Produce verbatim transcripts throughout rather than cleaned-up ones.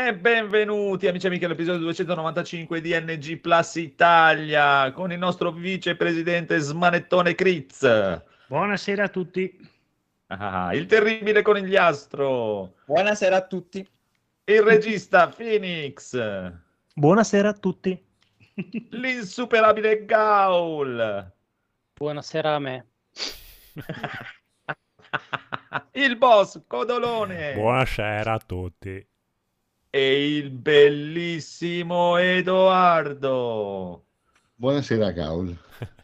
E benvenuti amici e amiche all'episodio duecentonovantacinque di N G Plus Italia con il nostro vicepresidente Smanettone Critz. Buonasera a tutti. Ah, il terribile conigliastro. Buonasera a tutti. Il regista Phoenix. Buonasera a tutti. L'insuperabile Gaul. Buonasera a me. Il boss Codolone. Buonasera a tutti. E il bellissimo Edoardo. Buonasera Gaul.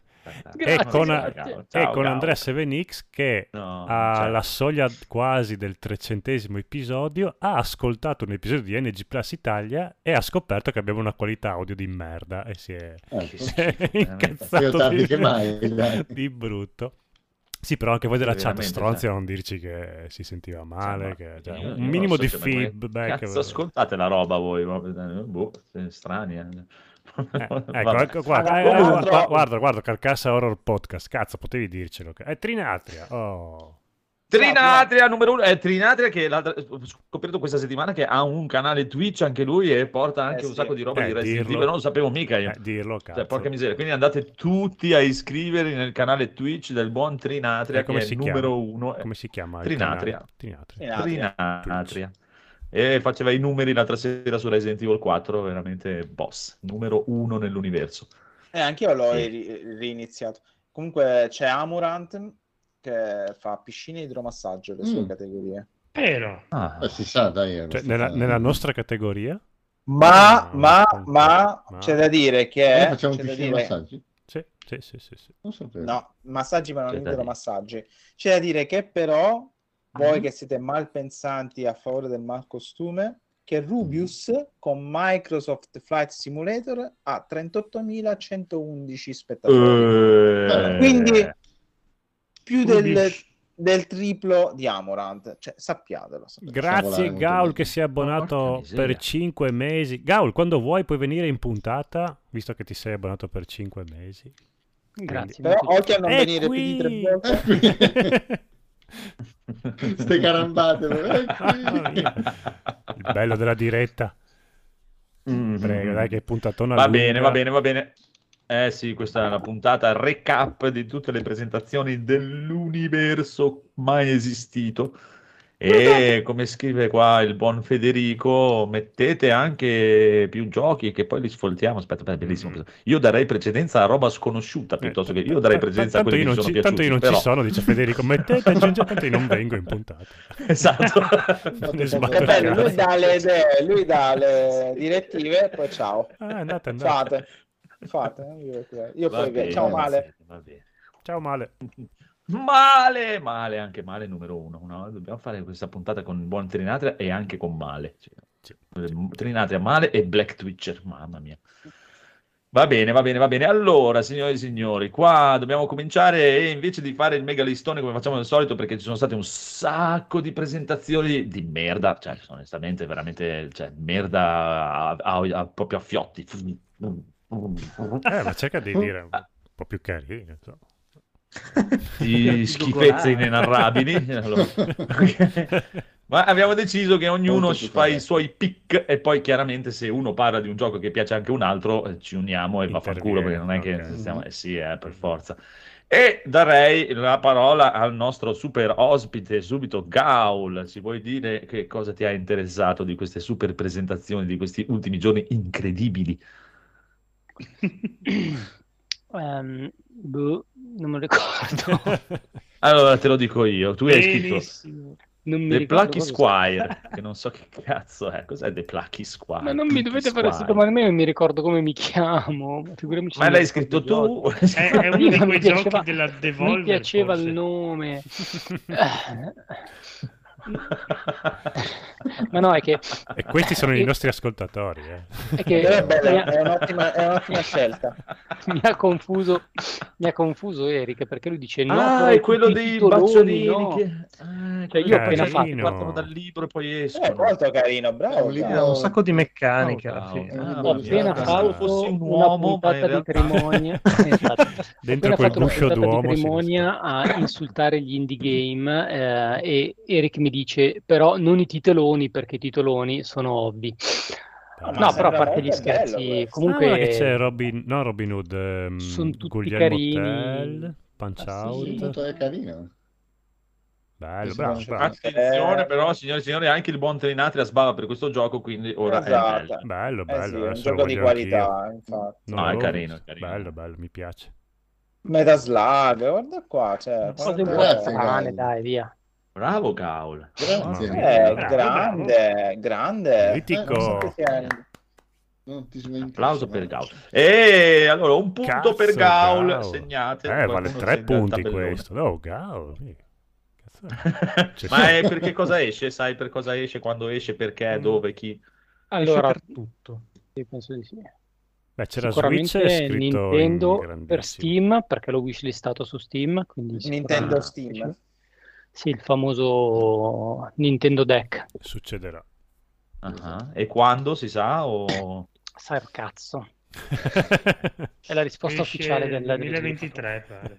E con, Ciao, e con Gaul. Andrea Sevenix che No, alla certo. soglia quasi del trecentesimo episodio ha ascoltato un episodio di N G Plus Italia e ha scoperto che abbiamo una qualità audio di merda e si è, Ecco. si è Io incazzato tardi di, che mai, dai. di brutto. Sì, però anche voi della Sì, chat veramente, stronzi cioè. non dirci che si sentiva male, Cioè, che, cioè, io- io un non minimo so, di cioè, ma come feedback. Cazzo, ascoltate la roba voi, proprio, boh, siete strani. Eh. Eh, ecco, Vabbè. ecco, guarda, Allora, eh, tra guarda, l'altro- guarda, guarda, Carcassa Horror Podcast, cazzo, potevi dircelo. È Trinatria, oh. Trinatria numero uno, è Trinatria che l'altra- ho scoperto questa settimana che ha un canale Twitch anche lui e porta anche Eh, un sì. sacco di roba Eh, di Resident dirlo. Evil, non lo sapevo mica io. Eh, dirlo, cazzo. Cioè, porca miseria, quindi andate tutti a iscrivervi nel canale Twitch del buon Trinatria Eh, come che è si il chiama? numero uno. Come si chiama? il Trinatria. canale? Trinatria. Trinatria. Trinatria. E faceva i numeri l'altra sera su Resident Evil quattro, veramente boss, numero uno nell'universo. Eh, anch'io l'ho Sì. ri- riniziato. Comunque c'è Amurant che fa piscina e idromassaggio, le sue Mm. categorie. Però, Ah, Eh, si sa, dai. è Cioè, abbastanza- nella, nella nostra categoria? Ma, Ah, ma, ok. ma, Ma- c'è da dire Noi che... facciamo c'è da piscina e dire... massaggi? Sì, sì, sì, sì, sì. Non sapevo. No, massaggi ma non C'è da dire. idromassaggi. C'è da dire che però, voi Mm. che siete malpensanti a favore del malcostume, che Rubius con Microsoft Flight Simulator ha trentottomilacentoundici spettatori. Eh, Quindi più del, Rubius. del triplo di Amorant, cioè sappiatelo. sappiatelo. Grazie volare molto Gaul bene. che si è Porca abbonato miseria. per cinque mesi. Gaul, quando vuoi puoi venire in puntata, visto che ti sei abbonato per cinque mesi. Grazie. Però molto oltre a non È venire qui. più di tre volte, Ste carambate. eh, Mamma mia. Il bello della diretta. Mm. Prego, dai che puntatona Va lunga. bene, va bene, va bene. Eh sì, questa è la puntata recap di tutte le presentazioni dell'universo mai esistito. E come scrive qua il buon Federico, mettete anche più giochi che poi li sfoltiamo. Aspetta, aspetta, è bellissimo. Mm. questo. Io darei precedenza a roba sconosciuta piuttosto che io darei precedenza a tanto quelli io che non mi sono ci, tanto io non piaciuti. ci sono, dice Federico. Mettete aggiunge, tanto io non vengo in puntata. Esatto. Ne sbatto che bello, il lui cazzo. dà le idee, lui dà le direttive e poi ciao. Ah, andate, andate. Fate, fate. eh, Io, io Va poi bene, ciao va Male. bene, va bene. Ciao Male. Male, male, anche male numero uno. No? Dobbiamo fare questa puntata con buon Trinatria e anche con male. Cioè, Sì. Trinatria, male e Black Twitcher, mamma mia. Va bene, va bene, va bene. Allora, signori e signori, qua dobbiamo cominciare e invece di fare il mega listone come facciamo al solito, perché ci sono state un sacco di presentazioni di merda, cioè onestamente veramente, cioè, merda a, a- a- proprio a fiotti. Eh, ma cerca di dire un po' più carino. insomma. Di schifezze inenarrabili. Allora, ok. Ma abbiamo deciso che ognuno Molto più fa i corretto. suoi pick e poi chiaramente se uno parla di un gioco che piace anche un altro eh, ci uniamo e va a far culo perché non è che Ok. stiamo... eh sì, eh, per forza. E darei la parola al nostro super ospite subito, Gaul. Ci vuoi dire che cosa ti ha interessato di queste super presentazioni di questi ultimi giorni incredibili? Ehm, boh, non me lo ricordo. Allora te lo dico io, tu hai scritto benissimo. Non mi The ricordo Plucky cosa- Squire, che non so che cazzo è. Cos'è The Plucky Squire? Ma non mi Plucky dovete fare queste Squire. domande, non mi ricordo come mi chiamo. Figuriamoci Ma se mi l'hai ricordo scritto i giochi. tu? È, è uno di Mi quei piaceva- giochi della Devolver. Mi piaceva forse. il nome. Ma no, è che... E questi sono i nostri ascoltatori. Eh. È che Però è, bella, mi, è ha, un'ottima, è un'ottima scelta. mi ha confuso, mi ha confuso Eric, perché lui dice no, Ah, però è quello tutti i dei titoloni, bacciolini no. che... Ah, Cioè, quello io ho dei appena bacciolini che fatto- partono dal libro e poi Eh, escono. molto carino, È bravo. un libro- Ha un sacco di Bravo, meccanica alla Cavolo. fine. un Ah, libro Ho di appena io pensavo Giacomo. fossi fatto un una uomo, ma in puntata di realtà... Crimonia. Esatto. Ho Dentro appena quel fatto una guscio puntata di d'uomo si Crimonia a insultare gli indie game eh, e Eric mi dice però non i titoloni perché i titoloni sono ovvi. No, ma No, però a sembra parte gli molto bello scherzi, questo. Ah, guarda che c'è comunque Robin, no Robin Hood, ehm, sono tutti Guglielmo carini. Tell, Punch Ah, Out. sì. Molto è carino. Bello, Sì, bravo, sì, bravo. Attenzione Eh, però, signori e signori, anche il buon Trinatri ha sbava per questo gioco, quindi ora è Esatto. bello. Bello, Eh bello, sì, è un adesso lo gioco di voglio anch'io. qualità, infatti. Non No, è l'avevo carino, visto. è carino. Bello, bello, mi piace. Metaslug, guarda qua, cioè, Cose un po' Grazie, strane, Gaul. dai, via. Bravo, Gaul. Grazie. Mamma Eh, mia. Bravo, grande, grande. Mitico. Eh, non so che sia- Non ti smentisci, Applauso per no? Gaul. E allora un punto Cazzo, per Gaul, Gaul. segnate. Eh, vale qualcuno tre segna il punti tabellone. questo. Oh, Gaul. eh, Cazzo è? Cioè, Ma è perché cosa esce? Sai per cosa esce, quando esce, perché, Mm. dove, chi? Allora, Allora, per tutto. sì, penso di sì. Beh, c'era Switch Sicuramente scritto in Nintendo per grandissimo. Steam, perché l'ho wishlistato su Steam, quindi Nintendo sicuramente- Steam. Sì, il famoso Nintendo Deck. Succederà. Ah, e quando si sa? O... Sai il cazzo. È la risposta Esce ufficiale del, del duemilaventitré, pare.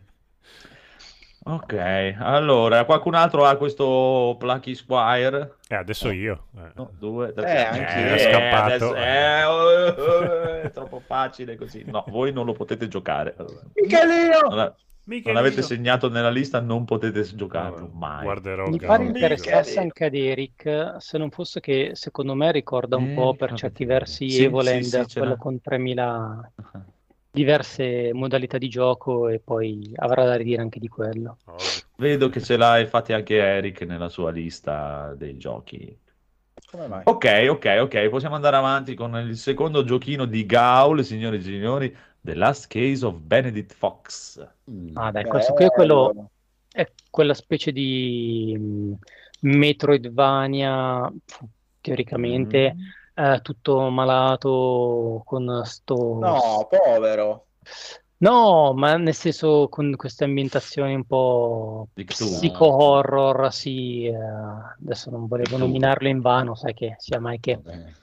Ok, allora qualcun altro ha questo Plucky Squire? Eh, adesso io. Eh. No, due, tre. Eh, anch'io. È scappato. adesso- eh, oh, oh, è troppo facile così. No, voi non lo potete giocare. Michelino! Non, a- non avete segnato nella lista, non potete giocarlo No, mai. Guarderò Mi Gaul. pare Gaul. interessasse Michele. anche ad Eric, se non fosse che secondo me ricorda un Eh, po' per fammi certi vedere. versi Sì, Evoland, sì, sì, ce quello l'ha. con tremila diverse modalità di gioco e poi avrà da ridire anche di quello. Ovvio. Vedo che ce l'ha infatti anche Eric nella sua lista dei giochi. Come mai? Ok, ok, ok, possiamo andare avanti con il secondo giochino di Gaul, signori e signori, The Last Case of Benedict Fox. Mm. Ah, dai, questo qui è Bello. quello, è quella specie di mh, Metroidvania, teoricamente, Mm. eh, tutto malato con sto... No, povero. No, ma nel senso con queste ambientazioni un po' Di Cthulhu. psico-horror, sì, eh, adesso non volevo Cthulhu. nominarlo in vano, sai che sia mai che Vabbè.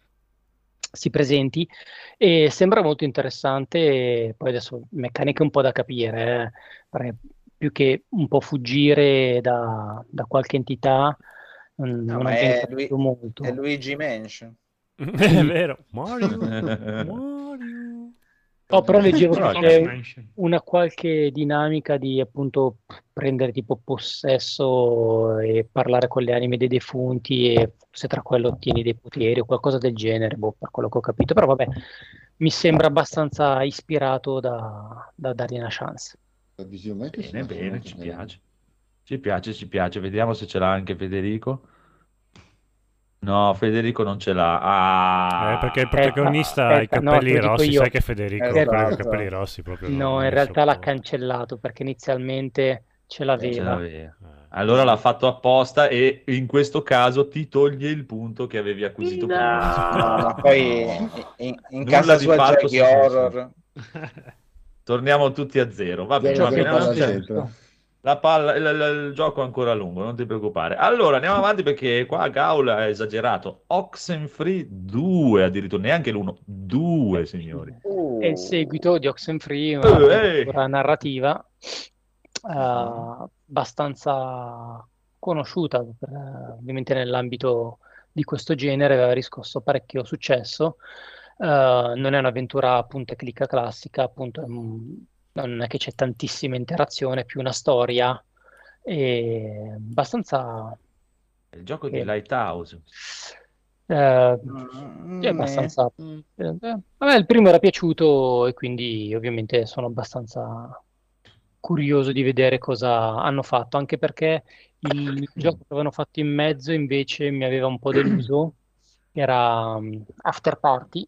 si presenti, e sembra molto interessante, e poi adesso meccaniche un po' da capire, eh, perché più che un po' fuggire da, da qualche entità, non, No, non ma abbiamo è, capito lui, molto. è Luigi Mansion. È vero. Mario. Mario. Oh, però leggevo Però che è c'è carino. Mansion. una qualche dinamica di appunto prendere tipo possesso e parlare con le anime dei defunti e se tra quello ottieni dei poteri o qualcosa del genere, boh, per quello che ho capito. Però vabbè, mi sembra abbastanza ispirato da, da dargli una chance. Visivamente Bene, sono bene, molto ci carino. piace. Ci piace, ci piace. Vediamo se ce l'ha anche Federico. No, Federico non ce l'ha. Ah. Eh, perché il protagonista ha i aspetta, no, capelli te lo dico rossi, io. sai che Federico Esatto. quello con i capelli rossi proprio non- No, non in li realtà l'ha sopporta. cancellato perché inizialmente ce Ce l'aveva. l'aveva. Eh. Allora l'ha fatto apposta e in questo caso ti toglie il punto che avevi acquisito No. prima. No, ma poi in, in- in Nulla casa di sua fatto giochi su questo. horror. Torniamo tutti a zero. Va bene, Diamo va che bene. palla non al c'è- centro. La palla, il, il- il gioco è ancora lungo, non ti preoccupare. Allora, andiamo avanti perché qua Gaul ha esagerato. Oxenfree due, addirittura neanche l'uno, due, signori. Uh, È il seguito di Oxenfree, Eh, un'avventura eh. narrativa eh, abbastanza conosciuta, per- ovviamente nell'ambito di questo genere, aveva riscosso parecchio successo. Eh, non è un'avventura punta e clicca classica, appunto, è un- non è che c'è tantissima interazione, è più una storia e abbastanza Il gioco di Sì. Lighthouse. eh, mm, è abbastanza Mm. Eh, eh, a me il primo era piaciuto e quindi ovviamente sono abbastanza curioso di vedere cosa hanno fatto, anche perché il gioco che avevano fatto in mezzo invece mi aveva un po' deluso, era um, After Party,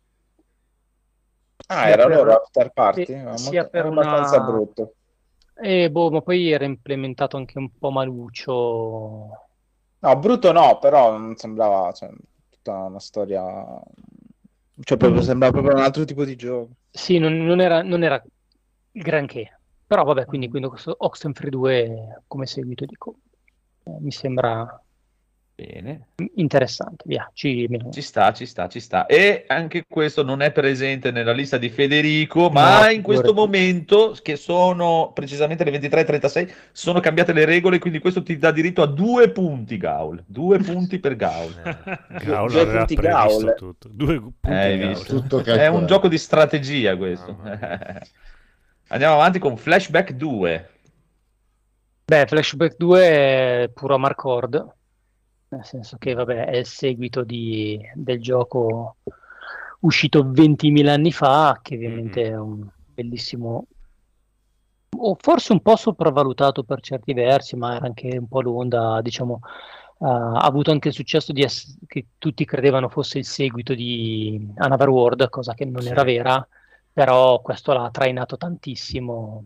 Ah, sia era per- loro After Party? sì, Ma sia molto- per era abbastanza una- brutto. e boh, ma poi era implementato anche un po' maluccio. No, brutto no, però non sembrava, cioè, tutta una storia... Cioè, proprio sembrava proprio un altro tipo di gioco. Sì, non, non era, non era granché. Però vabbè, quindi, Mm. quindi questo Oxenfree due come seguito dico, eh, mi sembra Bene. interessante. Via, ci... Ci sta, ci sta, ci sta. E anche questo non è presente nella lista di Federico, ma No, in questo figurati. momento, che sono precisamente le ventitré e trentasei, sono cambiate le regole, quindi questo ti dà diritto a due punti, Gaul. Due punti per Gaul. Eh, Gaul due aveva punti previsto Gaul. tutto. Due punti Hai Gaul. visto? Tutto È calcolato. un gioco di strategia questo. Mamma mia. Andiamo avanti con Flashback due. Beh, Flashback due è puro Amarcord, nel senso che vabbè, è il seguito di- del gioco uscito ventimila anni fa, che ovviamente è un bellissimo, o forse un po' sopravvalutato per certi versi, ma era anche un po' l'onda, diciamo, eh, ha avuto anche il successo di ess- che tutti credevano fosse il seguito di Another World, cosa che non Sì. era vera, però questo l'ha trainato tantissimo.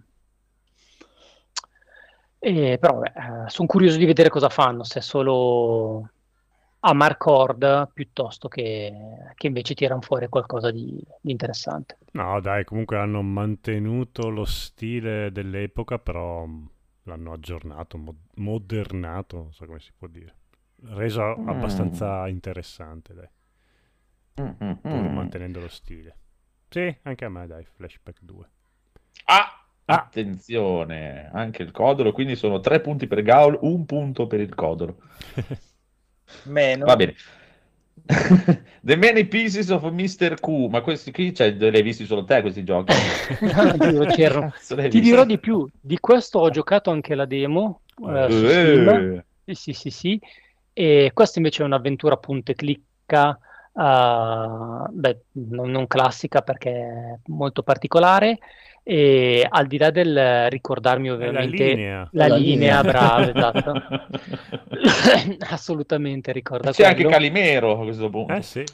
E, però sono curioso di vedere cosa fanno, se è solo Amarcord piuttosto che, che invece tirano fuori qualcosa di, di interessante. No, dai, comunque hanno mantenuto lo stile dell'epoca, però mh, l'hanno aggiornato, mo- modernato, non so come si può dire. Reso Mm. abbastanza interessante, dai, Mm, mm, pur mm. mantenendo lo stile. Sì, anche a me, dai, Flashback due. Ah, Ah. attenzione, anche il Codolo, quindi sono tre punti per Gaul, un punto per il Codolo. Meno. Va bene. The Many Pieces of mister Q, ma questi qui, cioè, li hai visti solo te questi giochi? Ti dirò, c'erano. Cazzo, l'hai Ti visti? dirò di più, di questo ho giocato anche la demo eh, su Steam. Eh. Sì, sì, sì, sì. E questa invece è un'avventura punta e clicca, eh, beh, non, non classica perché è molto particolare. E al di là del ricordarmi È la ovviamente linea. la La linea, linea. bravo, esatto. Assolutamente ricorda C'è anche quello. Calimero a questo punto. Eh sì.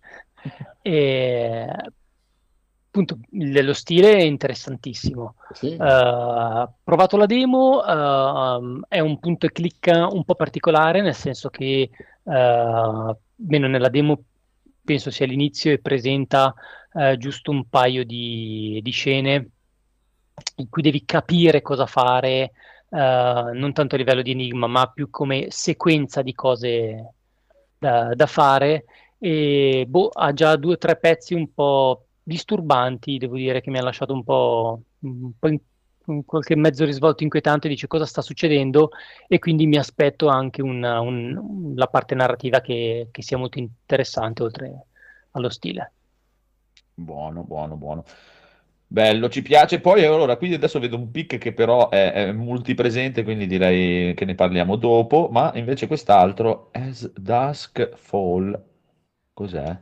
E appunto il- lo stile è interessantissimo. Sì. Uh, provato la demo, uh, è un punto e clicca un po' particolare, nel senso che uh, almeno nella demo penso sia all'inizio e presenta uh, giusto un paio di, di scene in cui devi capire cosa fare, uh, non tanto a livello di enigma, ma più come sequenza di cose da, da fare. E boh, ha già due o tre pezzi un po' disturbanti, devo dire, che mi ha lasciato un po', un po' in, in qualche mezzo risvolto inquietante, dice cosa sta succedendo, e quindi mi aspetto anche una- un- la parte narrativa che, che sia molto interessante oltre allo stile. Buono, buono, buono. Bello, ci piace. Poi allora, qui adesso vedo un pick che però è, è multipresente, quindi direi che ne parliamo dopo, ma invece quest'altro, As Dusk Fall, cos'è?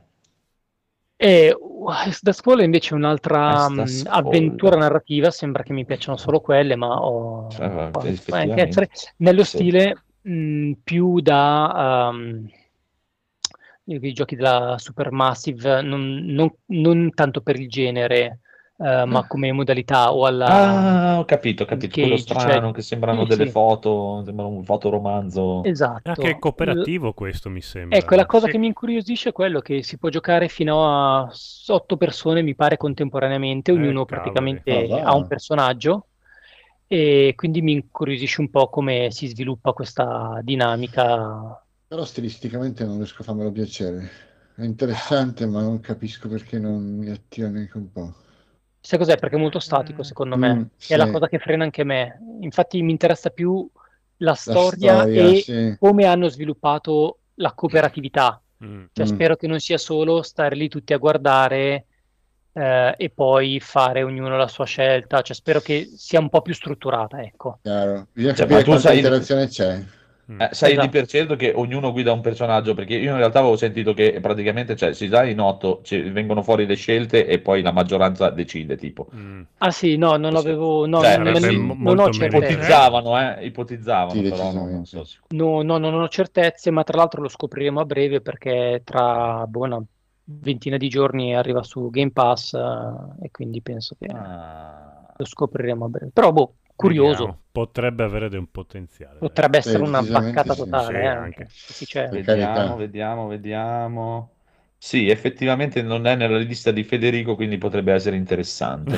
E uh, Duskfall è invece un'altra As mh, Dusk avventura Fall. narrativa, sembra che mi piacciono solo quelle, ma ho Cioè, può- può anche effettivamente, essere nello sì. stile mh, più da um, i giochi della Supermassive, non, non- non tanto per il genere, eh, ma come modalità o alla Ah, ho capito, ho Nick capito, quello Cage, cioè- strano che sembrano sì, delle sì. foto, sembra un fotoromanzo. Esatto. Ah, che è cooperativo questo, mi sembra. Ecco, la cosa Sì. che mi incuriosisce è quello che si può giocare fino a otto persone, mi pare, contemporaneamente, Eh, ognuno cavoli. praticamente Ah, va. ha un personaggio, e quindi mi incuriosisce un po' come si sviluppa questa dinamica. Però stilisticamente non riesco a farmelo piacere. È interessante, ma non capisco perché non mi attira neanche un po'. Sai cos'è? Perché è molto statico, secondo me. Mm, È la sì. cosa che frena anche me. Infatti mi interessa più la La storia, storia, e sì. come hanno sviluppato la cooperatività. Mm. Cioè, Mm. spero che non sia solo stare lì tutti a guardare eh, e poi fare ognuno la sua scelta. Cioè, spero che sia un po' più strutturata, ecco. Chiaro. Bisogna Cioè, capire ma tu quanta sai- interazione c'è. Mm. Eh, sai Esatto. di per certo che ognuno guida un personaggio, perché io in realtà avevo sentito che praticamente, cioè, si dà in otto, ci vengono fuori le scelte e poi la maggioranza decide, tipo. Mm. Ah sì, no, non Sì. avevo, no, Cioè, non, sarebbe non- mo- non ho molto meglio. certezze. Ipotizzavano, eh, ipotizzavano, Sì, però non, non decisamente. so. No, no, no, non ho certezze, ma tra l'altro lo scopriremo a breve perché tra boh, una ventina di giorni arriva su Game Pass, eh, e quindi penso che Ah. lo scopriremo a breve. Però, boh, curioso. Vediamo. Potrebbe avere del potenziale. dai. Potrebbe essere Sì, una decisamente baccata sì. totale, Sì, eh, anche. anche. Sì, c'è. Per Vediamo, carità. vediamo, vediamo. Sì, effettivamente non è nella lista di Federico, quindi potrebbe essere interessante.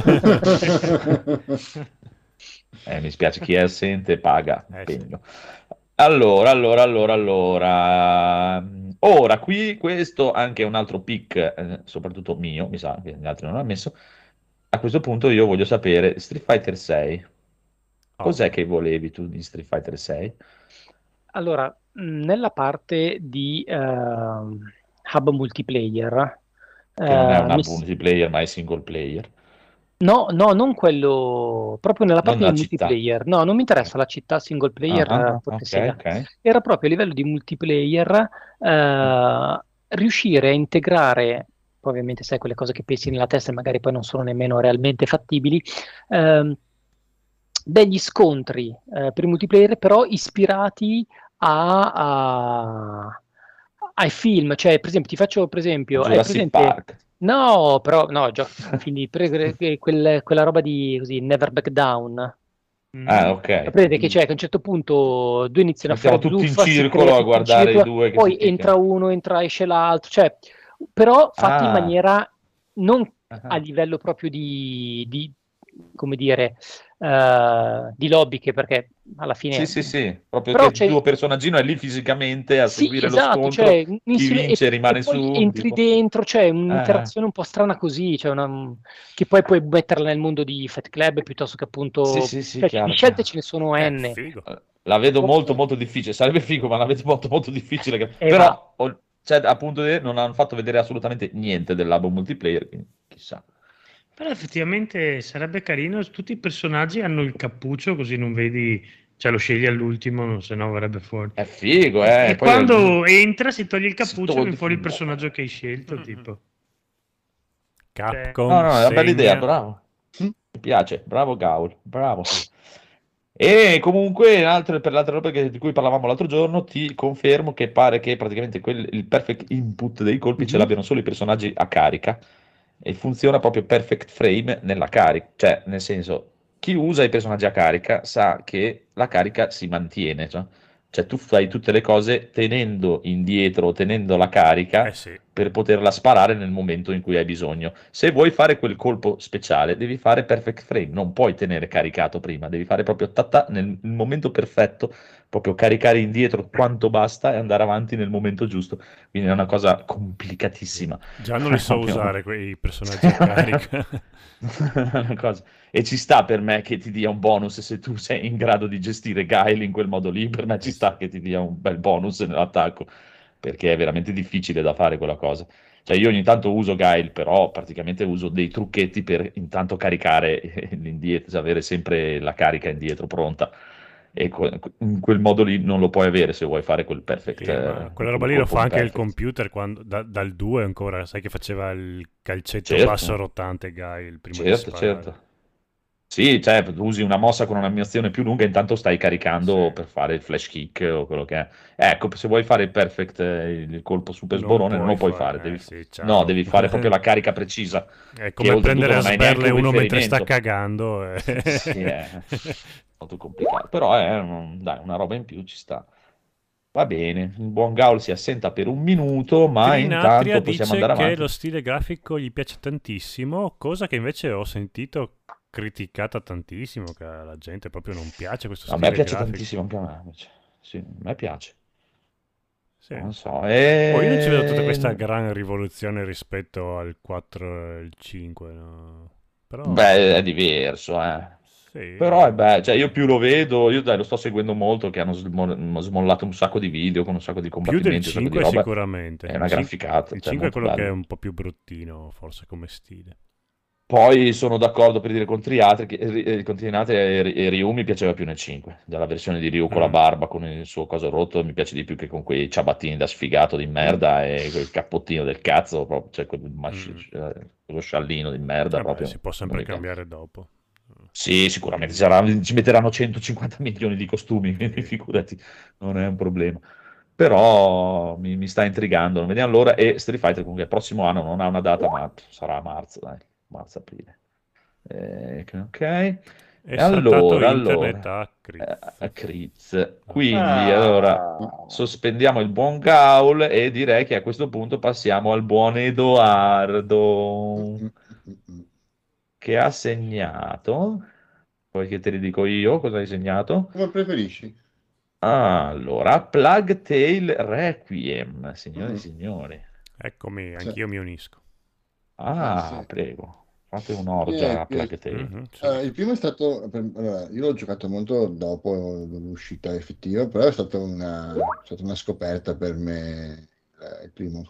Eh, mi spiace, chi è assente paga Eh, sì. impegno. Allora, allora, allora, allora. Ora, qui questo anche è un altro pick, eh, soprattutto mio, mi sa che gli altri non l'hanno messo. A questo punto io voglio sapere, Street Fighter sei, Oh, cos'è che volevi tu di Street Fighter sei? Allora, mh, nella parte di ehm, hub multiplayer, Che non è eh, un mi hub s- multiplayer, ma è single player. no, no, non quello, proprio nella Non parte di la città. multiplayer. No, non mi interessa la città single Ah, player, ah, eh, ah, porca ok, sega. ok. Era proprio a livello di multiplayer, eh, riuscire a integrare, poi ovviamente sai quelle cose che pensi nella testa e magari poi non sono nemmeno realmente fattibili, ehm, degli scontri eh, per il multiplayer, però ispirati a, a- ai film. Cioè, per esempio, ti faccio per esempio, hai Jurassic presente? Park. No, però no, gio- quindi pre- que- quel- quella roba di così, Never Back Down. Ah, Mm. ok. Sapete che c'è che a un certo punto due iniziano a Mettiamo fare tutti in zuffa, si crea circolo a tutto in guardare i circolo, due che si poi entra picchiano. uno, entra, esce l'altro, cioè, però fatto in Ah, maniera non a ah. livello proprio di, di, come dire, eh, di lobby, che perché alla Sì, fine... sì, sì, proprio che Però il c'è... tuo personaggino è lì fisicamente a Sì, seguire lo esatto, scontro, cioè un chi insieme e, vince e rimane poi su, entri tipo. dentro, c'è Eh, un'interazione un po' strana così, cioè una, che poi puoi metterla nel mondo di Fight Club piuttosto che sì, appunto, sì, sì, cioè di chiaro, scelte chiaro. ce ne sono eh, N. figo. Eh, La vedo molto, Poi- molto difficile, sarebbe figo, ma la vedo molto, molto difficile. che- E va. Però, ho- cioè, appunto, eh, non hanno fatto vedere assolutamente niente del labo multiplayer, quindi chissà. Però effettivamente sarebbe carino, tutti i personaggi hanno il cappuccio così non vedi, cioè lo scegli all'ultimo, se no verrebbe fuori. È figo, E, eh, e poi quando entra si toglie il si cappuccio e viene toglie. fuori il personaggio che hai scelto, tipo. Cioè, Capcom No, no, è una bella idea, segna. bravo. Mi piace, bravo Gaul, bravo. E comunque, altre- per l'altra roba che- di cui parlavamo l'altro giorno, ti confermo che pare che praticamente quel- il perfect input dei colpi ce Mhm. l'abbiano solo i personaggi a carica e funziona proprio perfect frame nella carica, cioè nel senso, chi usa i personaggi a carica sa che la carica si mantiene, cioè, cioè tu fai tutte le cose tenendo indietro, tenendo la carica Eh sì, per poterla sparare nel momento in cui hai bisogno. Se vuoi fare quel colpo speciale, devi fare perfect frame, non puoi tenere caricato prima, devi fare proprio tata nel nel momento perfetto, proprio caricare indietro quanto basta e andare avanti nel momento giusto. Quindi è una cosa complicatissima. già non li so Proprio- usare quei personaggi a carica. Una cosa. E ci sta per me che ti dia un bonus se tu sei in grado di gestire Guile in quel modo lì, per me ci sta che ti dia un bel bonus nell'attacco, perché è veramente difficile da fare quella cosa. Cioè io ogni tanto uso Guile, però praticamente uso dei trucchetti per intanto caricare l'indietro, cioè avere sempre la carica indietro pronta. E que- in quel modo lì non lo puoi avere se vuoi fare quel perfect. Sì, ma eh, quella quel roba lì lo colpo fa anche il perfect. computer quando, da- dal due ancora, sai che faceva il calcetto Certo. basso rotante Guy il prima di Certo, sparare. certo. Sì, cioè, usi una mossa con un'animazione più lunga, intanto stai caricando Sì. per fare il flash kick o quello che è. Ecco, se vuoi fare il perfect, eh, il colpo super Non sborone, non puoi lo puoi fare, fare. eh, Devi... sì, ciao. No, devi fare proprio la carica precisa. È che come oltretutto prendere a non hai sberle neanche un uno mentre sta riferimento. cagando. eh. Sì, è molto complicato. Però è un- dai, una roba in più ci sta. Va bene, il buon Gaul si assenta per un minuto, ma Trinatria intanto possiamo dice andare che avanti. lo stile grafico gli piace tantissimo, cosa che invece ho sentito criticata tantissimo, che alla gente proprio non piace questo A stile me piace grafico. tantissimo, anche a me. invece. Sì, a me piace. Sì. Non so, Poi io non ci vedo tutta e... questa gran rivoluzione rispetto al quattro e il cinque, no? Però Beh, è diverso, eh. sì. Però è bello, cioè io più lo vedo, io dai, lo sto seguendo molto, che hanno smo- smollato un sacco di video con un sacco di Più del combattimenti, un sacco di cinque roba. sicuramente. È una Il cin- graficata, Il cioè, cinque è molto quello che è bello. un po' più bruttino, forse come stile. Poi sono d'accordo per dire con Triatri, che, eh, con Trinatri e, e Ryu mi piaceva più nel cinque, della versione di Ryu con la Mm. barba, con il suo coso rotto, mi piace di più che con quei ciabattini da sfigato di merda e quel cappottino del cazzo, proprio, cioè quel masci- eh, quello sciallino di merda Vabbè, proprio. si può non sempre mi piace. cambiare dopo. Sì, sicuramente ci sarà- ci metteranno centocinquanta milioni di costumi, quindi Sì. figurati, non è un problema. Però mi, mi sta intrigando, non vediamo l'ora. E Street Fighter comunque il prossimo anno non ha una data, ma sarà a marzo, dai, marzo-aprile. Eh, ok. È E saltato allora, internet allora, a eh, Chris. a Kriz. Quindi, Ah, allora, sospendiamo il buon Gaul e direi che a questo punto passiamo al buon Edoardo, Mm, mm, mm. che ha segnato. Poi che te li dico io, cosa hai segnato? Come preferisci? Allora, Plague Tale Requiem, signore e Mm. signori. Eccomi, Sì. anch'io mi unisco. Ah, Ah, sì. prego, fate Sì, un'orgia a è- è- Plague Tale. Mhm, sì. eh, il primo è stato, per- allora, io l'ho giocato molto dopo l'uscita effettiva, però è stata una, è stata una scoperta per me, eh, il primo.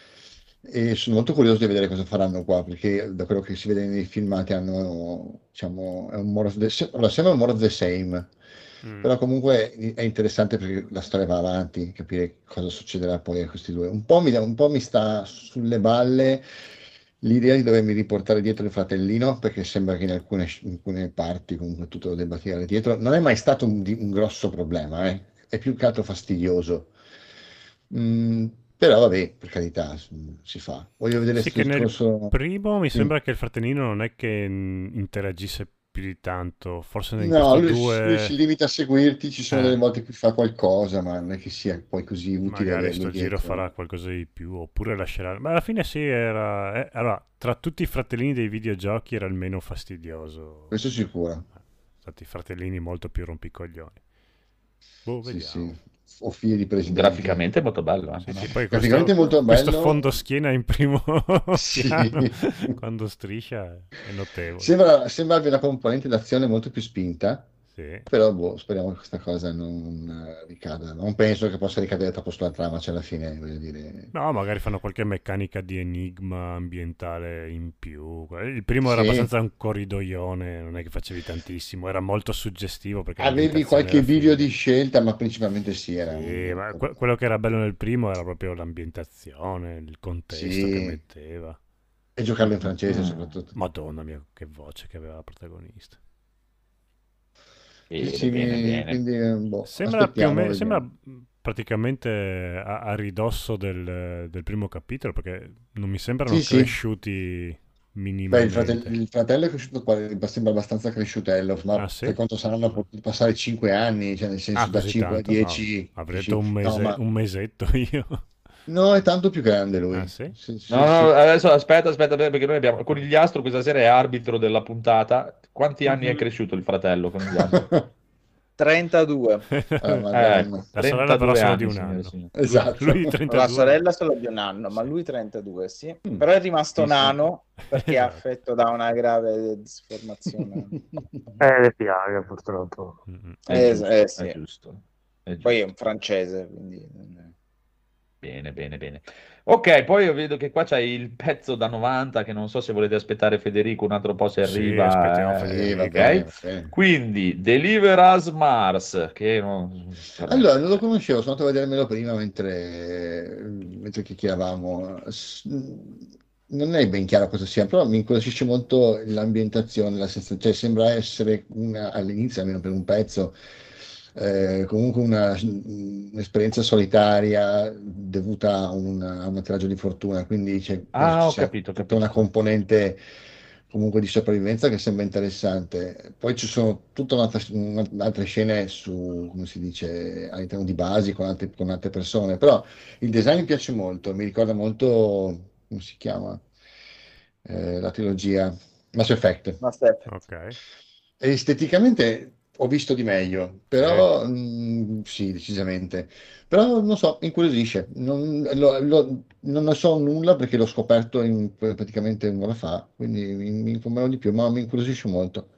E sono molto curioso di vedere cosa faranno qua, perché da quello che si vede nei filmati hanno, diciamo, è un more of the, se- allora, sembra un more of the same, Mm. però comunque è interessante perché la storia va avanti, capire cosa succederà poi a questi due. Un po' mi, un po' mi sta sulle balle l'idea di dovermi riportare dietro il fratellino, perché sembra che in alcune, in alcune parti comunque tutto lo debba tirare dietro. Non è mai stato un, di- un grosso problema, eh. È più che altro fastidioso. Mm, però vabbè, per carità, s- si fa. Voglio vedere Sì, questo che nel discorso. primo mi Sì. sembra che il fratellino non è che mm, interagisse più di tanto, forse in No, questi lui, lui si due limita a seguirti, ci sono eh, delle volte in cui fa qualcosa, ma non è che sia poi così utile magari averlo sto giro farà dietro. qualcosa di più, oppure lascerà... Ma alla fine sì, era... eh, allora, tra tutti i fratellini dei videogiochi era il meno fastidioso. Questo sicuro. Eh, stati fratellini molto più rompicoglioni. Boh, Sì, sì. vediamo. O figli di presidenti. Graficamente è molto bello, eh. Sì, No? sì, poi Praticamente questo, molto questo bello. fondoschiena in primo Sì. piano, quando striscia, è notevole. Sembra, sembrarvi una componente d'azione molto più spinta, Sì. però boh, speriamo che questa cosa non eh, ricada. Non penso che possa ricadere troppo sulla trama, cioè alla fine, voglio dire. No, magari fanno qualche meccanica di enigma ambientale in più. Il primo era Sì. abbastanza un corridoione, non è che facevi tantissimo, era molto suggestivo perché Avevi l'ambientazione qualche era video figa. di scelta, ma principalmente sì, era Sì, un- ma que- quello che era bello nel primo era proprio l'ambientazione, il contesto che Sì, metteva. e giocarlo in francese Mm. soprattutto. Madonna mia, che voce che aveva la protagonista. Sì, Bene, sì, bene, mi- bene. quindi eh, boh, Sembra più o aspettiamo, meno, sembra vediamo. praticamente a, a ridosso del, del primo capitolo perché non mi sembrano Sì, sì. cresciuti Beh, il minimamente. fratello, il fratello è cresciuto, qua- sembra abbastanza cresciutello, ma Ah sì? per quanto saranno potuti passare cinque anni, cioè nel senso Ah, da così cinque a tanto? No, dieci. avrei dici, detto un no, mese, ma un mesetto io. no, è tanto più grande lui. Ah sì? Sì, sì, No, no, sì. adesso aspetta, aspetta, aspetta, perché noi abbiamo Conigliastro questa sera è arbitro della puntata. Quanti anni è Mhm. cresciuto il fratello Conigliastro? trentadue. Ah, Ecco, Madonna. La sorella però trentadue solo di anni, un signore e anno. signori. Lui, Esatto. lui La trentadue. sorella solo di un anno, ma Sì. lui trentadue, sì. Mm. Però è rimasto Sì, sì. nano perché è Esatto. affetto da una grave disformazione. Eh, le piaga purtroppo. Mm-mm. È Eh, giusto, eh, è sì. giusto, è Poi è giusto. un francese, quindi... Bene, bene, bene. Ok, poi io vedo che qua c'è il pezzo da novanta che non so se volete aspettare Federico un altro po' se Sì, arriva. aspettiamo eh, Sì, Federico. va ok? bene, va bene. Quindi Deliver Us Mars, che non... Allora, non lo conoscevo, sono andato a vedermelo prima mentre, mentre chiacchieravamo. S- Non è ben chiaro cosa sia, però mi incuriosisce molto l'ambientazione, la sensazione, cioè sembra essere una, all'inizio, almeno per un pezzo, eh, comunque una- un'esperienza solitaria dovuta a, una- a un atterraggio di fortuna, quindi c'è, penso Ah, ci ho sia capito, ho tutta una capito. componente comunque di sopravvivenza che sembra interessante. Poi ci sono tutta un'altra, un- altre scene su, come si dice, all'interno di basi con altre, con altre persone, però il design mi piace molto, mi ricorda molto, come si chiama? Eh, la trilogia Mass Effect. Mass Effect. Ok. E esteticamente ho visto di meglio, Sì. però mm, sì, decisamente. Però non so, mi incuriosisce. Non, lo- lo- non ne so nulla perché l'ho scoperto in- praticamente un'ora fa, quindi mi, mi informerò di più, ma mi incuriosisce molto.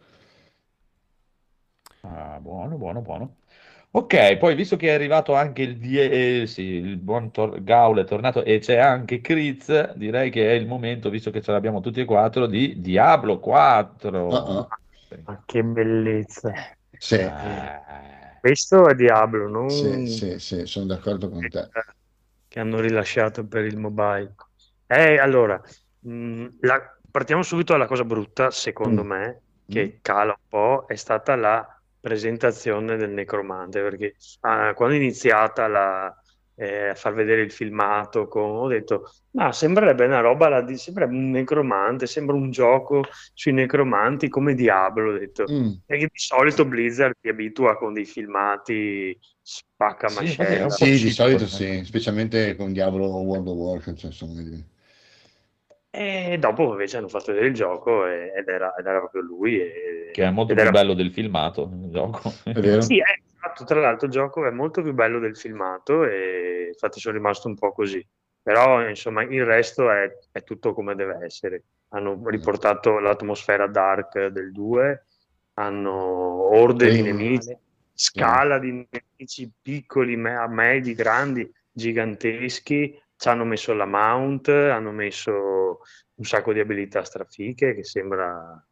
Ah, buono, buono, buono. Ok, poi visto che è arrivato anche il, die- eh, sì, il buon Tor- Gaul è tornato e c'è anche Kriz, direi che è il momento, visto che ce l'abbiamo tutti e quattro, di Diablo Ah, quattro. ah. Ma che bellezza. Sì, Eh, Questo è Diablo, non sì, sì, sì, sono d'accordo con te. che hanno rilasciato per il mobile. Eh, allora, mh, la- partiamo subito dalla cosa brutta, secondo Mm. me, Mm. che cala un po', è stata la presentazione del necromante, perché ah, quando è iniziata la, eh, a far vedere il filmato, con... ho detto, ma sembrerebbe una roba, la... di- sembrerebbe un necromante, sembra un gioco sui necromanti come Diablo, ho detto. Mm. Perché di solito Blizzard ti abitua con dei filmati spacca Sì, infatti è un mascella. po' Sì, di cheap, solito eh. sì, specialmente con Diablo o World of Warcraft, cioè, insomma, di- E dopo invece hanno fatto vedere il gioco e- ed era, ed era proprio lui. e- Che è molto ed più era... bello del filmato, il gioco. è vero? Sì, è, esatto, tra l'altro il gioco è molto più bello del filmato e infatti sono rimasto un po' così. Però insomma il resto è, è tutto come deve essere. Hanno riportato l'atmosfera dark del due, hanno orde di Sì. nemici, scala di nemici piccoli, me- medi, grandi, giganteschi. Ci hanno messo la mount, hanno messo un sacco di abilità strafiche che sembra...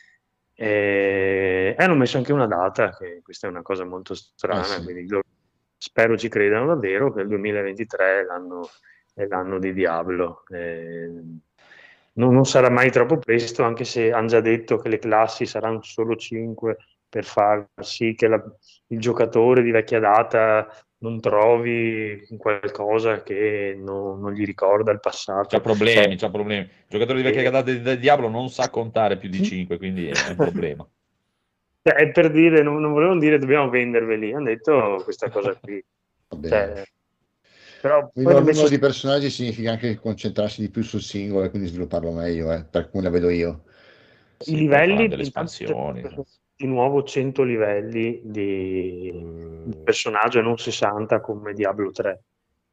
E e hanno messo anche una data, che questa è una cosa molto strana, Eh sì. quindi loro spero ci credano davvero che il duemilaventitré è l'anno, è l'anno di Diablo. Eh, non, non sarà mai troppo presto, anche se hanno già detto che le classi saranno solo cinque per far sì che la- il giocatore di vecchia data non trovi qualcosa che non, non gli ricorda il C'ha passato. problemi, Eh, c'ha problemi. Il giocatore di vecchia eh, data di di Diablo non sa contare più di cinque, quindi è un problema. Cioè, è per dire, non, non volevano dire dobbiamo venderveli, hanno detto questa cosa qui. Va bene. Cioè, però poi Minor hanno numero messo di personaggi significa anche concentrarsi di più sul singolo e quindi svilupparlo meglio, eh, per come la vedo io. i Sì, poi livelli, faranno delle intanto espansioni. c'è di nuovo cento livelli di, di Mm. personaggio e non sessanta come Diablo tre.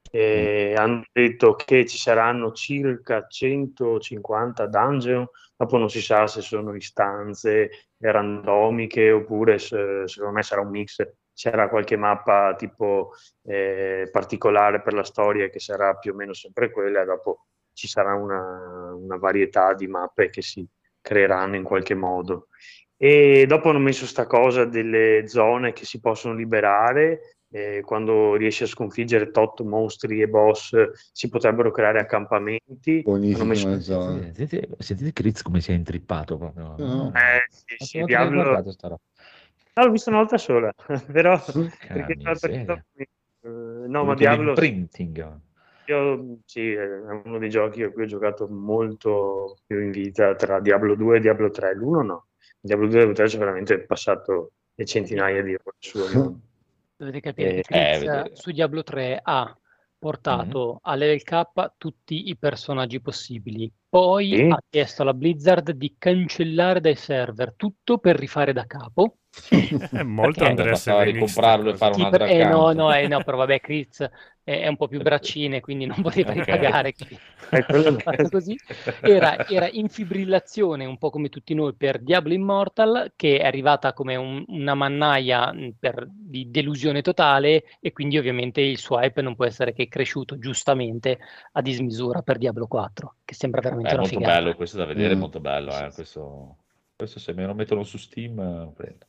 E hanno detto che ci saranno circa centocinquanta dungeon, dopo non si sa se sono istanze randomiche oppure se, secondo me sarà un mix, c'era qualche mappa tipo eh, particolare per la storia che sarà più o meno sempre quella, e dopo ci sarà una, una varietà di mappe che si creeranno in qualche modo. E dopo hanno messo sta cosa delle zone che si possono liberare, eh, quando riesci a sconfiggere tot mostri e boss si potrebbero creare accampamenti. Hanno messo... Buonissima zona. Sentite, sentite, sentite Chris come si è intrippato proprio. No. Eh, sì, Ma sì, quanto l'hai Diablo... guardato sta roba? No, l'ho visto una volta sola, però Porca perché, perché miseria. eh, no, Ho ma avuto Diablo l'imprinting. io, sì, è uno dei giochi a cui ho giocato molto più in vita tra Diablo due e Diablo tre. L'uno no, Diablo due e Diablo tre ci ho veramente passato le centinaia di ore su ognuno. Dovete capire Eh, che Eh, Chris vedete. su Diablo tre ha portato a level K tutti i personaggi possibili. Poi Sì. ha chiesto alla Blizzard di cancellare dai server tutto per rifare da capo. È molto Perché? Andrea Bastava Sevenix ricomprarlo e sta fare cosa. un Sì, per- altro eh, no, account. no, eh, no, però vabbè, Chris è, è un po' più braccine, quindi non poteva Ok. ripagare, quindi Eh, quello- ha fatto così. Era, era in fibrillazione, un po' come tutti noi, per Diablo Immortal, che è arrivata come un- una mannaia mh, per- di delusione totale, e quindi ovviamente il suo hype non può essere che cresciuto giustamente a dismisura per Diablo quattro, che sembra veramente È una molto figata. bello, questo da vedere, è Mm. molto bello. Eh. Questo, questo se me lo mettono su Steam, eh, prendo.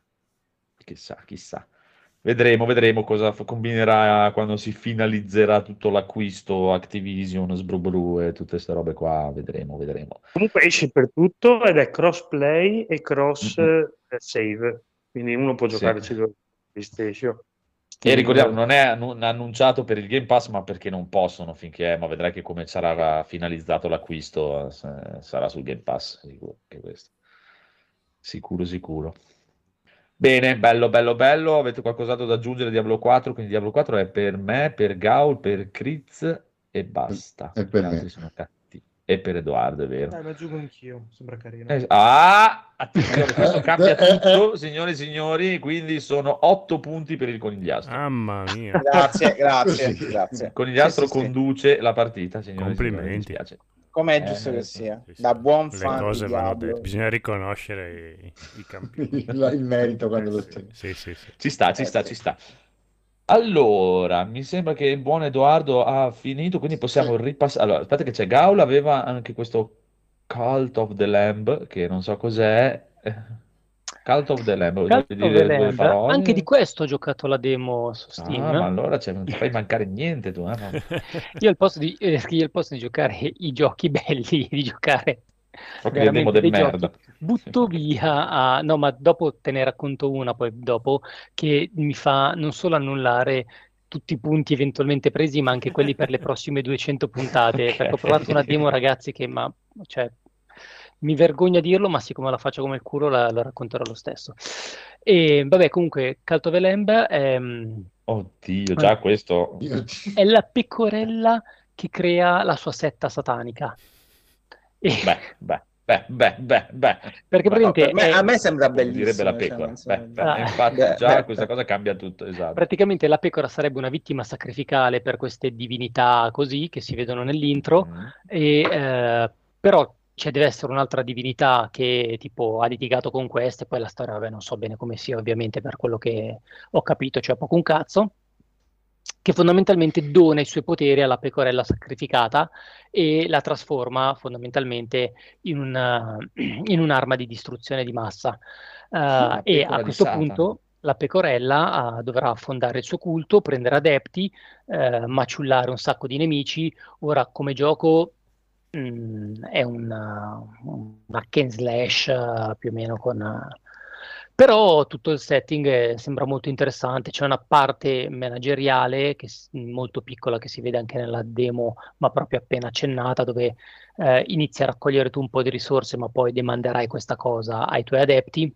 Chissà, chissà. Vedremo, vedremo cosa f- combinerà quando si finalizzerà tutto l'acquisto Activision, Sbrubru e tutte queste robe qua. Vedremo, vedremo. Comunque esce per tutto ed è cross-play e Mm-mm. cross-save, quindi uno può Sì. giocare su PlayStation. E Steam, ricordiamo, non è annu- annunciato per il Game Pass, ma perché non possono finché, ma vedrai che come sarà finalizzato l'acquisto, eh, se- sarà sul Game Pass, sicuro, anche questo. Sicuro, sicuro. Bene, bello, bello, bello. Avete qualcos'altro da aggiungere a Diablo quattro? Quindi Diablo quattro è per me, per Gaul, per Kriz e basta. E per Gli me. altri sono cattivi. E per Edoardo, è vero. Eh, ma gioco anch'io, sembra carino. Eh, ah, attenzione, questo Eh, cambia eh, eh. tutto, signore e signori, quindi sono otto punti per il conigliastro. Mamma mia. Grazie, grazie, Così. grazie. Il conigliastro Sì, sì, sì. conduce la partita, signore e signori, mi Complimenti. dispiace. Come è Eh, giusto che sì, sia. Sì, sì. Da buon Le fan cose di vanno Diablo. dette, bisogna riconoscere i, i campioni. il, il merito quando lo Sì, tieni. sì, sì, sì. Ci sta, ci Eh, sta, sì. ci sta. Allora, mi sembra che il buon Edoardo ha finito, quindi possiamo Sì. ripassare. Allora, aspetta che c'è Gaul, aveva anche questo Cult of the Lamb, che non so cos'è. Eh, Cult of the Lamb, vuoi Cult of the dire due Lamb, anche di parole? questo ho giocato la demo su Ah, Steam. ma allora cioè, non ci fai mancare niente tu, eh? Ma- Io al posto di, eh, io al posto di giocare i giochi belli, di giocare Proprio le demo veramente del dei merda. giochi, butto via a... No, ma dopo te ne racconto una, poi dopo, che mi fa non solo annullare tutti i punti eventualmente presi, ma anche quelli per le prossime duecento puntate, perché ho provato una demo, ragazzi, che ma, cioè, mi vergogna dirlo, ma siccome la faccio come il culo la, la racconterò lo stesso. E vabbè, comunque, Cult of the Lamb è, Oddio, già questo... è la pecorella che crea la sua setta satanica. E... Beh, beh. Beh, beh, beh, beh. Perché No, per me, è... a me sembra Come bellissimo. direbbe la cioè, pecora. non so- Beh, beh, Ah. infatti Beh, già beh, questa beh. cosa cambia tutto, esatto. Praticamente la pecora sarebbe una vittima sacrificale per queste divinità così che si vedono nell'intro, Mm. e, eh, però c'è deve essere un'altra divinità che tipo ha litigato con queste, poi la storia, vabbè, non so bene come sia ovviamente, per quello che ho capito, cioè poco un cazzo, che fondamentalmente dona i suoi poteri alla pecorella sacrificata e la trasforma fondamentalmente in, una, in un'arma di distruzione di massa. Uh, La e pecora a di questo Satana. punto la pecorella uh, dovrà fondare il suo culto, prendere adepti, uh, maciullare un sacco di nemici. Ora, come gioco, mh, è un, uh, un hack and slash uh, più o meno con... Uh, però tutto il setting eh, sembra molto interessante. C'è una parte manageriale che, s- molto piccola, che si vede anche nella demo, ma proprio appena accennata, dove eh, inizi a raccogliere tu un po' di risorse, ma poi demanderai questa cosa ai tuoi adepti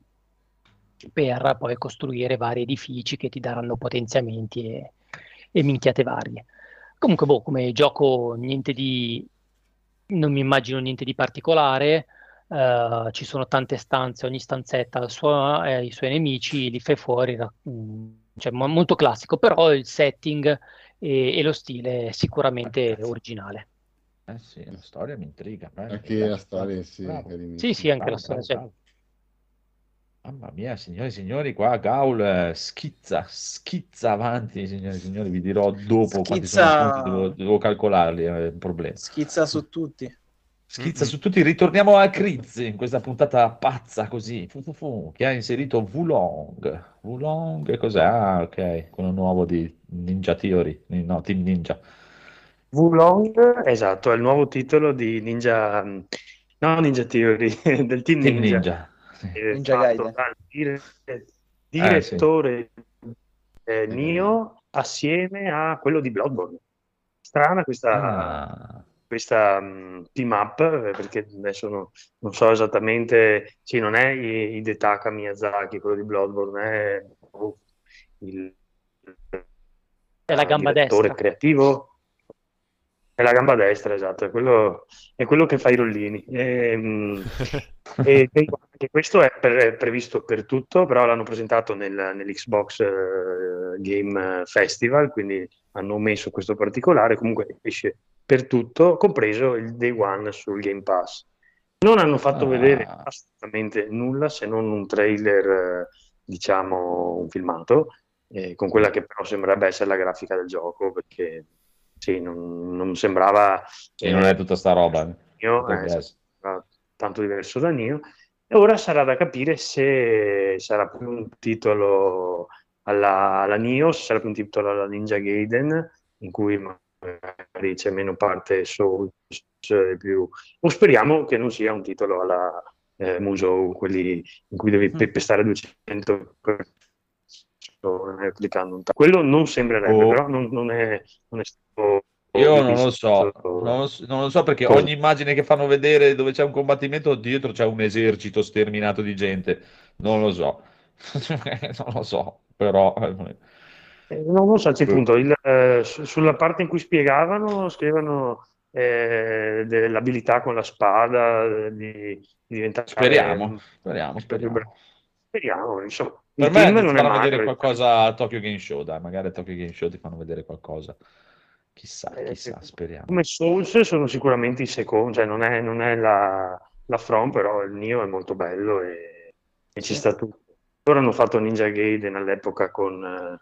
per poi costruire vari edifici che ti daranno potenziamenti e, e minchiate varie. Comunque, boh, come gioco niente di... non mi immagino niente di particolare. Uh, ci sono tante stanze, ogni stanzetta ha il suo- eh, i suoi nemici, li fai fuori, ra- mm, cioè mo- molto classico, però il setting e, e lo stile è sicuramente originale. Eh sì, la storia mi intriga. Bello, Anche bello, la storia, bravo, sì, bravo. carinissima. Sì, sì, anche Bravo, la storia. bravo, Cioè, bravo. Mamma mia, signori e signori, qua Gaul eh, schizza, schizza avanti, signori e signori, vi dirò dopo quanti sono i Schizza- punti, devo, devo calcolarli, è un problema. Schizza su tutti. Schizza su tutti, ritorniamo a Kriz in questa puntata pazza così, fu, fu, fu, che ha inserito Wulong. Wulong, che cos'è? Ah, ok, quello nuovo di Ninja Theory, no, Team Ninja. Wulong, esatto, è il nuovo titolo di Ninja, no Ninja Theory, del Team Team Ninja, Ninja. Sì. eh, Ninja fatto Gaiden. dal dire- direttore eh, Nioh assieme a quello di Bloodborne. Strana questa, Ah, questa mh, team up, eh, perché adesso no- non so esattamente, sì, non è I- Hidetaka Miyazaki, quello di Bloodborne, è oh, il È la gamba direttore destra. creativo. È la gamba destra, esatto, è quello, è quello che fa i rollini. E, mh, e- e anche questo è, per- è previsto per tutto, però l'hanno presentato nel, nell'Xbox eh, Game Festival, quindi hanno messo questo particolare, comunque esce per tutto, compreso il Day One sul Game Pass. Non hanno fatto Ah. vedere assolutamente nulla, se non un trailer, eh, diciamo, un filmato, eh, con quella che però sembrerebbe essere la grafica del gioco, perché sì, non, non sembrava sì, non è tutta sta roba. Nioh, Potrebbe eh, essere. sembrava tanto diverso da Nioh. E ora sarà da capire se sarà più un titolo alla, alla Nioh, se sarà più un titolo alla Ninja Gaiden, in cui magari c'è meno parte Souls e più... O speriamo che non sia un titolo alla eh, Musou, quelli in cui devi pe- pestare duecento persone applicando un ta- quello non sembrerebbe, Oh. però non, non è, non è stato Io non lo visto. so, non lo so, non lo so perché Cosa? ogni immagine che fanno vedere dove c'è un combattimento, dietro c'è un esercito sterminato di gente. Non lo so, non lo so, però... Eh, non lo so, c'è il punto. Il, eh, su- sulla parte in cui spiegavano, scrivevano eh, dell'abilità con la spada, eh, di, di diventare... Speriamo, speriamo, speriamo. Speriamo, insomma. Per Il me team ti non è fanno male, vedere perché- qualcosa a Tokyo Game Show, dai, magari a Tokyo Game Show ti fanno vedere qualcosa. Chissà, Eh, chissà, speriamo. Come Souls sono sicuramente i secondi, cioè non è, non è la, la From, però il Nioh è molto bello e, e ci sta tutto. Loro hanno fatto Ninja Gaiden all'epoca con...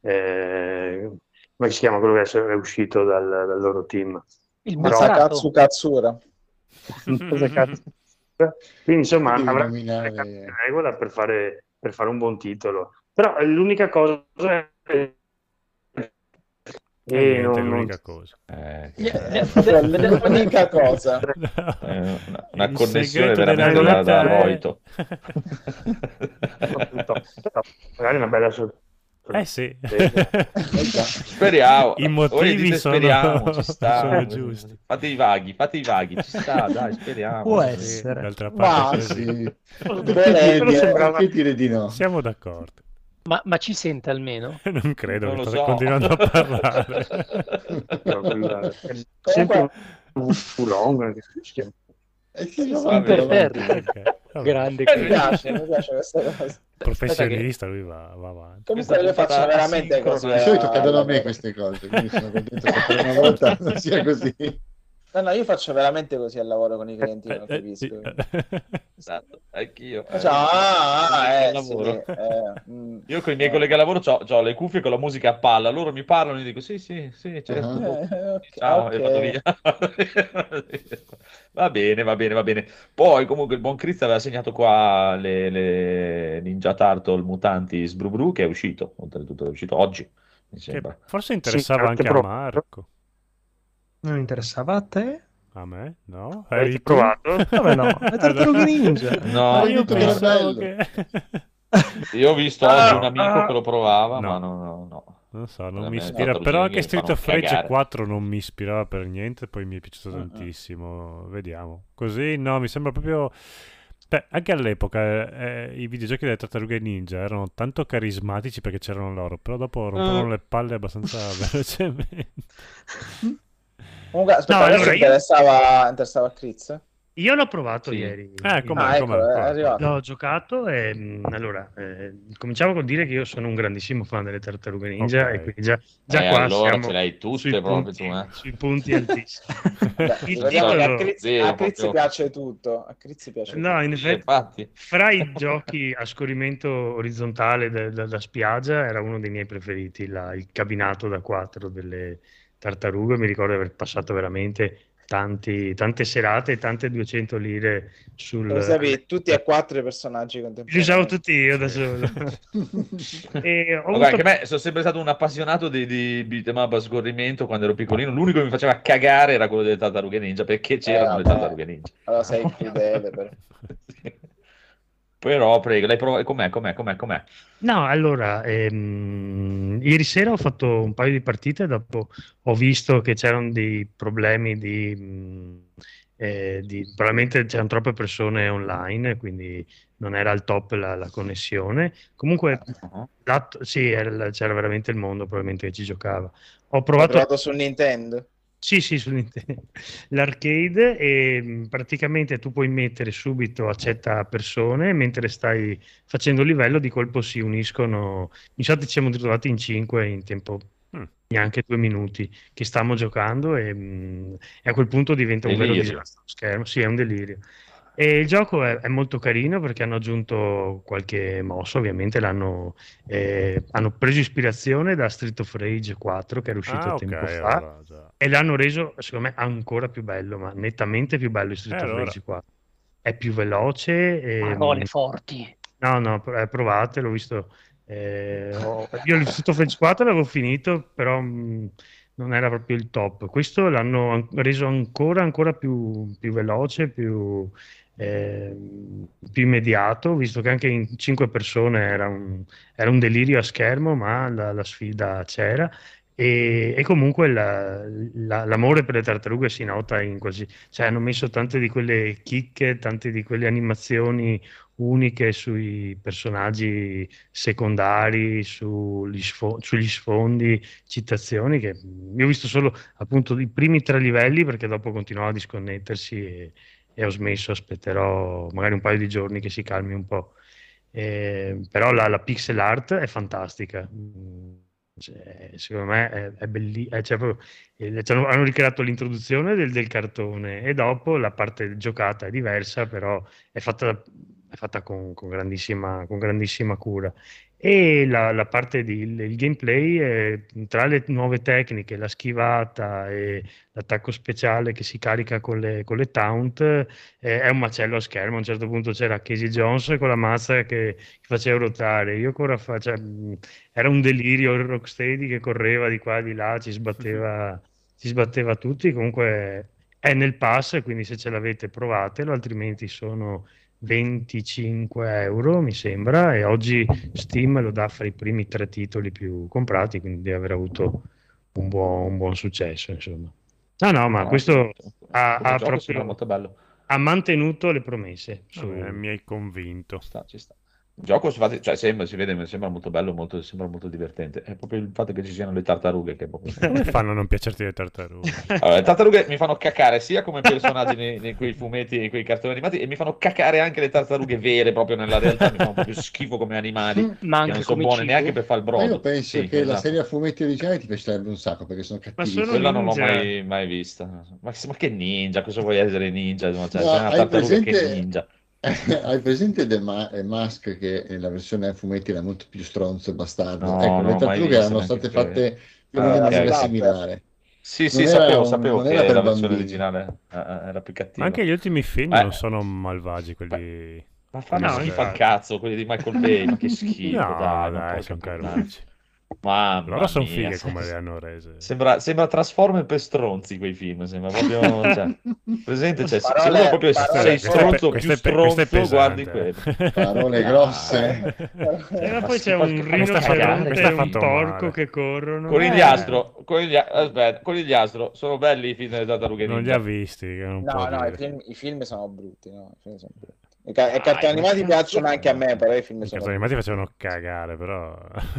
eh, come si chiama quello che è uscito dal, dal loro team? Il Masakatsu mazzarato. Katsura. Cosa cazzo? Quindi insomma Devi avrà nominare- la regola per fare, per fare un buon titolo. Però eh, l'unica cosa è Eh, e niente, non- l'unica cosa. Eh, È l'unica cosa. è una, una Il connessione segreto della veramente da, da vita è- Roito. magari una bella sorpresa Eh sì. Speriamo. I Voi motivi dite sono, speriamo, ci sta. sono giusti. Fate i vaghi, fate i vaghi, ci sta, dai, speriamo. Può Sì. essere. D'altra Ma parte così. sì, Però volendo, sembrava- perché dire di no? Siamo d'accordo. Ma, ma ci sente almeno? Non credo Non che lo state so. continuando a parlare. però quella- è sempre un Fulong che si chiama. Eh sì, Va va bene. bene. Imperterrito. Ok, vabbè. Grande Mi qui. piace, mi piace questa cosa. Professionista, lui va, va avanti. Comunque Questa io faccio puntata veramente asincrona. così. Di solito eh, cadono a al me lavoro. queste cose, quindi sono contento che per una volta non sia così. No, no, io faccio veramente così al lavoro con i clienti, non Eh, eh, sì. capisco. Esatto, anch'io. Cioè, ah, ah, eh, Al sì, lavoro. eh, mm, Io con i miei eh. colleghi a lavoro ho le cuffie con la musica a palla, loro mi parlano e dico sì, sì, sì, certo. Ah. boh, Eh, ok, ciao, ok. e vado via. Va bene, va bene, va bene. Poi comunque il buon Chris aveva segnato qua le, le Ninja Turtle mutanti Sbrubru, che è uscito, oltretutto è uscito oggi, mi Che sembra. forse interessava avete anche a provato? Marco. Non interessava a te? A me? No? Avete Eri tu? provato? Come no? Le tartarughe ninja. No, Ma Hai io detto che era pensavo bello. che... io ho visto Ah, oggi un amico che lo provava, no. ma no, no, no. Non so, non A mi me ispira, Tartarughe però Ninja anche mi Street fanno of Rage cagare. quattro non mi ispirava per niente, poi mi è piaciuto Mm-mm. tantissimo. Vediamo. Così, no, mi sembra proprio... Beh, anche all'epoca eh, i videogiochi delle Tartarughe Ninja erano tanto carismatici perché c'erano loro, però dopo rompevano Mm. le palle abbastanza velocemente. Comunque, aspetta, No, adesso allora io- interessava, interessava a Chris? Io l'ho provato Sì. ieri. Eh, com'è, Ah, ecco, com'è, è com'è? arrivato. L'ho giocato e mh, allora eh, cominciamo col dire che io sono un grandissimo fan delle Tartarughe Ninja Ok. e quindi già, già Eh, qua allora siamo ce l'hai tutte sui proprio punti, tu, eh. sui punti altissimi. Beh, Il ricordiamo che a titolo- Chris, zero a Chris proprio. piace tutto. A Chris piace No, in Sì, effetti, infatti. fra i giochi a scorrimento orizzontale da, da- da spiaggia era uno dei miei preferiti, la- il cabinato da quattro delle tartarughe. Mi ricordo di aver passato veramente tanti- tante serate e tante duecento lire sul... tutto. Lo sapevi, tutti e quattro i personaggi contemporanei. Li usavo tutti io da Sì. solo. E ho Ma guarda, avuto- che me sono sempre stato un appassionato di, di beat'em up a scorrimento quando ero piccolino. L'unico che mi faceva cagare era quello delle Tartarughe Ninja, perché c'erano le vabbè. Tartarughe Ninja. Allora sei crudele, però. Sì. Però prego, l'hai provato? Com'è, com'è, com'è, com'è? No, allora, ehm, ieri sera ho fatto un paio di partite, dopo ho visto che c'erano dei problemi di, mh, eh, di- probabilmente c'erano troppe persone online, quindi non era al top la, la connessione. Comunque, Uh-huh. l'atto- sì, era- c'era veramente il mondo probabilmente che ci giocava. Ho L'ho provato... provato su Nintendo. Sì, sì, su Nintendo. L'arcade e mh, praticamente tu puoi mettere subito accetta persone mentre stai facendo livello, di colpo si uniscono. Infatti ci siamo ritrovati in cinque in tempo Mm. neanche due minuti che stavamo giocando e, mh, e a quel punto diventa un vero Delirio. disastro schermo. Sì, è un delirio. E il gioco è, è molto carino perché hanno aggiunto qualche mossa, ovviamente l'hanno eh, hanno preso ispirazione da Street of Rage quattro che era uscito Ah, ok, tempo fa allora già. e l'hanno reso, secondo me, ancora più bello, ma nettamente più bello di Street Eh, of allora. Rage quattro. È più veloce. E, Parole forti. no, no, pr- eh, provate, l'ho visto. eh, ho- io il Street of Rage quattro l'avevo finito, però mh, non era proprio il top. Questo l'hanno an- reso ancora, ancora più, più veloce, più, ehm, più immediato, visto che anche in cinque persone era un, era un delirio a schermo, ma la, la sfida c'era. E, e comunque la- la- l'amore per le tartarughe si nota in quasi, cioè hanno messo tante di quelle chicche, tante di quelle animazioni uniche sui personaggi secondari, sugli, sfo- sugli sfondi, citazioni che io ho visto solo appunto i primi tre livelli perché dopo continuava a disconnettersi e, e ho smesso, aspetterò magari un paio di giorni che si calmi un po'. Eh, però la, la pixel art è fantastica. Mm, cioè, secondo me è, è bellissima. Cioè, proprio, eh, cioè, hanno ricreato l'introduzione del, del cartone e dopo la parte giocata è diversa, però è fatta, è fatta con, con grandissima, con grandissima cura. E la, la parte di il, il gameplay, eh, tra le nuove tecniche, la schivata e l'attacco speciale che si carica con le, con le taunt, eh, è un macello a schermo. A un certo punto c'era Casey Jones con la mazza che faceva ruotare. Io ancora fa, cioè, mh, era un delirio il Rocksteady che correva di qua e di là, ci sbatteva, ci sbatteva tutti. Comunque è nel pass, quindi se ce l'avete provatelo, altrimenti sono venticinque euro mi sembra, e oggi Steam lo dà fra i primi tre titoli più comprati, quindi deve aver avuto un buon, un buon successo, insomma. No, no, ma No, questo ha, come ha gioco sembra proprio molto bello. ha mantenuto le promesse. su- Vabbè, mi hai convinto. Ci sta, ci sta. Il gioco si, fa- cioè, sembra, si vede, mi sembra molto bello, molto, sembra molto divertente. È proprio il fatto che ci siano le tartarughe che è proprio... Come fanno a non piacerti le tartarughe? Allora, le tartarughe mi fanno cacare sia come personaggi nei, nei quei fumetti, nei quei cartoni animati, e mi fanno cacare anche le tartarughe vere proprio nella realtà, mi fanno proprio schifo come animali, Ma che non anche sono come buone cibo? neanche per fare il Ma io brodo. penso Sì, che la esatto. serie a fumetti originale ti piacerebbe un sacco perché sono Ma cattivi. sono Quella non l'ho ninja. mai, mai vista. Ma, ma che ninja? Cosa vuoi essere ninja? Cioè, No, sei una hai tartaruga che presente, ninja. hai presente The Ma- eh, Mask che nella versione a fumetti era molto più stronzo e bastardo? No, Ecco, non le l'ho mai tartarughe vista erano neanche state quella. fatte più o Ah, meno in Era ok. maniera slapper. similare. Sì, sì, Non sapevo, era, un- sapevo non che era per la versione bambini. originale eh, eh, era più Ma cattiva. anche gli ultimi film Ma, non sono malvagi, ma- quelli... ma fanno No, quelli schifo al infatti. cazzo, quelli di Michael Bay, ma che schifo, No, dai, non dai, puoi sono sopportare. carucci. Mamma Loro sono mia, fighe se- come le hanno rese. sembra, sembra Transformer per stronzi quei film, sembra proprio, cioè, presente, cioè, se, se uno Parole, proprio Questo sei parole è, questo è pe- stronzo, questo più è pe- questo è stronzo, guardi pesante. quello. Parole Dai. grosse. E Ma poi c'è schifo, un ma questa fa rinoceronte cagare, Questa ha e un fatto porco male. che corrono. Eh, Conigliastro, coniglia- aspetta, Conigliastro, sono belli i film delle tartarughe Non li ha ninja. visti, che non No, può no, i dire. film, i film sono brutti, no? I film sono brutti. I, ca- i Dai, cartoni ma animati cazzo piacciono anche a me, sono? però i film I sono cartoni animati brutti. facevano cagare, però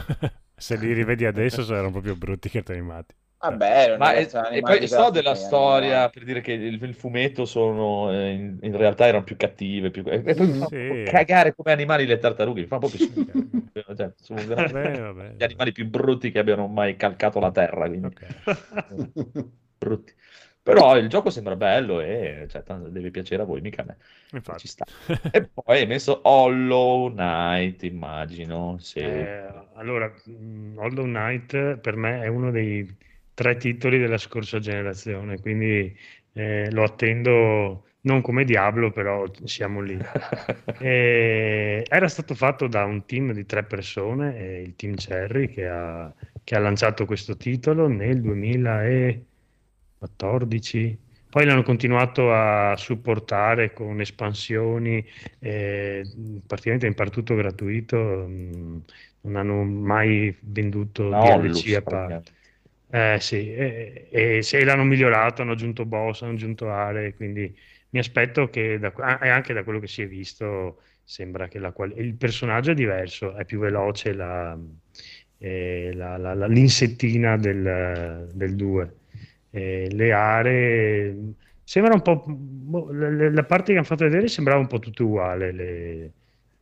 se li rivedi adesso erano proprio brutti i cartoni animati. Vabbè, erano Ma i e, cartoni e animati poi so classici della degli anni storia novanta. per dire che il, il fumetto sono eh, in, in realtà erano più cattive, più, e, e poi mi Mm. fanno proprio Sì, cagare come animali le tartarughe, mi fanno proprio schifo. Cioè, sono vabbè, veramente vabbè, gli vabbè. animali più brutti che abbiano mai calcato la terra, quindi Ok, brutti. Però il gioco sembra bello e cioè, tanto deve piacere a voi, mica a me. Ci infatti. sta. E poi hai messo Hollow Knight, immagino. Sì. Eh, allora, mh, Hollow Knight per me è uno dei tre titoli della scorsa generazione, quindi eh, lo attendo non come Diablo, però siamo lì. E era stato fatto da un team di tre persone, eh, il team Cherry, che ha, che ha lanciato questo titolo nel duemilaquattordici. Poi l'hanno continuato a supportare con espansioni, eh, praticamente in tutto gratuito, mh, non hanno mai venduto La D L C Hollus, a parte. praticamente. Eh sì, e, e se l'hanno migliorato, hanno aggiunto boss, hanno aggiunto aree, quindi mi aspetto che, da, e anche da quello che si è visto, sembra che la quali- il personaggio è diverso, è più veloce la, eh, la- la- la- l'insettina del, del due. Eh, le aree sembra un po', boh, le- le- la parte che hanno fatto vedere sembrava un po' tutto uguale, le-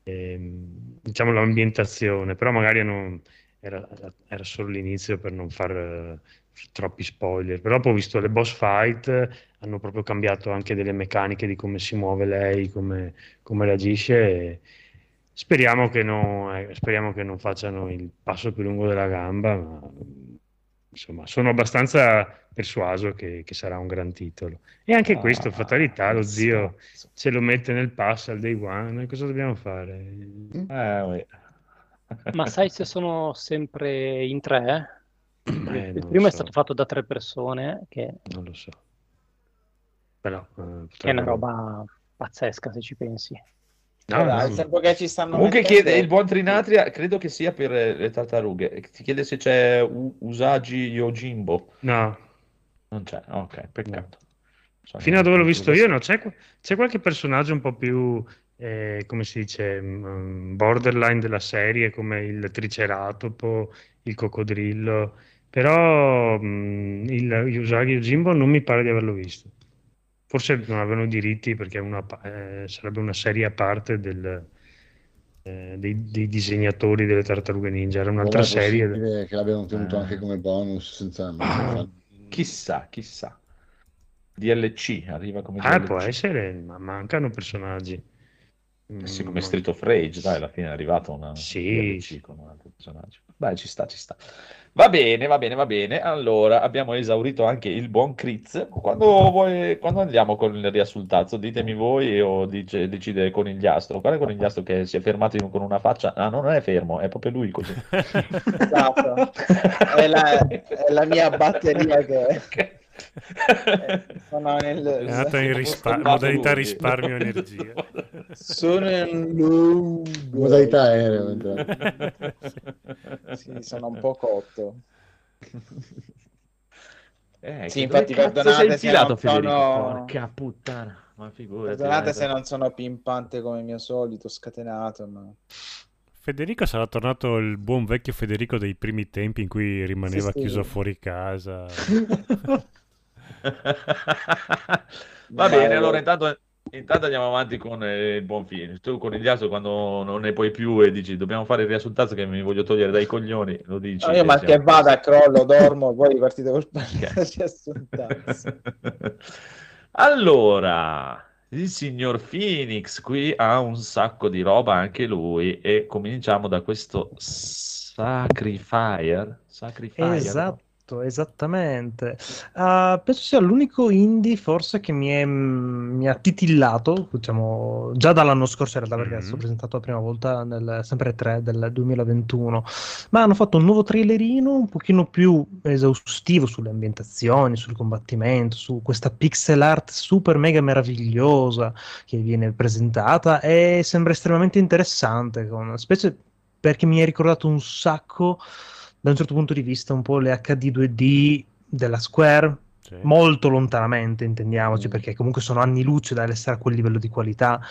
ehm, diciamo l'ambientazione, però magari non, era, era solo l'inizio per non far eh, troppi spoiler. Però poi ho visto le boss fight, hanno proprio cambiato anche delle meccaniche di come si muove lei, come, come reagisce. E speriamo che non, eh, speriamo che non facciano il passo più lungo della gamba, ma insomma, sono abbastanza persuaso che, che sarà un gran titolo. E anche questo, Ah, fatalità, lo zio cazzo. ce lo mette nel pass al day one, cosa dobbiamo fare? Eh, uè. Ma sai se sono sempre in tre? Eh, Il non lo primo è so, stato fatto da tre persone, che, non lo so. Però eh, che è una potrebbero... roba pazzesca se ci pensi. No, Guarda, no, al tempo che ci stanno Comunque mettendo... chiede il buon Trinatria, credo che sia per eh, le tartarughe. Ti chiede se c'è U- Usagi Yojimbo. no, Non c'è, ok, no. peccato. Sono Fino a dove l'ho visto io, tartaruga. no, c'è, qu- c'è qualche personaggio un po' più, eh, come si dice, mm, borderline della serie, come il triceratopo, il coccodrillo, però mm, il Usagi Yojimbo non mi pare di averlo visto. Forse non avevano diritti perché è una pa- eh, sarebbe una serie a parte del, eh, dei, dei disegnatori delle Tartarughe Ninja, era Allora un'altra è serie. possibile che l'abbiano tenuto anche Eh, come bonus senza, senza far- chissà, chissà. D L C, arriva come Ah, può D L C. essere, ma mancano personaggi. Eh sì, Mm, come ma- Street of Rage, dai, alla fine è arrivato una Sì, D L C sì. con un altro personaggio. Beh, ci sta, ci sta. Va bene, va bene, va bene. Allora, abbiamo esaurito anche il buon Critz. Quando, vuoi, quando andiamo con il riassultato? Ditemi voi o dice, decide Conigliastro. Qual è Conigliastro che si è fermato in- con una faccia? Ah, no, non è fermo, è proprio lui così. Esatto. È la, è la mia batteria che... Ok. Sono nel... È andato in rispa- Scontato modalità lui. risparmio energia. Sono in lungo. Modalità aereo. Sì, sono un po' cotto. Eh, Sì, che dove infatti cazzo sei perdonate se infilato, non Federico? sono... Porca puttana, ma figurati. Perdonate dai, se dai. non sono pimpante come mio solito, scatenato, ma... Federico sarà tornato il buon vecchio Federico dei primi tempi in cui rimaneva Sì, sì. chiuso fuori casa. Va Ma- bene, allora intanto, intanto andiamo avanti con eh, il buon fine. Tu con il ghiaccio quando non ne puoi più e dici dobbiamo fare il riassuntato che mi voglio togliere dai coglioni, lo dici. No, io e mal siamo- che vada, crollo, dormo, poi partite col Ok. riassuntazzo. Allora, il signor Phoenix qui ha un sacco di roba anche lui e cominciamo da questo Sacrifier. Sacrifier. Esatto, esattamente. Ah, penso sia l'unico indie forse che mi, è, mi ha titillato, diciamo, già dall'anno scorso in realtà, perché è stato Mhm. presentato la prima volta nel sempre tre del duemilaventuno, ma hanno fatto un nuovo trailerino un pochino più esaustivo sulle ambientazioni, sul combattimento, su questa pixel art super mega meravigliosa che viene presentata e sembra estremamente interessante, con, specie perché mi ha ricordato un sacco da un certo punto di vista un po' le acca di due D della Square, Sì. molto lontanamente intendiamoci, Mm. perché comunque sono anni luce dall'essere a quel livello di qualità,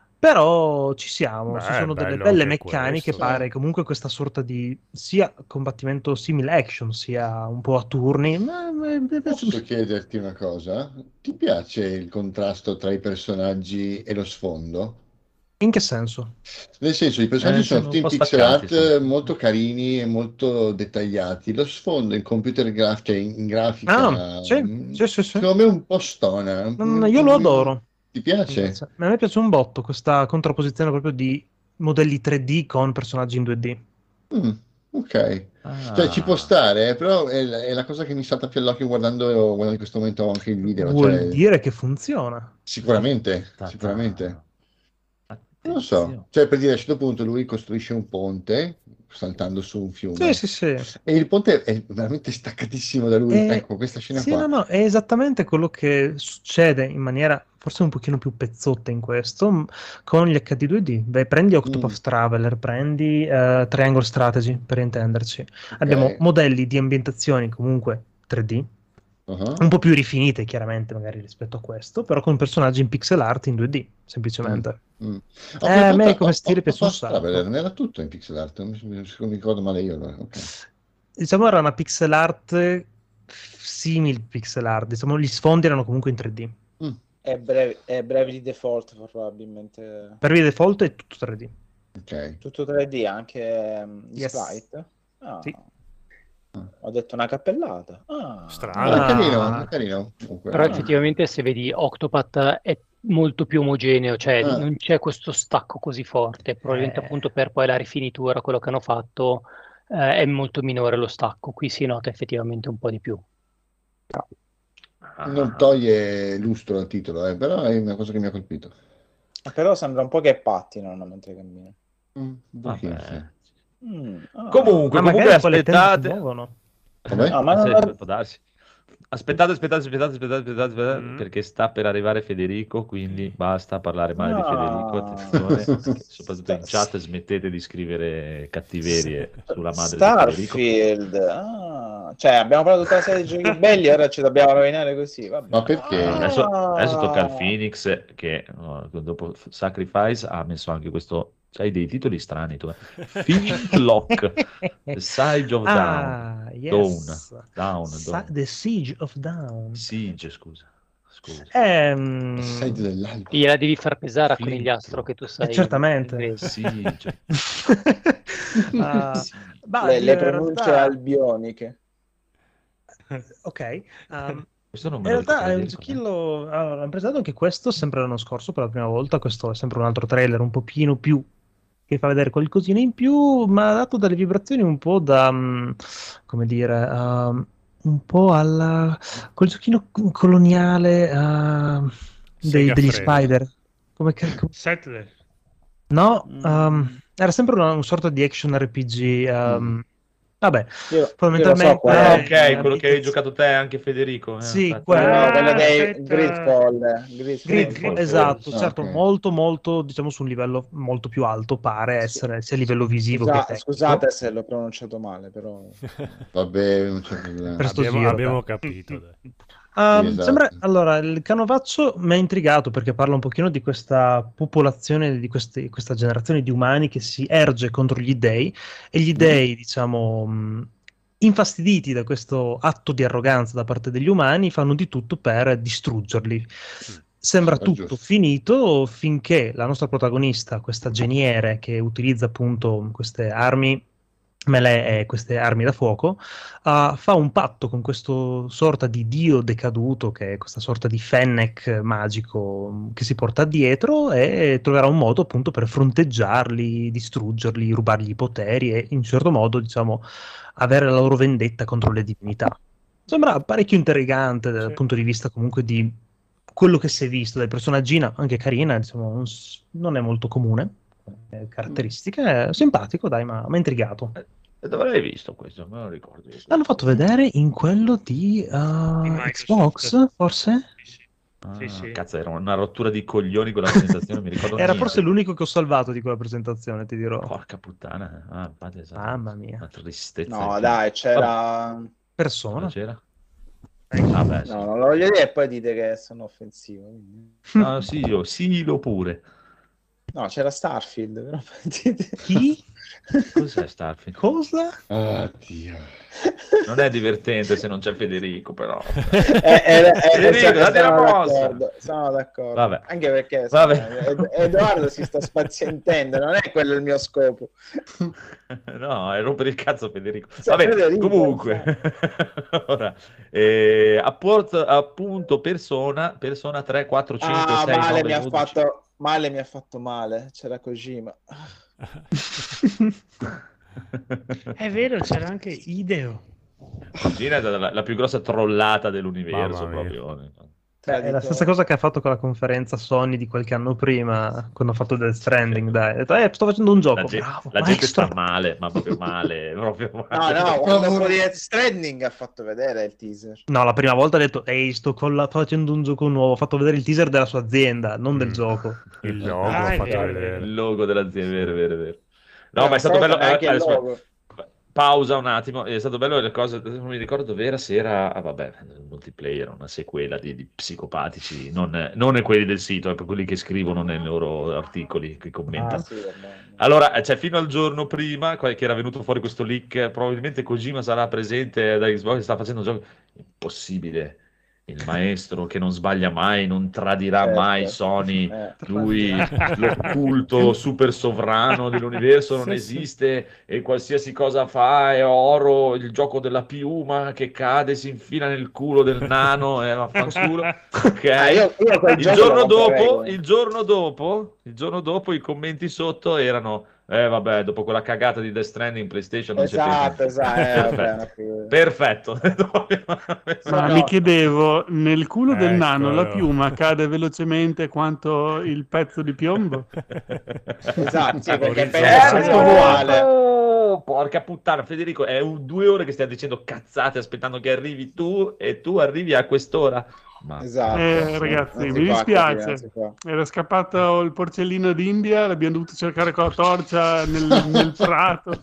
però ci siamo, Beh, ci sono è delle bello belle anche meccaniche, questo. pare comunque questa sorta di sia combattimento simile action, sia un po' a turni, ma, ma- Posso chiederti una cosa? Ti piace il contrasto tra i personaggi e lo sfondo? in che senso? Nel senso, i personaggi Eh, sono sono tutti un in po' pixel staccati, art sono. eh, molto carini e molto dettagliati. Lo sfondo in computer graph, cioè in, in grafica, Ah, sì, mm, sì, sì, sì. secondo me un po' stona. Mm, Mm, io lo mm, adoro. Ti piace? Invece. A me piace un botto questa contrapposizione proprio di modelli tre D con personaggi in due D. Mm, ok. Cioè ci può Ah, stare, eh, però è, la è la cosa che mi salta più all'occhio guardando, guardando in questo momento anche il video. Vuol Cioè, dire che funziona. sicuramente, ta- sicuramente. ta. Non lo so, Attenzione. cioè per dire, a un certo punto lui costruisce un ponte saltando su un Sì, fiume sì, sì. e il ponte è veramente staccatissimo da lui. E- Ecco, questa scena sì, qua. no, no, è esattamente quello che succede in maniera forse un pochino più pezzotta in questo, m- con gli acca di due D. Beh, prendi Octopath Mm, Traveler, prendi eh, Triangle Strategy, per intenderci. Abbiamo ok. modelli di ambientazioni comunque tre D, Uh-huh. un po' più rifinite chiaramente magari rispetto a questo, però con personaggi in pixel art in due D, Mm, semplicemente. mm. Eh, Ah, a me aspetta, come oh, stile oh, piace un Octopath Traveler, sacco. non era tutto in pixel art, non mi, non mi ricordo male io allora. Ok. Diciamo era una pixel art simil pixel art, diciamo gli sfondi erano comunque in tre D. Mm, È, brevi, è Bravely Default probabilmente. Per via default è tutto tre D. ok. Tutto tre D, anche mm, gli Yes. sprite. Ah, Sì. ho detto una cappellata. Ah. Strano. Ah, è Ah. carino, è carino. Comunque. Però Ah. effettivamente se vedi Octopath è molto più omogeneo, cioè Ah. non c'è questo stacco così forte, probabilmente Eh. appunto per poi la rifinitura, quello che hanno fatto eh, è molto minore lo stacco, qui si nota effettivamente un po' di più. Non toglie lustro al titolo, eh, però è una cosa che mi ha colpito. Però sembra un po' che pattinano mentre cammino. Mm, un pochino, Vabbè. sì. Mm, ah. Comunque, Ma comunque magari quelle tende si aspettate. muovono. Come? No, ma Eh, non- sì, può darsi. Aspettate, aspettate, aspettate, aspettate, aspettate, aspettate, Mm. perché sta per arrivare Federico, quindi basta parlare male di Ah. Federico, attenzione, perché soprattutto in Sta- chat smettete di scrivere cattiverie sulla madre di Federico. Starfield. Ah, cioè, abbiamo parlato tutta la serie di giochi belli, ora ci dobbiamo rovinare così. Vabbè. Ma perché? Ah. Adesso, adesso tocca al Phoenix che oh, dopo Sacrifice ha messo anche questo, c'hai dei titoli strani tu, eh. Flintlock, The Siege of Down, Ah, yes. Down, Sa- Down. The Siege of Down. Siege, scusa, scusa. Ehm, Sai dell'alba. Gliela devi far pesare a Flint. conigliastro che tu sai. Eh, certamente. inglese. Siege. Ah, Siege. bah, le, le in pronunce realtà- albioniche. Ok. um, Questo non in me lo realtà è ricordo, un Federico, giochillo. Allora, hanno presentato anche questo sempre l'anno scorso per la prima volta. Questo è sempre un altro trailer un pochino più che fa vedere qualcosina in più, ma ha dato delle vibrazioni un po' da mm, come dire, um, un po' alla quel giochino coloniale uh, dei- Sega degli Freddo. Spider. Come che- come- Settler. No, Mm. um, era sempre una, una sorta di action R P G. um, Vabbè, Io, io lo fondamentalmente... so qual Ah, è. ok, eh, quello che hai giocato te anche Federico. Eh, Sì, aspetta. quello- No, quello Ah, dei aspetta. Gridfall. Gridfall. Gridfall, Gridfall, esatto, quello. certo, Ok. molto molto, diciamo, su un livello molto più alto pare essere, sia a livello visivo Scusa- che tecnico. scusate se l'ho pronunciato male, però Vabbè, non c'è problema. Per sto abbiamo, giro, abbiamo dai. capito. Dai. Um, Sì, esatto. sembra, allora, il canovaccio mi ha intrigato perché parla un pochino di questa popolazione, di queste- questa generazione di umani che si erge contro gli dei e gli dei, diciamo, mh, infastiditi da questo atto di arroganza da parte degli umani, fanno di tutto per distruggerli. Sembra Sì, tutto giusto. finito finché la nostra protagonista, questa geniere che utilizza appunto queste armi melee e queste armi da fuoco, uh, fa un patto con questo sorta di dio decaduto, che è questa sorta di Fennec magico mh, che si porta dietro e troverà un modo appunto per fronteggiarli, distruggerli, rubargli i poteri e in un certo modo, diciamo, avere la loro vendetta contro le divinità. Sembra parecchio intrigante dal Sì. punto di vista comunque di quello che si è visto dai personaggina, anche carina, insomma, non, s- non è molto comune, eh, caratteristiche, è simpatico, dai, ma mi ha intrigato. Eh, Dove l'hai visto questo? Me lo ricordo. io. L'hanno fatto vedere in quello di, uh, Di Microsoft. Xbox, forse? Sì, sì. Ah, Sì, sì. Cazzo, era una rottura di coglioni quella presentazione, mi ricordo Era niente. forse l'unico che ho salvato di quella presentazione, ti dirò. Porca puttana. Ah, infatti, esatto. Mamma mia. Una tristezza. no, infinita. dai, c'era. Cosa Persona. c'era? Ah, beh, sì. No, non lo voglio dire e poi dite che sono offensivo. quindi- No, sì, io, sì, lo pure. No, c'era Starfield, però dite- Chi? Cos'è Starfield? Cosa? Ah, Dio. Non è divertente se non c'è Federico, però. Eh, eh, eh, Federico, sono- date una sono mossa. d'accordo, sono d'accordo. Vabbè. Anche perché Vabbè. insomma, Ed- Edoardo si sta spazientendo, non è quello il mio scopo. No, è rompere il cazzo Federico. Sì, Vabbè, Federico, comunque. Ora, eh, apport- appunto persona, persona tre, quattro, cinque, Ah, sei, male nove, mi ha undici. fatto male, mi ha fatto male. C'era Kojima. È vero, c'era anche Ideo. Cugina è stata la, la più grossa trollata dell'universo Mamma mia. proprio. Beh, è la stessa cosa che ha fatto con la conferenza Sony di qualche anno prima, quando ha fatto Death Stranding, dai. Ha detto, eh, sto facendo un gioco, La, gente, bravo, la gente maestro. sta male, ma proprio male, proprio No, male. no, quando fu di Death Stranding ha fatto vedere il teaser. No, la prima volta ha detto, ehi, sto colla- facendo un gioco nuovo, ho fatto vedere il teaser della sua azienda, non del Mm. gioco. Il logo Ah, ha è fatto vero, è vedere. Il logo dell'azienda, vero, vero, vero. No, Eh, ma è stato bello. anche eh, il adesso- logo. pausa un attimo, è stato bello le cose, non mi ricordo dove era, se era, ah, vabbè, il multiplayer, una sequela di, di psicopatici, non, non quelli del sito, è per quelli che scrivono nei loro articoli, che commentano. Ah, sì, vabbè. Allora, cioè, fino al giorno prima, qua- che era venuto fuori questo leak, probabilmente Kojima sarà presente da Xbox, sta facendo un gioco impossibile. Il maestro che non sbaglia mai, non tradirà Certo. mai Sony. Eh. Lui, l'occulto super sovrano dell'universo, non Sì, sì. esiste e qualsiasi cosa fa è oro. Il gioco della piuma che cade, si infila nel culo del nano e vaffanculo. Ok. Ah, io- io quel Il gioco giorno lo comprerei, dopo, eh. il giorno dopo, il giorno dopo, i commenti sotto erano: eh, vabbè, dopo quella cagata di Death Stranding, PlayStation non Esatto, c'è esatto. Eh, vabbè, Perfetto. no, Perfetto. Ma no. mi chiedevo, nel culo del nano la Eccolo. piuma cade velocemente quanto il pezzo di piombo? Esatto, sì, perché Orizzonte. penso Eh, sia uguale. oh, porca puttana, Federico, è un, due ore che stiamo dicendo cazzate aspettando che arrivi tu e tu arrivi a quest'ora. Ma Esatto. Eh, ragazzi, Non si mi fa dispiace. così, non si fa. Era scappato il porcellino d'India, l'abbiamo dovuto cercare con la torcia nel, nel prato.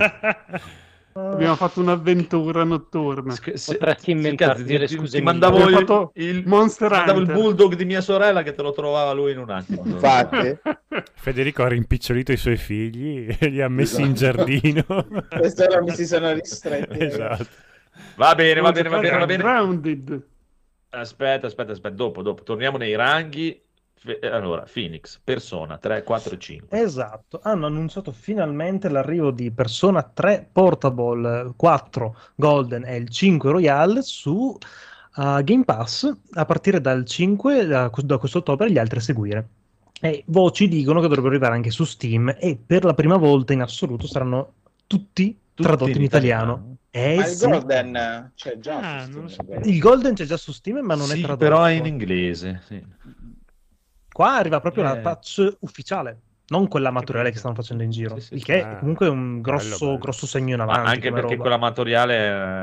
Abbiamo fatto un'avventura notturna. Sc- se- Potresti sì, inventarti cazzo, delle ti- scuse ti mandavo Abbiamo il, fatto il- Monster mandavo il Hunter. bulldog di mia sorella che te lo trovava lui in un attimo. Infatti, Federico ha rimpicciolito i suoi figli e li ha messi in giardino. quest'ora mi si sono ristretti. Esatto. Va bene, va bene, va Abbiamo bene, va giocato a bene. Grounded. Aspetta, aspetta, aspetta, dopo, dopo. Torniamo nei ranghi. Fe- Allora, Phoenix, Persona tre, quattro, cinque. Esatto, hanno annunciato finalmente l'arrivo di Persona tre Portable, quattro Golden e il cinque Royal su uh, Game Pass a partire dal cinque, da, da questo ottobre, gli altri a seguire. E voci dicono che dovrebbero arrivare anche su Steam e per la prima volta in assoluto saranno tutti, Tutti tradotti in in italiano. italiano? Eh, Ma il sì. Golden c'è già Ah, su non lo Steam, sapevo. Il Golden c'è già su Steam, ma non è Sì, tradotto. però è in inglese. Sì. Qua arriva proprio la Eh. patch ufficiale. non quella amatoriale che stanno facendo in giro, Sì, sì, il sì. che Ah, è comunque un bello, grosso, bello. grosso segno in Ma avanti anche come perché roba. quella amatoriale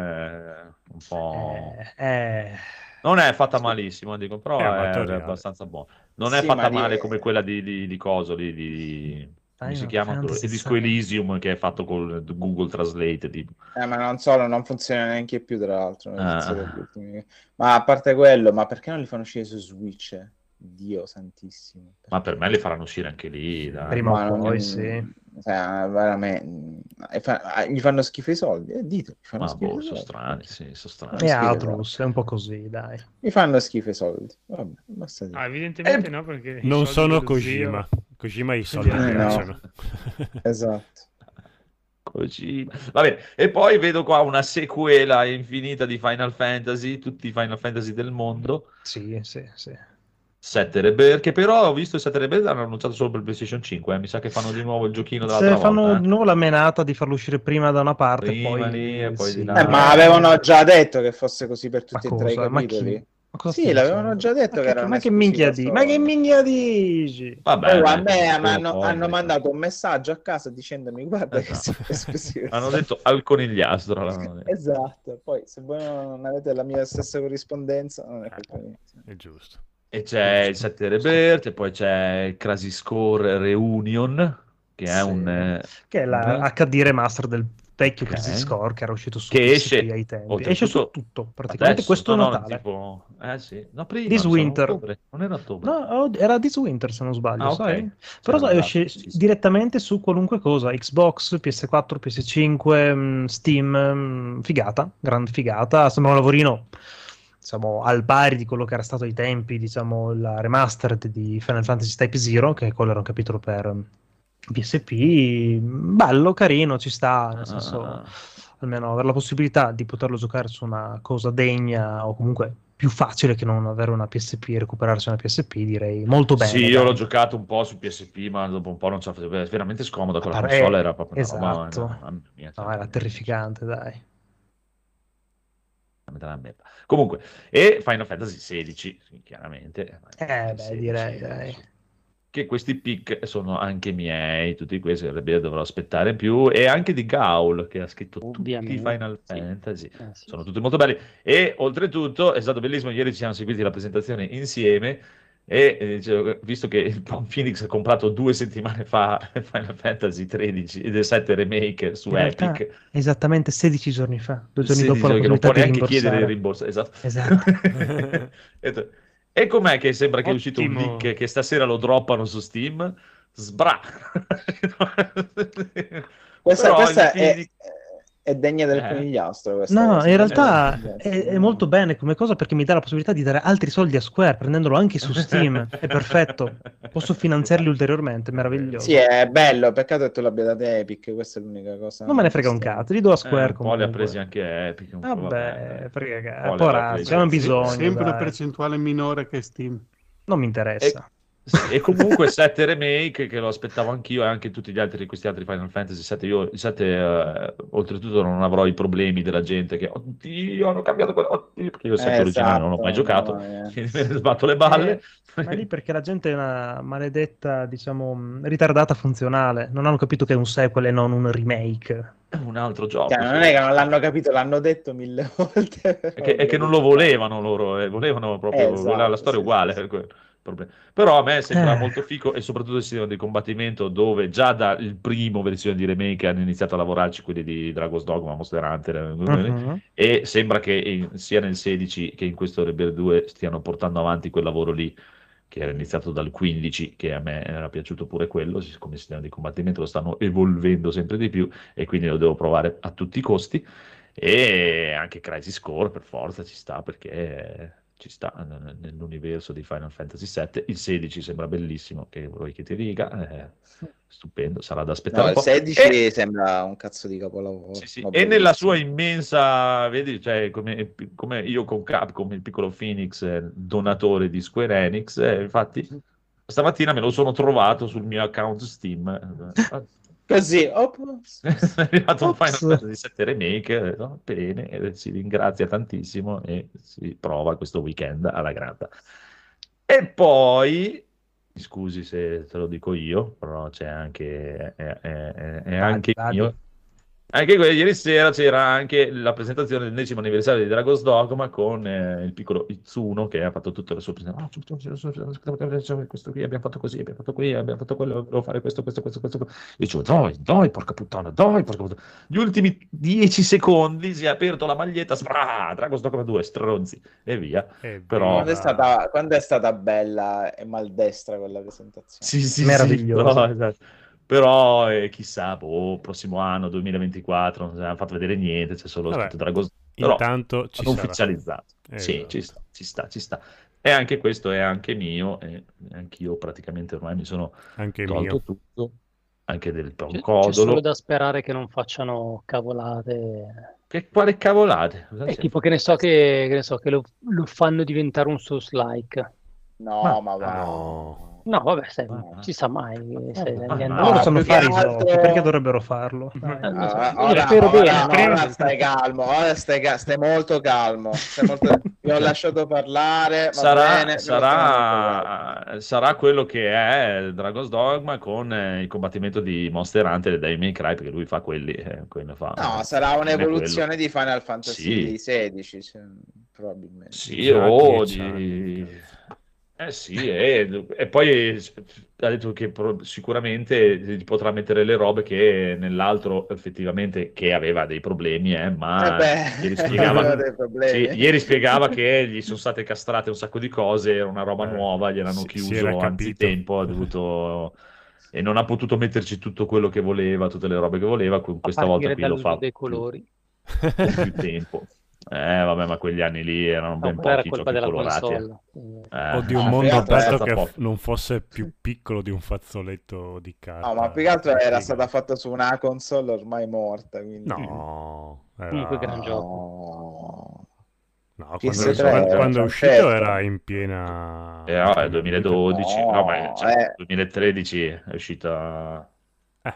è un po'... Eh, eh, Non è fatta Sì. malissimo, dico, È però è amatoriale. abbastanza buona. Non è Sì, ma fatta di- male come quella di, di, di coso, di, di- come si Final chiama? quello- Fantasy Il Disco sette. Elysium che è fatto con Google Translate. Tipo. eh, ma non solo, non funziona neanche più, tra l'altro, nelle notizie Ah. degli ultimi. Ma a parte quello, ma perché non li fanno uscire su Switch? Dio santissimo. Ma per me li faranno uscire anche lì. Dai. Prima Ma o non- poi, sì. cioè, veramente, e fa- gli fanno schifo i soldi, eh, dite, gli fanno Ma schifo boh, i sono soldi. strani, sì, sono strani. E schifo, Atlus, è un po' così, dai. Mi fanno schifo i soldi. Vabbè, basta dire. Ah, evidentemente Eh, no, perché i Non soldi sono dello Kojima. zio- Kojima i soldi Eh, no. piacciono. Esatto. Così. Va bene. E poi vedo qua una sequela infinita di Final Fantasy, tutti i Final Fantasy del mondo. Sì, sì, sì. sette Rebirth, che però ho visto il sette Rebirth hanno annunciato solo per PlayStation cinque, eh. Mi sa che fanno di nuovo il giochino dell'altra Se fanno volta. di eh. nuovo la menata di farlo uscire prima da una parte, Prima poi, lì e poi sì. di là. Eh, ma avevano già detto che fosse così per tutti Ma e tre i cosa? Ma capitoli. chi? Ma cosa Sì, stai l'avevano dicendo? già detto Ma che che, era ma che minchia di? un'esclusiva Ma che solo. minchia dici? Vabbè, Poi a dai, me prima mi o hanno, poi, hanno dai. mandato un messaggio a casa dicendomi guarda che Esatto. siamo esclusivi. Hanno detto al conigliastro. l'hanno detto. Esatto, poi se voi non avete la mia stessa corrispondenza non è colpa mia. È giusto. E c'è il sette Rebirth, e poi c'è il Crazy Score Reunion, che è Sì. un... eh, Che è la un- acca di remaster del vecchio Ok. Crisis Core che era uscito su Che P S P esce, ai tempi. oltretutto, Esce su tutto, praticamente adesso, questo no, no, Natale. tipo... Eh sì, no, prima, This mi sa, Winter. ottobre. Non era ottobre. No, oh, era This Winter se non sbaglio, Ah, ok. sai? C'era Però la esce data, sì, sì. direttamente su qualunque cosa, Xbox, P S quattro, P S cinque, mh, Steam, mh, figata, gran figata, sembra un lavorino diciamo al pari di quello che era stato ai tempi, diciamo la remastered di Final Fantasy Type Zero, che quello era un capitolo per P S P, bello, carino, ci sta, nel senso Ah, almeno avere la possibilità di poterlo giocare su una cosa degna o comunque più facile che non avere una P S P e recuperarsi una P S P, direi molto bene. sì, io dai. l'ho giocato un po' su P S P, ma dopo un po' non ce la facevo. È veramente scomoda quella Pare- console, era proprio una roba- esatto. era- mamma mia, No, cioè, era terrificante, dai. veramente una merda. Comunque, e Final Fantasy sedici, sì, chiaramente. Final Eh, Fantasy beh, sedici, direi, dai. Che questi pick sono anche miei, tutti questi che dovrò aspettare più, e anche di Gaul che ha scritto tutti i Ovviamente, Final sì. Fantasy, Eh, sì, sono sì. tutti molto belli, e oltretutto è stato bellissimo, ieri ci siamo seguiti la presentazione insieme, e eh, dicevo, visto che il Pon Phoenix ha comprato due settimane fa Final Fantasy tredici ed sette Remake su In realtà, Epic, esattamente sedici giorni fa, due giorni sì, dopo la dicevo che non possibilità può di neanche rimborsare. chiedere il rimborso, esatto. Esatto. E com'è che sembra che è uscito un Ottimo. leak che stasera lo droppano su Steam? Sbra! Questa, Però questa il è, Phoenix- è degna del Eh. conigliastro. Questa No, cosa. in realtà Eh, è, è molto bene come cosa perché mi dà la possibilità di dare altri soldi a Square prendendolo anche su Steam. È perfetto. Posso finanziarli ulteriormente, meraviglioso. Sì, è bello, peccato che tu l'abbia dato Epic, questa è l'unica cosa. Non me ne frega un strana. cazzo, li do a Eh, Square un po' li ha comunque. presi anche Epic. Un po', Vabbè, frega Un cazzo, po' li porra, aveva presi. c'avevano Se- bisogno, sempre una dai. percentuale minore che Steam. Non mi E, interessa. sì, e comunque sette Remake che lo aspettavo anch'io e anche tutti gli altri questi altri Final Fantasy sette, io il sette eh, oltretutto non avrò i problemi della gente che oddio hanno cambiato quello, oddio, perché io il sette Eh, originale non l'ho mai esatto, giocato, mamma mia. quindi me ne sbatto le balle. Eh, ma lì perché la gente è una maledetta, diciamo, mh, ritardata funzionale. Non hanno capito che è un sequel e non un remake. È un altro gioco, Cioè, non sì. è che non l'hanno capito, l'hanno detto mille volte. È che, è che non lo volevano loro, eh, volevano proprio Eh, esatto, voleva la storia sì, uguale. sì, sì. per quel problema. Però a me sembra Eh. molto figo e soprattutto il sistema di combattimento dove già dal primo versione di remake hanno iniziato a lavorarci quelli di Dragon's Dogma, Monster Hunter, Mhm. e sembra che in- sia nel sedici che in questo Rebirth due stiano portando avanti quel lavoro lì che era iniziato dal quindici, che a me era piaciuto pure quello, come sistema di combattimento lo stanno evolvendo sempre di più e quindi lo devo provare a tutti i costi. E anche Crisis Core per forza ci sta perché ci sta n- nell'universo di Final Fantasy sette. Il sedici sembra bellissimo, che vuoi che ti dica, è stupendo, sarà da aspettare No, un il po'. sedici E- sembra un cazzo di capolavoro. sì, sì. Ma E nella bellissimo. sua immensa, vedi, cioè, come, come io con Capcom, il piccolo Phoenix, eh, donatore di Square Enix, eh, infatti stamattina me lo sono trovato sul mio account Steam. eh, Così, op, è arrivato un Final Ops. Fantasy sette Remake, eh, no? Bene, e si ringrazia tantissimo e si prova questo weekend alla grande. E poi mi scusi se te lo dico io, però c'è anche, è, è- è- è Dai, anche dai. mio. Anche que- ieri sera c'era anche la presentazione del decimo anniversario di Dragon's Dogma con eh, il piccolo Itsuno che ha fatto tutte le sue presentazioni. Ah, tutto- tutto- tutto- tutto- questo qui abbiamo fatto così, abbiamo fatto qui, abbiamo fatto quello, devo fare questo, questo, questo, questo. Io dicevo, dai, dai, porca puttana, dai, porca puttana. Gli ultimi dieci secondi si è aperto la maglietta, sbra, Dragon's Dogma due, stronzi, e via. E Però- Quando è, viva. stata, quando è stata bella e maldestra quella presentazione. Sì, sì, sì, Meraviglioso. però, esatto. Però eh, chissà, boh, prossimo anno, duemilaventiquattro, non si è fatto vedere niente, c'è solo Vabbè, scritto Dragon's però Intanto ci hanno sarà. ufficializzato. Sì, Esatto. ci sta, ci sta, ci sta. E anche questo è anche mio, e anch'io praticamente ormai mi sono Anche tolto mio. tutto, anche del C'è, c'è codolo. solo da sperare che non facciano cavolate. Che quale cavolate? Cosa Eh, c'è? tipo che ne so che, che ne so che lo, lo fanno diventare un Souls-like. No, Ma- ma, va. No. No, vabbè, sai, Ma- ci sa mai se ma- gli ma- andrà- Loro No, sanno più che fare i altro- giochi, perché dovrebbero farlo? Dai. Eh, lo so. Ah, Io ora, spero ora- bene. ora prima- stai calmo, ora stai, ca- stai molto calmo. Stai molto- Vi ho lasciato parlare. Va Sarà, bene, però stai molto calmo. sarà, sarà quello che è Dragon's Dogma con eh, il combattimento di Monster Hunter e Devil May Cry, perché lui fa quelli, eh, quello fa, No, sarà non è un'evoluzione di Final Fantasy Sì. sedici, cioè, probabilmente. Sì, Già o dieci di... anni. Eh sì, e, e poi ha detto che pro- sicuramente gli potrà mettere le robe che nell'altro effettivamente che aveva dei problemi, eh, ma Eh beh, ieri spiegava, aveva dei problemi. sì, ieri spiegava che gli sono state castrate un sacco di cose, era una roba Eh, nuova, gliel'hanno si- si chiuso era capito. anzitempo, ha dovuto... e non ha potuto metterci tutto quello che voleva, tutte le robe che voleva, con A questa volta partire qui lo dall'uso fa dei più, colori. più tempo. Eh, vabbè, ma quegli anni lì erano No, ben quella era pochi colpa giochi della colorati. eh. console. quindi- Eh, O di un Ah, mondo più che altro aperto era che poco. f- non fosse più piccolo di un fazzoletto di carta. No, ma più che altro era Figa. stata fatta su una console ormai morta. Quindi... No, era- Comunque gran gioco. No. no, P S quando, tre, quando- quando è uscito certo. era in piena... Eh, no, è duemiladodici, no, No, ma cioè, eh. duemilatredici è uscita, Eh.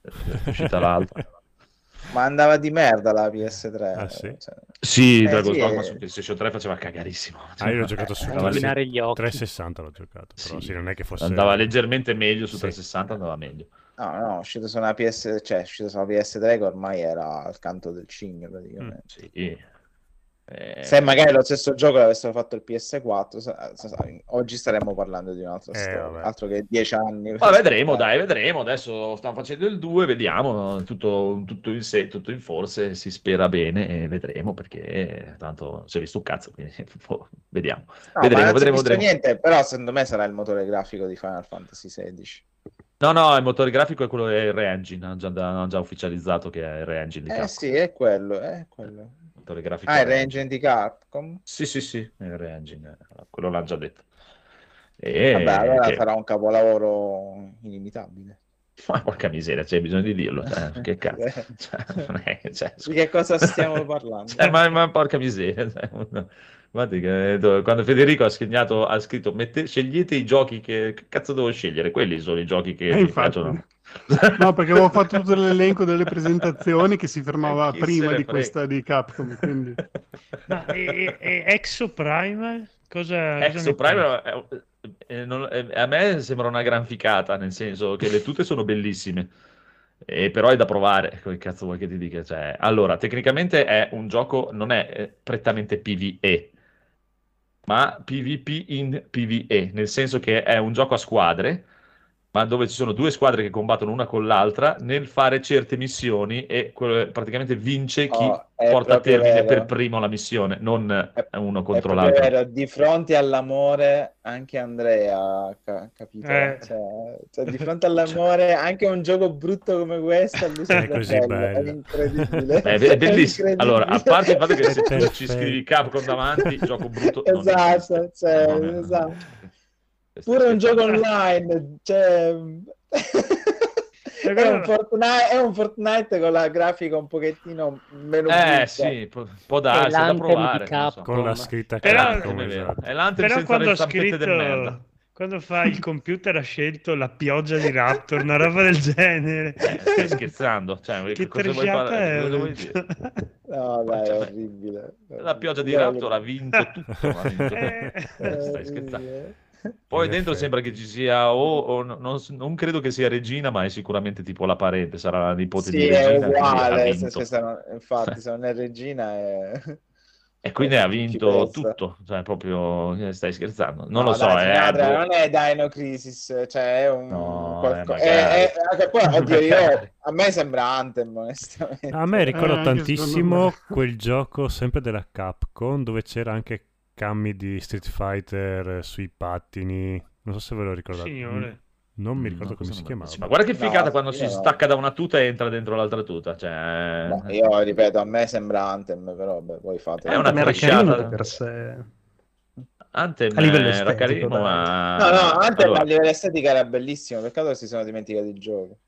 è uscita l'altra. Ma andava di merda la P S tre. Ah, sì? cioè. Sì, Eh, Dragon's sì, Dogma eh. su PlayStation tre faceva cagarissimo. Ah, io l'ho giocato su Andava, Rovinare le- gli occhi. trecentosessanta, l'ho giocato, però Sì. sì, non è che fosse... andava leggermente meglio su Sì. trecentosessanta, andava meglio. No, no, è uscito su una P S, cioè è uscito su una P S tre che ormai era al canto del cigno praticamente. Sì. Eh, Se magari lo stesso gioco l'avessero fatto il P S quattro, sa- sa- sa- oggi staremmo parlando di un'altra Eh, storia, vabbè. altro che dieci anni. ma vedremo, dai, vedremo. Adesso stanno facendo il due, vediamo. Tutto, tutto in sé, tutto in forse, si spera bene e vedremo perché tanto si è visto un cazzo, quindi boh, vediamo. No, vedremo, ma non si è vedremo, visto vedremo. niente, però secondo me sarà il motore grafico di Final Fantasy sedici. No, no, il motore grafico è quello del Re-Engine, hanno già, hanno già ufficializzato che è il Re-Engine di Eh Capcom. sì, è quello, è quello. Il motore grafico Ah, è il Re-Engine di Capcom? Sì, sì, sì, è il Re-Engine, eh, quello l'hanno già detto. E Vabbè, allora che- sarà un capolavoro inimitabile. Ma porca miseria, c'è bisogno di dirlo, eh, che cazzo. Cioè, non è- cioè, Di che cosa stiamo parlando? Cioè, ma, ma porca miseria. Cioè, guardi che, eh, quando Federico ha, schegnato, ha scritto mette, scegliete i giochi che, che cazzo devo scegliere, quelli sono i giochi che Eh, mi infatti. piacciono. No, perché avevo fatto tutto l'elenco delle presentazioni che si fermava Chi se prima ne di frega. questa di Capcom, quindi... Ma e, e Exo Prime? Cosa, cosa Exo ne Prime è- è- non- è- a me sembra una gran ficata, nel senso che le tute sono bellissime, e però è da provare, come cazzo vuoi che ti dica? Cioè, allora, tecnicamente è un gioco, non è eh, prettamente PvE, ma PvP in PvE, nel senso che è un gioco a squadre, ma dove ci sono due squadre che combattono una con l'altra nel fare certe missioni e que- praticamente vince chi Oh, è porta a proprio termine vero. per primo la missione, non È- uno È contro proprio l'altro. vero, di fronte all'amore anche Andrea ha ca- capito? Eh. Cioè, cioè, di fronte all'amore anche un gioco brutto come questo a lui È sembra così bello, bello. è incredibile. Beh, è bellissimo. incredibile. Allora, a parte il fatto che se tu Perfetto. ci scrivi Capcom davanti, gioco brutto non Esatto, esiste. cioè, Non è- esatto. Questo Pure è un gioco spettacolo. online, cioè... è, un Fortnite, è un Fortnite con la grafica un pochettino meno Eh brutta. sì, può, può È darsi, è da l'Anthem provare. di non lo so. Capcom. Con la scritta Però- Capcom, È vero. esatto. È l'Anthem Però senza quando le ho zampette del merda. scritto, quando fa il computer ha scelto la pioggia di Raptor, una roba del genere. Eh, stai scherzando? Cioè, Che cosa vuoi trasciata fare? è? Cosa vuoi dire? No, No, dai, Cioè, è orribile. la pioggia di Io- Raptor ha vinto tutto. Ha vinto tutto. È Stai scherzando. orribile. Poi In dentro effetti. sembra che ci sia, o, o no- non, non credo che sia Regina, ma è sicuramente tipo la parente, sarà la nipote Sì, di è Regina, quindi ha uguale, se, vinto. se- se non- infatti se non è Regina è... E quindi è ha vinto principessa. tutto, cioè proprio, eh, stai scherzando? Non No, lo so, dai, eh, Sinatra boh. non è Dino Crisis, cioè è un No, qualco- eh, è- magari. è- anche poi, oddio, io, Magari. a me sembra Anthem, onestamente. A me ricorda Eh, anche tantissimo secondo me. quel gioco sempre della Capcom dove c'era anche Cammi di Street Fighter eh, sui pattini. Non so se ve lo ricordate. Signore. Non mi Mm, ricordo no, come questo si non me lo- chiamava. sì, ma guarda che No, figata quando io si no. stacca da una tuta e entra dentro l'altra tuta, cioè... No, io ripeto, a me sembra Anthem, però beh, voi fate. È una Ma era carino trasciata. di per sé. Anthem A livello era estetico, carino, dai. ma... No, no, Anthem Allora, a livello estetico era bellissimo, peccato che si sono dimenticati il gioco.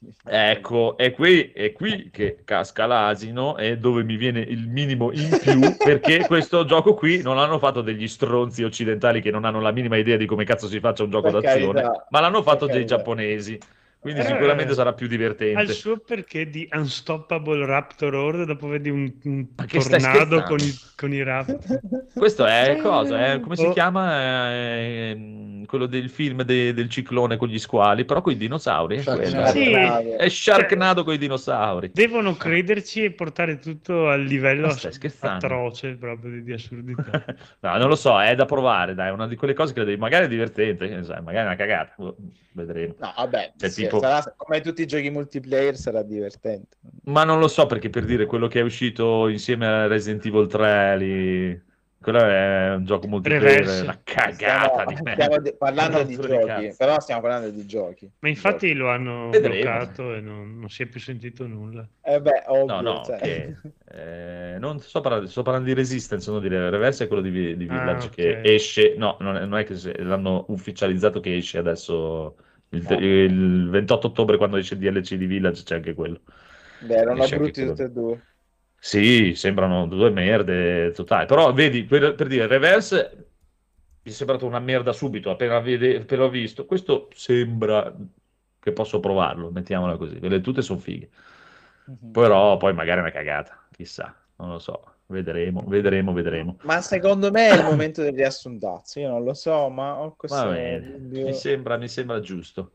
ecco, è qui, è qui che casca l'asino e dove mi viene il minimo in più, perché questo gioco qui non l'hanno fatto degli stronzi occidentali che non hanno la minima idea di come cazzo si faccia un gioco Per d'azione, carità, ma l'hanno fatto per dei carità. giapponesi, quindi Eh, sicuramente sarà più Ha il divertente. suo perché di Unstoppable Raptor Horde, dopo vedi un, un Ma che stai tornado con scherzando? i, con i raptor. Questo è cosa? È, come si Oh. chiama? È, mm, quello del film de- del ciclone con gli squali, però con i dinosauri. È, quello. Sharknado. Sì. Sharknado. È Sharknado con i dinosauri. Devono crederci e portare tutto al livello Ma stai scherzando? atroce proprio di, di assurdità. No, non lo so, è da provare, dai, è una di quelle cose che devi- magari è divertente, che ne sai, magari è una cagata, boh, vedremo. No, vabbè, Cioè, sì, tipo- sarà, come tutti i giochi multiplayer sarà divertente. Ma non lo so perché per dire quello che è uscito insieme a Resident Evil tre, lì, quello è un gioco multiplayer, Reverse. è una cagata di Stiamo, merda. stiamo di- parlando di Rotto le giochi, cazzo. però stiamo parlando di giochi. Ma infatti Giochi. lo hanno Vedremo. bloccato e non, non si è più sentito nulla. Eh beh, ovvio, No, no, cioè. che, eh, non sto parlando, sto parlando di Resistance, non di Reverse, è quello di, di Ah, Village ok. che esce, no, non è, non è che se- l'hanno ufficializzato che esce adesso il, No. il ventotto ottobre quando esce il D L C di Village c'è anche quello. Beh, erano Esce anche brutti quello. tutti e due. Sì, sembrano due merde totali, però vedi, per, per dire, Reverse mi è sembrato una merda subito, appena, vede, appena ho visto, questo sembra che posso provarlo, mettiamola così, le tutte sono fighe, Mhm. però poi magari è una cagata, chissà, non lo so, vedremo, vedremo, vedremo. Ma secondo me è il momento del riassuntazzo. Io non lo so, ma ho questo Va bene, dubbio. mi sembra, mi sembra giusto.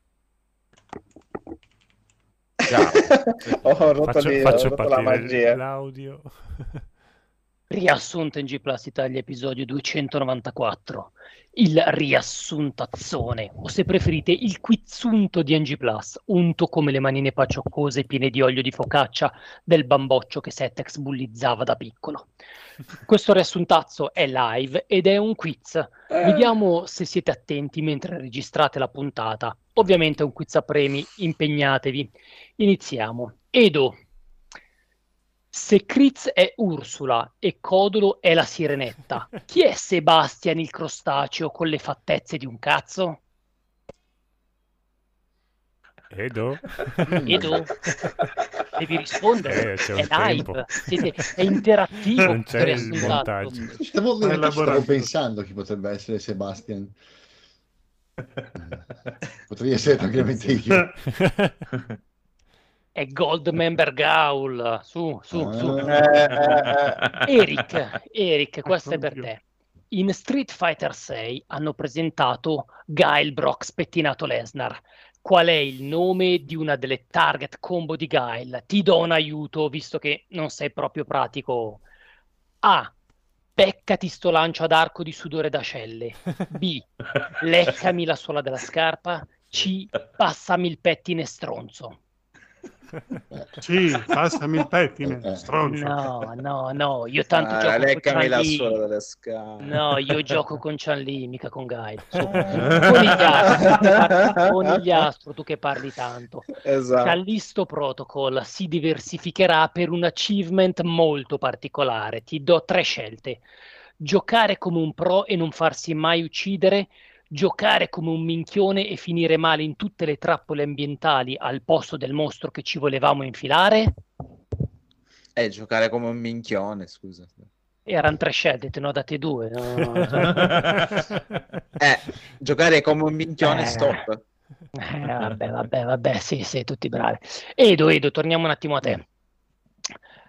Ciao. Ho rotto, Faccio, lì- ho faccio rotto la partire magia. l'audio. Riassunto in G Plus Italia, episodio duecentonovantaquattro. Il riassuntazzone, o se preferite il quizzunto di N G Plus, unto come le manine pacioccose piene di olio di focaccia del bamboccio che Settex bullizzava da piccolo. Questo riassuntazzo è live ed è un quiz. Vediamo se siete attenti mentre registrate la puntata. Ovviamente è un quiz a premi, impegnatevi. Iniziamo. Edo. Se Critz è Ursula e Codolo è la sirenetta, chi è Sebastian il crostaceo con le fattezze di un cazzo? Edo? Edo? Devi rispondere, Eh, c'è è un tempo. live, siete- è interattivo. Non c'è il riassuntato. montaggio. Stavo, in realtà stavo elaborato. pensando chi potrebbe essere Sebastian. Potrei essere tranquillamente io. È Goldmember Gaul, su, su, su. Eh, eh, eh. Eric, Eric, questo è per proprio. te. In Street Fighter sei hanno presentato Guile Brock spettinato Lesnar. Qual è il nome di una delle target combo di Guile? Ti do un aiuto, visto che non sei proprio pratico. A. Beccati sto lancio ad arco di sudore d'ascelle. B. Leccami la suola della scarpa. C. Passami il pettine stronzo. Sì, passami il pettine, Eh, eh. stronzo. No, no, no, io tanto Ah, gioco con leccami la Chun-Li. suola delle scale. No, io gioco con Chun-Li, mica con Guile. Su. Conigliastro, tu che parli- Conigliastro, tu che parli tanto. Esatto. Callisto Protocol si diversificherà per un achievement molto particolare. Ti do tre scelte. Giocare come un pro e non farsi mai uccidere, giocare come un minchione e finire male in tutte le trappole ambientali al posto del mostro che ci volevamo infilare. Eh, giocare come un minchione, scusa. Erano tre scelte, te ne ho date due. no? Eh, giocare come un minchione, Eh. stop. Eh, vabbè, vabbè, vabbè, sì, sì, tutti bravi. Edo, Edo, torniamo un attimo a te.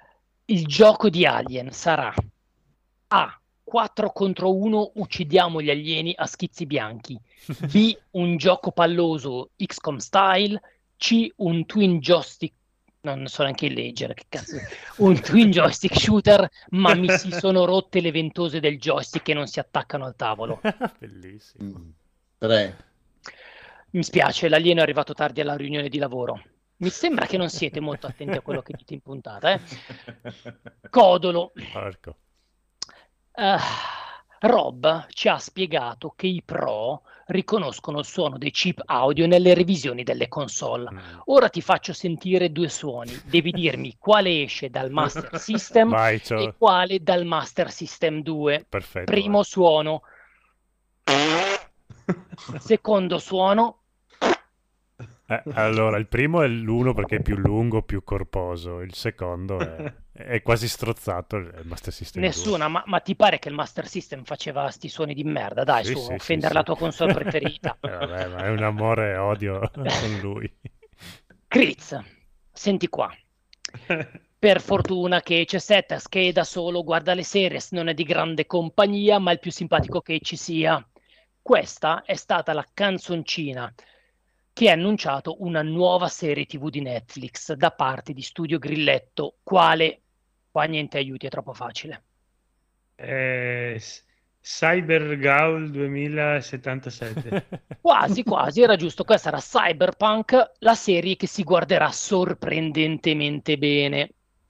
Il gioco di Alien sarà A. quattro contro uno uccidiamo gli alieni a schizzi bianchi. B. Un gioco palloso X COM style. C. Un twin joystick, no, non so neanche leggere, che cazzo. Un twin joystick shooter, ma mi si sono rotte le ventose del joystick e non si attaccano al tavolo. Bellissimo. Mm. Tre. Mi spiace, l'alieno è arrivato tardi alla riunione di lavoro. Mi sembra che non siete molto attenti a quello che dite in puntata, eh? Codolo. Porco. Uh, Rob ci ha spiegato che i pro riconoscono il suono dei chip audio nelle revisioni delle console. Mm. Ora ti faccio sentire due suoni. Devi dirmi quale esce dal Master System Vai, ciao. e quale dal Master System due. Perfetto. Primo vai. suono. Secondo suono. Eh, allora, il primo è l'uno perché è più lungo, più corposo. Il secondo è, è quasi strozzato. È il Master System due. Nessuna, ma, ma ti pare che il Master System faceva sti suoni di merda? Dai, Sì, su, sì, sì, offendere sì. la tua console preferita. Eh, vabbè, ma è un amore e odio con lui. Chris, senti qua. Per fortuna che c'è Setas che da solo guarda le series, non è di grande compagnia, ma il più simpatico che ci sia. Questa è stata la canzoncina che ha annunciato una nuova serie tivù di Netflix da parte di Studio Grilletto. Quale? Qua niente aiuti, è troppo facile. Eh, S- Cyber Gaul duemilasettantasette. Quasi, quasi, era giusto. Questa era Cyberpunk, la serie che si guarderà sorprendentemente bene.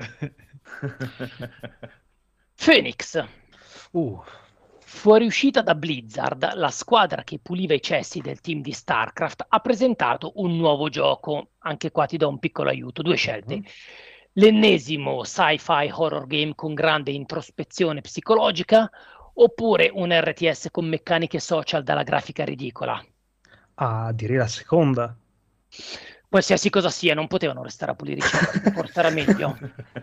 Phoenix. Uh, Fuoriuscita da Blizzard, la squadra che puliva i cessi del team di StarCraft ha presentato un nuovo gioco. Anche qua ti do un piccolo aiuto, due scelte. L'ennesimo sci-fi horror game con grande introspezione psicologica oppure un R T S con meccaniche social dalla grafica ridicola. ah, direi la seconda. Qualsiasi cosa sia, non potevano restare a pulire i cessi, forse era meglio.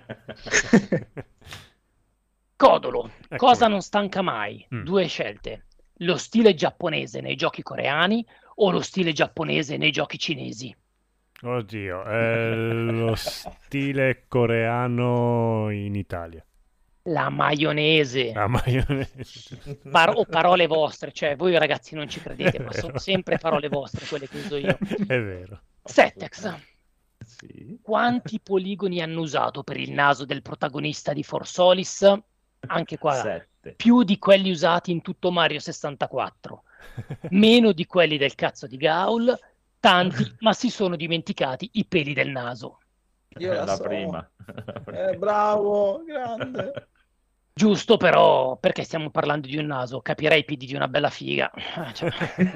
Codolo, Ecco. cosa non stanca mai? Mm. Due scelte. Lo stile giapponese nei giochi coreani o lo stile giapponese nei giochi cinesi? Oddio, è lo stile coreano in Italia. La maionese. La maionese. Par- o parole vostre, cioè voi ragazzi non ci credete, È ma vero. sono sempre parole vostre quelle che uso io. È vero. Settex, Sì. quanti poligoni hanno usato per il naso del protagonista di For Solis? Anche qua, Sette. più di quelli usati in tutto Mario sessantaquattro, meno di quelli del cazzo di Gaul, tanti, ma si sono dimenticati i peli del naso. Io la la so. prima. Eh, bravo, grande. Giusto, però, perché stiamo parlando di un naso? Capirei i piedi di una bella figa. Cioè,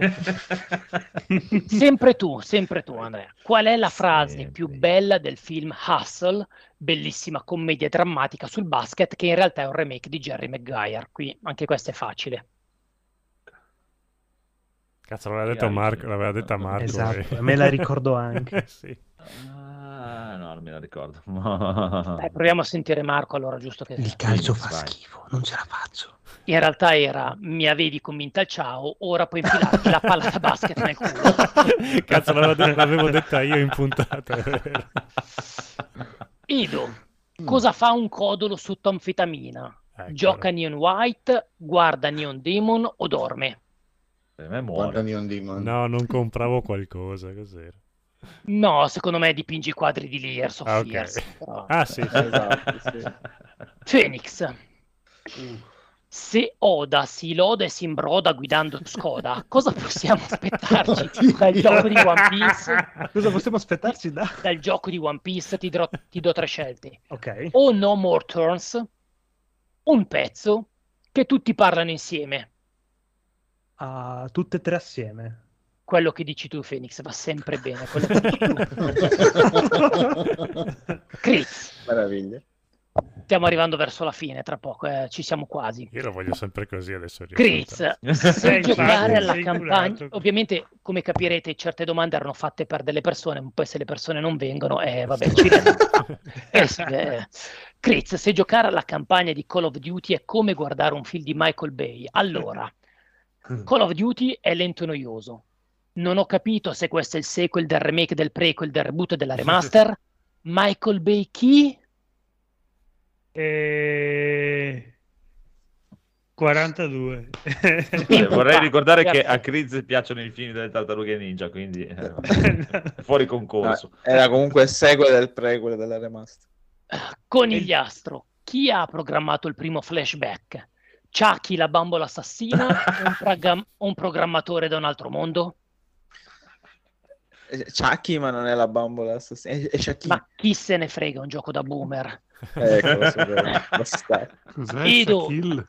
sempre tu, sempre tu, Andrea. Qual è la frase Sempre più io. bella del film Hustle, bellissima commedia drammatica sul basket, che in realtà è un remake di Jerry Maguire? Qui anche questo è facile. Cazzo, l'aveva detto Marco, l'aveva detta Marco. Esatto, e- me la ricordo anche. Sì. Ah, no, non me la ricordo. Dai, proviamo a sentire Marco, allora, giusto che... Il calcio fa vai. schifo, non ce la faccio. In realtà era, mi avevi convinta al ciao, ora puoi infilarti la palla da basket nel culo. Cazzo, l'avevo, de- l'avevo detta io in puntata. È vero. Ido, cosa fa un codolo sotto anfetamina? Ecco. Gioca Neon White, guarda Neon Demon o dorme? Per me Guarda muore. Neon Demon. No, non compravo qualcosa, cos'era? No, secondo me dipingi i quadri di Layers of Ah, ok. Fears. Però- Ah, sì, sì. Esatto, sì. Phoenix, se Oda si loda e si imbroda guidando Skoda, cosa possiamo aspettarci dal gioco di One Piece? Cosa possiamo aspettarci da... Dal gioco di One Piece ti, do- ti do tre scelte. Ok. O No More Turns, un pezzo che tutti parlano insieme. Ah, tutte e tre assieme. Quello che dici tu, Phoenix, va sempre bene. Quello che dici tu. Chris, Meraviglia. stiamo arrivando verso la fine, tra poco, eh, ci siamo quasi. Io lo voglio sempre così adesso. Chris, riascoltato. se Eh, giocare infatti, alla sei campagna, inculato. ovviamente, come capirete, certe domande erano fatte per delle persone, ma poi se le persone non vengono, eh, vabbè, ci rendiamo. Eh sì, eh. Chris, se giocare alla campagna di Call of Duty è come guardare un film di Michael Bay, allora Call of Duty è lento e noioso. Non ho capito se questo è il sequel del remake, del prequel, del reboot e della remaster. Michael Bay chi? E... quarantadue. Eh, vorrei ricordare che a Chris piacciono i film delle tartarughe ninja, quindi eh, è fuori concorso. No, era comunque il sequel del prequel della remaster. Conigliastro, chi ha programmato il primo flashback? Chucky la bambola assassina o un, program- o un programmatore da un altro mondo? Eh, Chucky, ma non è la bambola assassina, è, è Chucky. Ma chi se ne frega, un gioco da boomer. Ecco, lo sapevo, lo sta. Cos'è Edo, Shaquille?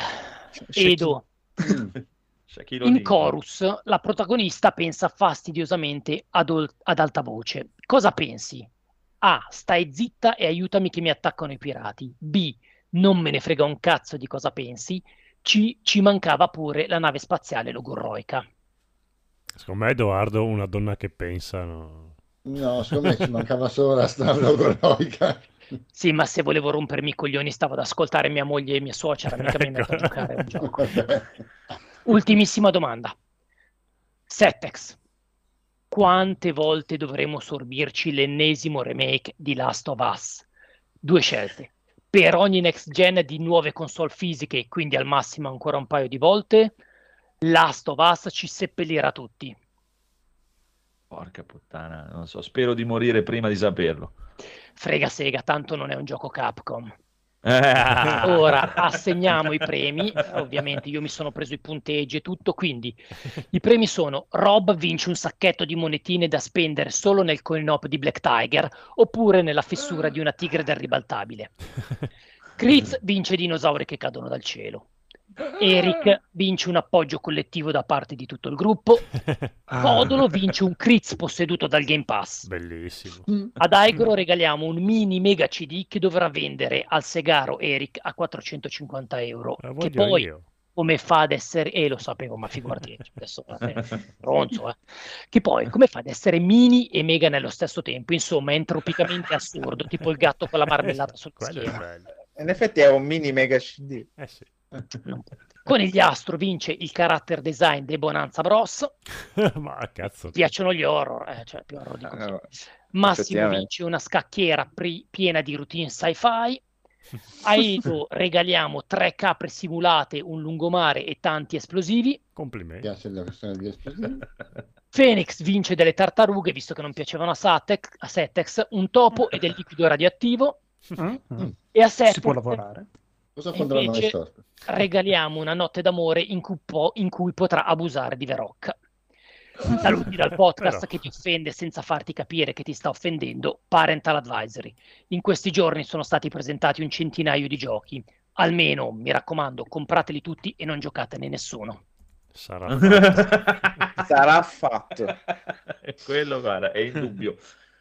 Edo, Shaquille in O'Neal. chorus la protagonista pensa fastidiosamente ad, ol- ad alta voce. Cosa pensi? A. Stai zitta e aiutami che mi attaccano i pirati. B. Non me ne frega un cazzo di cosa pensi. C. Ci mancava pure la nave spaziale logorroica. Secondo me Edoardo, una donna che pensa, no? No, secondo me ci mancava solo la strada logoroica. Sì, ma se volevo rompermi i coglioni stavo ad ascoltare mia moglie e mia suocera, mica mi metto a giocare a un gioco. Ultimissima domanda. Settex. Quante volte dovremo sorbirci l'ennesimo remake di Last of Us? Due scelte. Per ogni next gen di nuove console fisiche, quindi al massimo ancora un paio di volte, Last of Us ci seppellirà tutti. Porca puttana, non so, spero di morire prima di saperlo. Frega sega, tanto non è un gioco Capcom. Eh, Ora assegniamo i premi, ovviamente io mi sono preso i punteggi e tutto, quindi i premi sono: Rob vince un sacchetto di monetine da spendere solo nel coin-op di Black Tiger oppure nella fessura di una tigre del ribaltabile. Chris vince dinosauri che cadono dal cielo. Eric vince un appoggio collettivo da parte di tutto il gruppo. Codolo vince un Chris posseduto dal Game Pass. Bellissimo. Ad Aigoro regaliamo un mini mega C D che dovrà vendere al Segaro Eric a quattrocentocinquanta euro. La Che voglio poi, io. come fa ad essere... Eh, lo sapevo, ma figurati, adesso eh, ronzo, eh. Che poi, come fa ad essere mini e mega nello stesso tempo? Insomma, è entropicamente assurdo, tipo il gatto con la marmellata sul Quello è schiena. bello. In effetti è un mini mega C D. Eh sì. Conigliastro vince il character design dei Bonanza Bros. Ma cazzo. Piacciono gli horror, eh, cioè più horror di così. Eh, Massimo effettivamente. vince una scacchiera pri- piena di routine sci-fi. A Edo regaliamo tre capre simulate, un lungomare e tanti esplosivi. Mi Complimenti. piace la questione di esplosivi. Phoenix vince delle tartarughe, visto che non piacevano a, Satex, a Setex, un topo e del liquido radioattivo. Mm? E a Si può Setex lavorare. Cosa E quando l'hanno invece- messo? regaliamo una notte d'amore in cui, po- in cui potrà abusare di Verocca. Saluti dal podcast Però. che ti offende senza farti capire che ti sta offendendo, Parental Advisory. In questi giorni sono stati presentati un centinaio di giochi. Almeno, mi raccomando, comprateli tutti e non giocatene nessuno. Sarà fatto. Sarà fatto. È quello, guarda, è indubbio.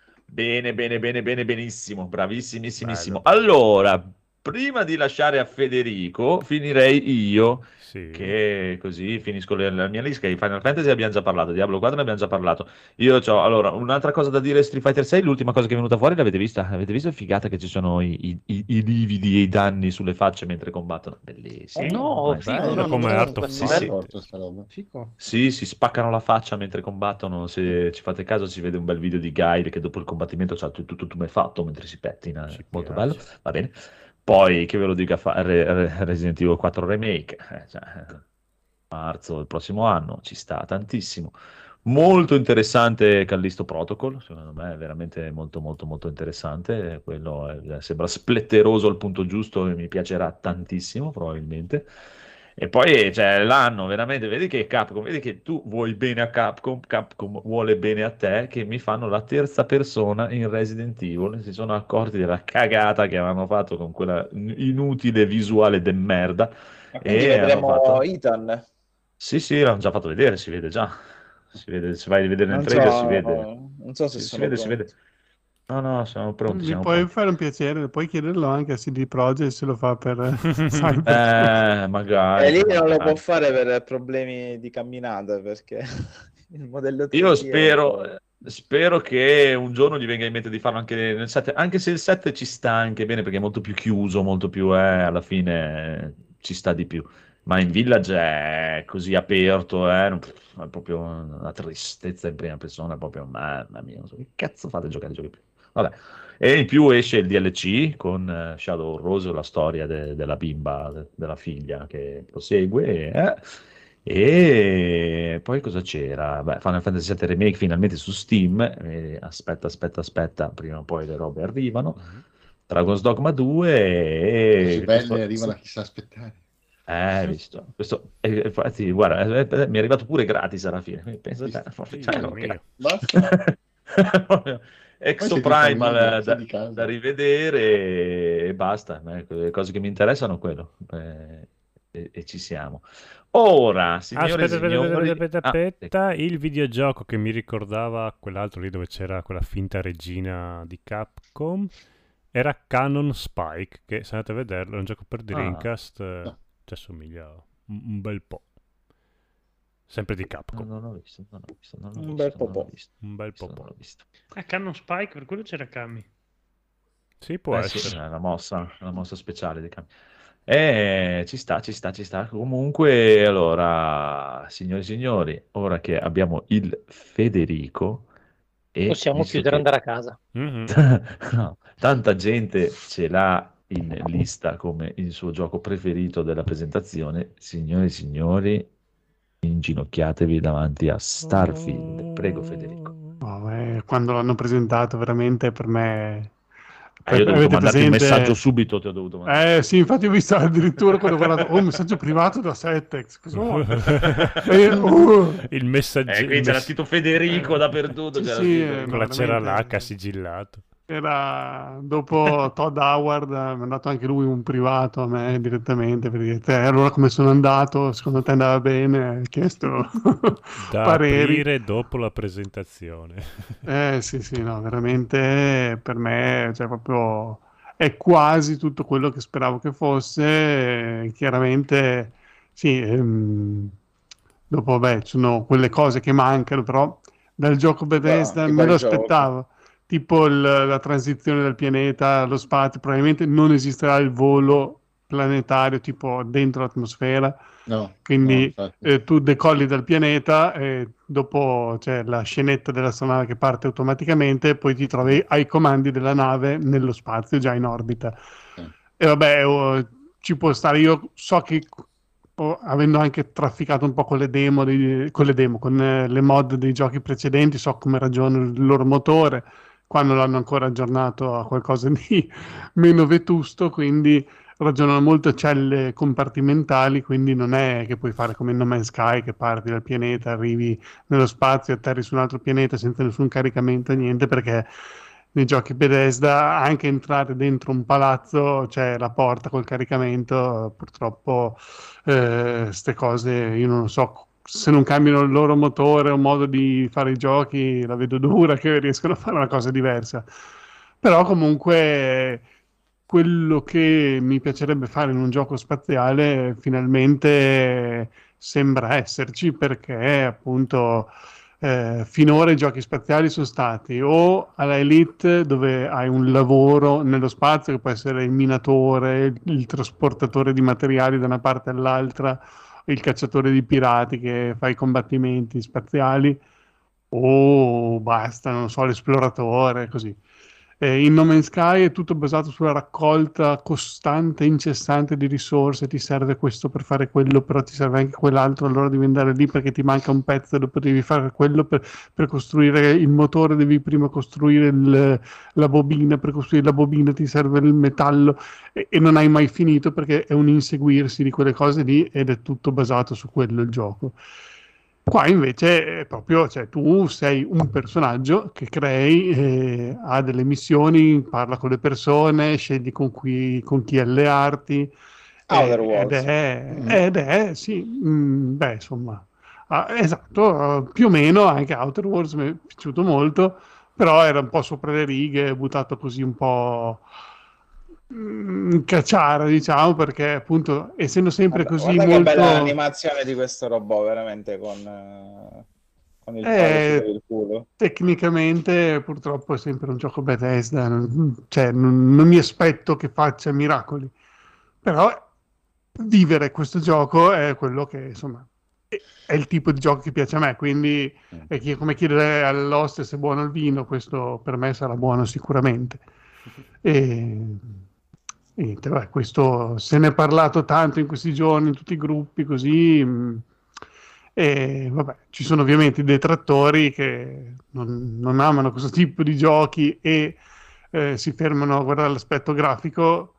Bene, bene, bene, bene, benissimo, bravissimissimo. Bello. Allora, prima di lasciare a Federico, finirei io, Sì. che così finisco le- la mia lista. Di Final Fantasy abbiamo già parlato, Diablo quattro ne abbiamo già parlato. Io c'ho, allora, un'altra cosa da dire, Street Fighter sei, l'ultima cosa che è venuta fuori, l'avete vista? Avete visto? È figata che ci sono i, i- i- i lividi e i danni sulle facce mentre combattono. Bellissimo. Eh, no, Vai, figo, vai. no, come non Art of conosco. Sì, Non sì. è morto sta roba. Fico. Sì, si spaccano la faccia mentre combattono. Se ci fate caso, si vede un bel video di Guile che dopo il combattimento c'ha tutto, tutto tumefatto mentre si pettina. È Ci molto piace. bello. Va bene. Poi, che ve lo dica, fa- Re- Re- Resident Evil quattro Remake. Eh, cioè, marzo del prossimo anno ci sta tantissimo. Molto interessante Callisto Protocol, secondo me è veramente molto molto molto interessante. Quello è- sembra spletteroso al punto giusto e mi piacerà tantissimo probabilmente. E poi c'è l'anno, veramente, vedi che Capcom, vedi che tu vuoi bene a Capcom, Capcom vuole bene a te, che mi fanno la terza persona in Resident Evil. Si sono accorti della cagata che avevano fatto con quella inutile visuale de merda. Ma quindi E hanno vedremo fatto- Ethan. Sì, sì, l'hanno già fatto vedere, si vede già. Si vede, se vai a vedere nel Non trailer, so, si vede. non so se Si, si sono vede, si pronti. vede. No, no, siamo pronti, Mi siamo puoi pronti. fare un piacere, puoi chiederlo anche a C D Projekt se lo fa per eh, Cyber. Eh, magari. E lì non lo magari. può fare per problemi di camminata perché il modello Io tre D è spero, un po'- spero che un giorno gli venga in mente di farlo anche nel sette, anche se il sette ci sta anche bene perché è molto più chiuso, molto più, eh, alla fine eh, ci sta di più. Ma in Village è così aperto, eh, non- è proprio una tristezza in prima persona, proprio, mamma mia, non so che cazzo fate a giocare ai giochi più. Vabbè. E in più esce il D L C con eh, Shadow Rose, la storia de- della bimba, de- della figlia che prosegue. eh. E poi cosa c'era? Beh, Final Fantasy sette Remake finalmente su Steam. Eh, aspetta, aspetta, aspetta, prima o poi le robe arrivano. Mhm. Dragon's Dogma due Così e belle questo- arrivano a chissà aspettare. eh, visto. Questo, eh, infatti, guarda, eh, eh, mi è arrivato pure gratis alla fine. Quindi pensa Sì, te, sì, cioè, Dio no, mio. Basta. Proprio Exo Poi sei di Primal famiglia, eh, sei da, di casa. da rivedere e basta. Ecco, le cose che mi interessano quello. Eh, e, e ci siamo. Ora, signore Aspetta, e aspetta, signori, aspetta, aspetta, ah, aspetta. Il videogioco che mi ricordava quell'altro lì dove c'era quella finta regina di Capcom era Canon Spike, che se andate a vederlo è un gioco per Dreamcast, eh, no. ci assomiglia un, un bel po'. Sempre di no, Capcom, non l'ho visto, non l'ho visto, non l'ho Un visto, bel non l'ho po'. visto, un bel visto, po'. non l'ho visto. Ah, Cannon Spike, per quello c'era Kami. Sì, può Eh sì, essere. è una mossa, una mossa speciale di cambio. Eh, ci sta, ci sta, ci sta. Comunque, allora, signori e signori, ora che abbiamo il Federico e Possiamo visto chiudere e che andare a casa. Mhm. no, tanta gente ce l'ha in lista come il suo gioco preferito della presentazione, signori e signori, inginocchiatevi davanti a Starfield. Prego, Federico. No, eh, quando l'hanno presentato, veramente per me. Eh, io ho dovuto Avete mandarti un presente- messaggio subito, ti ho dovuto mandare. Eh sì, infatti ho visto addirittura quando ho guardato, oh, un messaggio privato da Settex. Cosa vuoi? E io, uh, Il messaggio Eh, qui c'era scritto Federico dappertutto. Sì, c'era sì, scritto- eh, con la cera veramente. l'H sigillato. Era dopo Todd Howard, mi ha mandato anche lui un privato a me direttamente per dire, "Te, allora come sono andato? Secondo te andava bene?" Ha chiesto Da pareri. aprire dopo la presentazione. Eh sì, sì, no, veramente per me, cioè proprio è quasi tutto quello che speravo che fosse. eh, Chiaramente, sì, ehm, dopo, beh, ci sono quelle cose che mancano, però dal gioco Bethesda Tipo me lo il gioco. aspettavo. Tipo il- la transizione dal pianeta allo spazio, probabilmente non esisterà il volo planetario tipo dentro l'atmosfera, No, no, quindi infatti. eh, tu decolli dal pianeta e dopo c'è la scenetta dell'astronave che parte automaticamente e poi ti trovi ai comandi della nave nello spazio, già in orbita. Sì. E vabbè, oh, ci può stare. Io so che, oh, avendo anche trafficato un po' con le demo, dei- con le demo, con eh, le mod dei giochi precedenti, so come ragiona il loro motore, quando l'hanno ancora aggiornato a qualcosa di meno vetusto, quindi ragionano molto a celle compartimentali, quindi non è che puoi fare come in No Man's Sky, che parti dal pianeta, arrivi nello spazio, atterri su un altro pianeta senza nessun caricamento, niente, perché nei giochi Bethesda anche entrare dentro un palazzo c'è la porta col caricamento, purtroppo queste cose io non so, se non cambiano il loro motore o modo di fare i giochi, la vedo dura che riescono a fare una cosa diversa. Però comunque quello che mi piacerebbe fare in un gioco spaziale finalmente sembra esserci, perché appunto eh, finora i giochi spaziali sono stati o alla Elite, dove hai un lavoro nello spazio che può essere il minatore, il, il trasportatore di materiali da una parte all'altra, il cacciatore di pirati che fa i combattimenti spaziali, o basta, non so, l'esploratore, così. Eh, in No Man's Sky è tutto basato sulla raccolta costante, incessante di risorse, ti serve questo per fare quello, però ti serve anche quell'altro, allora devi andare lì perché ti manca un pezzo, dopo devi fare quello per, per costruire il motore, devi prima costruire il, la bobina, per costruire la bobina ti serve il metallo e, e non hai mai finito perché è un inseguirsi di quelle cose lì ed è tutto basato su quello il gioco. Qua invece è proprio, cioè, tu sei un personaggio che crei, eh, ha delle missioni, parla con le persone, scegli con, cui, con chi allearti, Outer eh, ed Worlds. è, Mm. ed è, sì, mm, beh, insomma, ah, esatto, eh, più o meno anche Outer Worlds mi è piaciuto molto, però era un po' sopra le righe, buttato così un po' mm, cacciara, diciamo, perché appunto, essendo sempre Guarda, così guarda che bella molto... l'animazione di questo robot, veramente, con, eh, con il Eh, pollice per il culo. Tecnicamente purtroppo è sempre un gioco Bethesda, non, cioè, non, non mi aspetto che faccia miracoli, però vivere questo gioco è quello che insomma è il tipo di gioco che piace a me, quindi è chi- come chiedere all'oste se è buono il vino, questo per me sarà buono sicuramente. E, e niente, vabbè, questo se ne è parlato tanto in questi giorni, in tutti i gruppi, così. mh, E vabbè, ci sono ovviamente i detrattori che non, non amano questo tipo di giochi e eh, si fermano a guardare l'aspetto grafico,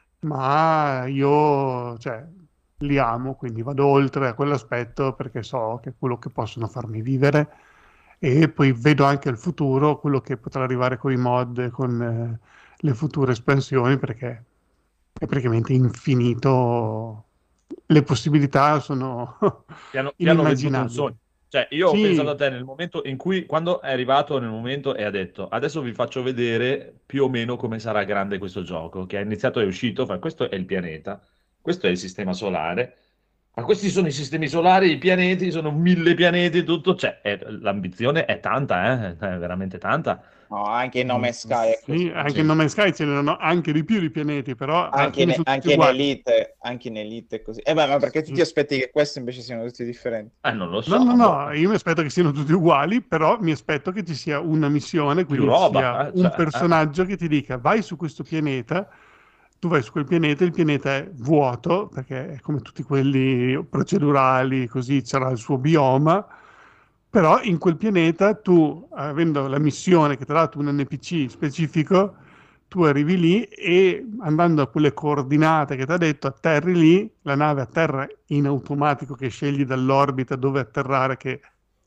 ma io, cioè, li amo, quindi vado oltre a quell'aspetto perché so che è quello che possono farmi vivere e poi vedo anche il futuro, quello che potrà arrivare con i mod, con eh, le future espansioni, perché è praticamente infinito. Le possibilità sono Ti hanno, ti hanno venduto un inimmaginabili. sogno. Cioè, io ho pensato Sì, a te nel momento in cui, quando è arrivato nel momento e ha detto, adesso vi faccio vedere più o meno come sarà grande questo gioco, che ha iniziato, è uscito, fa, questo è il pianeta, questo è il sistema solare, ma questi sono i sistemi solari, i pianeti, sono mille pianeti, tutto, cioè, è- l'ambizione è tanta, eh, è veramente tanta. No, anche in mm, Nome Sky è sì, così. anche Sì. in No Man's Sky ce n'erano anche di più di pianeti, però alla Anche in, fine sono tutti anche in uguali. Elite, anche in Elite è così. Eh beh, ma perché tu ti Sì. aspetti che questi invece siano tutti differenti? Eh, non lo No, so, no, boh, no, io mi aspetto che siano tutti uguali, però mi aspetto che ci sia una missione, più quindi ci sia roba, eh, un cioè, eh. personaggio che ti dica vai su questo pianeta, tu vai su quel pianeta, il pianeta è vuoto, perché è come tutti quelli procedurali, così c'era il suo bioma, però in quel pianeta tu, avendo la missione che ti ha dato un N P C specifico, tu arrivi lì e andando a quelle coordinate che ti ha detto, atterri lì, la nave atterra in automatico che scegli dall'orbita dove atterrare, che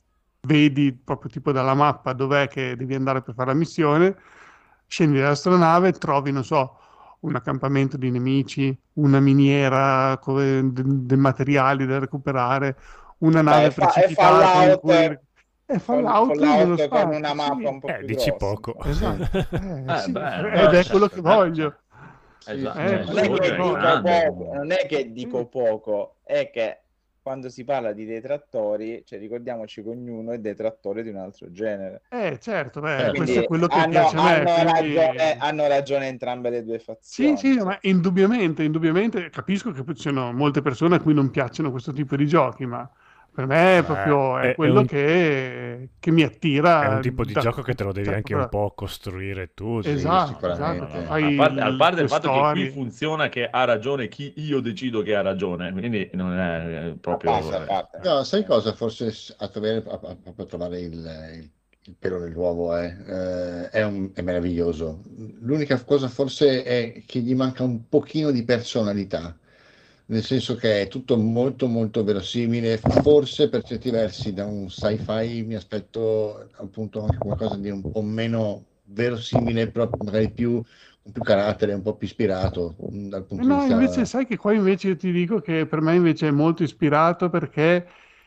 vedi proprio tipo dalla mappa dov'è che devi andare per fare la missione, scendi dall'astronave, trovi, non so, un accampamento di nemici, una miniera con dei materiali da recuperare, una Beh, nave è, fa- è precipitata in cui... Fallout, È Fall- Fallout nello Fallout con una spazio, sì. mappa un po' Eh, più dici grossa, poco. insomma. Esatto, eh, Eh, sì, beh, ed no, è cioè, quello che eh, voglio. Sì, esatto, Eh, cioè, sì, il Non quello è che che sogno è dico grande. poco, non è che dico poco, è che quando si parla di detrattori, cioè ricordiamoci che ognuno è detrattore di un altro genere. Eh, certo, beh, Certo. questo è Quindi quello che hanno, piace a me, hanno quindi... ragione, hanno ragione entrambe le due Sì, fazioni. sì, ma indubbiamente, indubbiamente capisco che ci sono molte persone a cui non piacciono questo tipo di giochi, ma per me è Beh, proprio è è, è quello un, che, che mi è un attira tipo di da, gioco che te lo devi cioè, anche un proprio- po' costruire tu. Sì, se- esatto, no, no, esatto, no, ti no, sicuramente. no. A fai parte, a parte le il fatto che qui storie. funziona che ha ragione chi io decido che ha ragione, quindi non è eh, A proprio... parte, a eh, parte. No, sai cosa? Forse s- a trovare, a, a- a trovare il, il- il pelo nell'uovo è, eh, è, un- è meraviglioso. L'unica cosa forse è che gli manca un pochino di personalità, nel senso che è tutto molto molto verosimile. Forse per certi versi da un sci-fi mi aspetto appunto anche qualcosa di un po' meno verosimile, però magari più, con più carattere, un po' più ispirato mh, dal Eh punto di No, invece vista... sai che qua invece io ti dico che per me invece è molto ispirato perché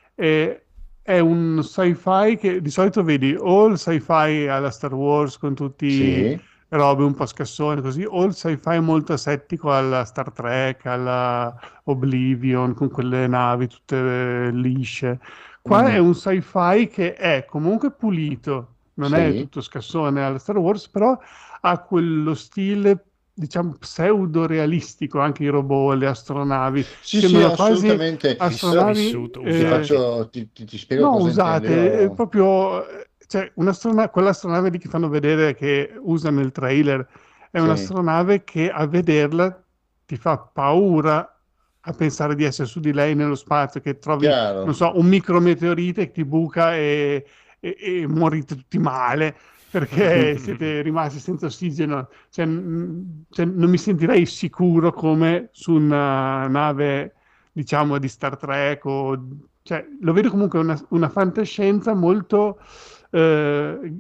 è, è un sci-fi che di solito vedi o il sci-fi alla Star Wars con tutti Sì. robe un po' scassone così, o il sci-fi molto asettico alla Star Trek, alla Oblivion con quelle navi tutte eh, lisce. Qua è Mm, un sci-fi che è comunque pulito, non è sì. tutto scassone alla Star Wars, però ha quello stile diciamo pseudo-realistico, anche i robot, le astronavi, Sì, sì, sembrano quasi assolutamente. Vis- Però astronavi, vissuto, ti eh, usati. faccio, ti, ti- ti spiego no, cosa intendo. usate, è Io, proprio, eh, cioè, un'astrona- quell'astronave lì che fanno vedere che usano nel trailer, è sì, un'astronave che a vederla ti fa paura a pensare di essere su di lei nello spazio, che trovi, non chiaro. so, un micrometeorite che ti buca e, e, e morite tutti male perché siete rimasti senza ossigeno. Cioè, n- cioè, non mi sentirei sicuro come su una nave, diciamo, di Star Trek o cioè, lo vedo comunque una, una fantascienza molto eh,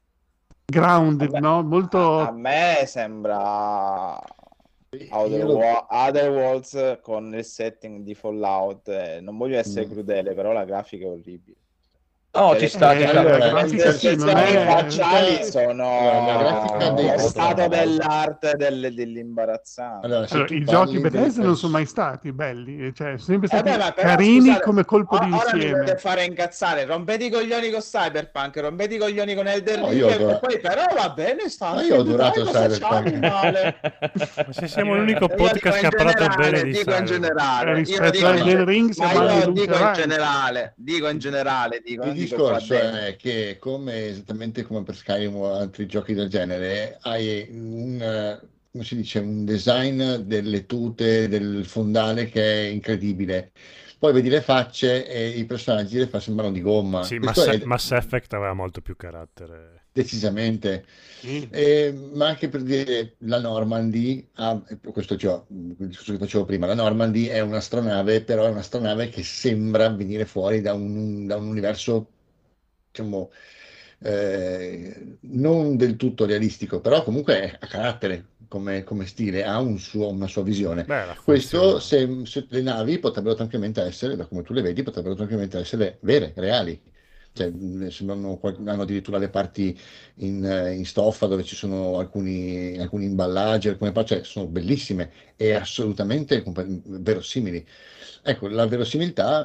A grounded, me, no? a- a Molto... me sembra Outer, Io lo... Wo- Outer Worlds con il setting di Fallout. eh, non voglio essere mm. crudele, però la grafica è orribile. Oh, ci sta, ci le, sta. allora, le grafica sì, non manifestazioni è- facciali sono La grafica dei- lo stato dell'arte del- dell'imbarazzante. Allora, se Allora, tu i parli giochi dei Bethesda non pers- sono mai stati belli, cioè sono sempre Eh stati beh, ma però, carini scusate, come colpo o- ora mi d'insieme. volete fare incazzare, rompete i coglioni con Cyberpunk, rompete i coglioni con Elden No, Ring io ho e dura- poi però va bene, sta Ma io ho durato cosa Cyberpunk. c'hai di male? Ma se siamo l'unico Io podcast che dico ha in parlato generale, bene di dico in Cyberpunk. generale, Eh, io rispetto dico a in Elden gen- Ring ma siamo anni io luce dico in avanti. generale, dico in generale, dico, Il non dico qua discorso dentro. è che, come esattamente come per Skyrim o altri giochi del genere, hai un, eh, come si dice, un design delle tute, del fondale che è incredibile. Poi vedi le facce e i personaggi le fa sembrano di gomma. Sì, Questo Mass, è Mass Effect aveva molto più carattere. decisamente. Sì. Eh, ma anche per dire la Normandy, ha- questo cioè, il discorso che facevo prima, la Normandy è un'astronave, però è un'astronave che sembra venire fuori da un, da un universo, diciamo, eh, non del tutto realistico, però comunque ha carattere come, come stile, ha un suo- una sua visione. Beh, la Questo, funzione. se, se le navi potrebbero tranquillamente essere, da come tu le vedi, potrebbero tranquillamente essere vere, reali. Cioè, mh, sembrano, qual- hanno addirittura le parti in, eh, in stoffa dove ci sono alcuni, alcuni imballaggi, alcune parti, cioè, sono bellissime e assolutamente compa- verosimili. Ecco, la verosimilità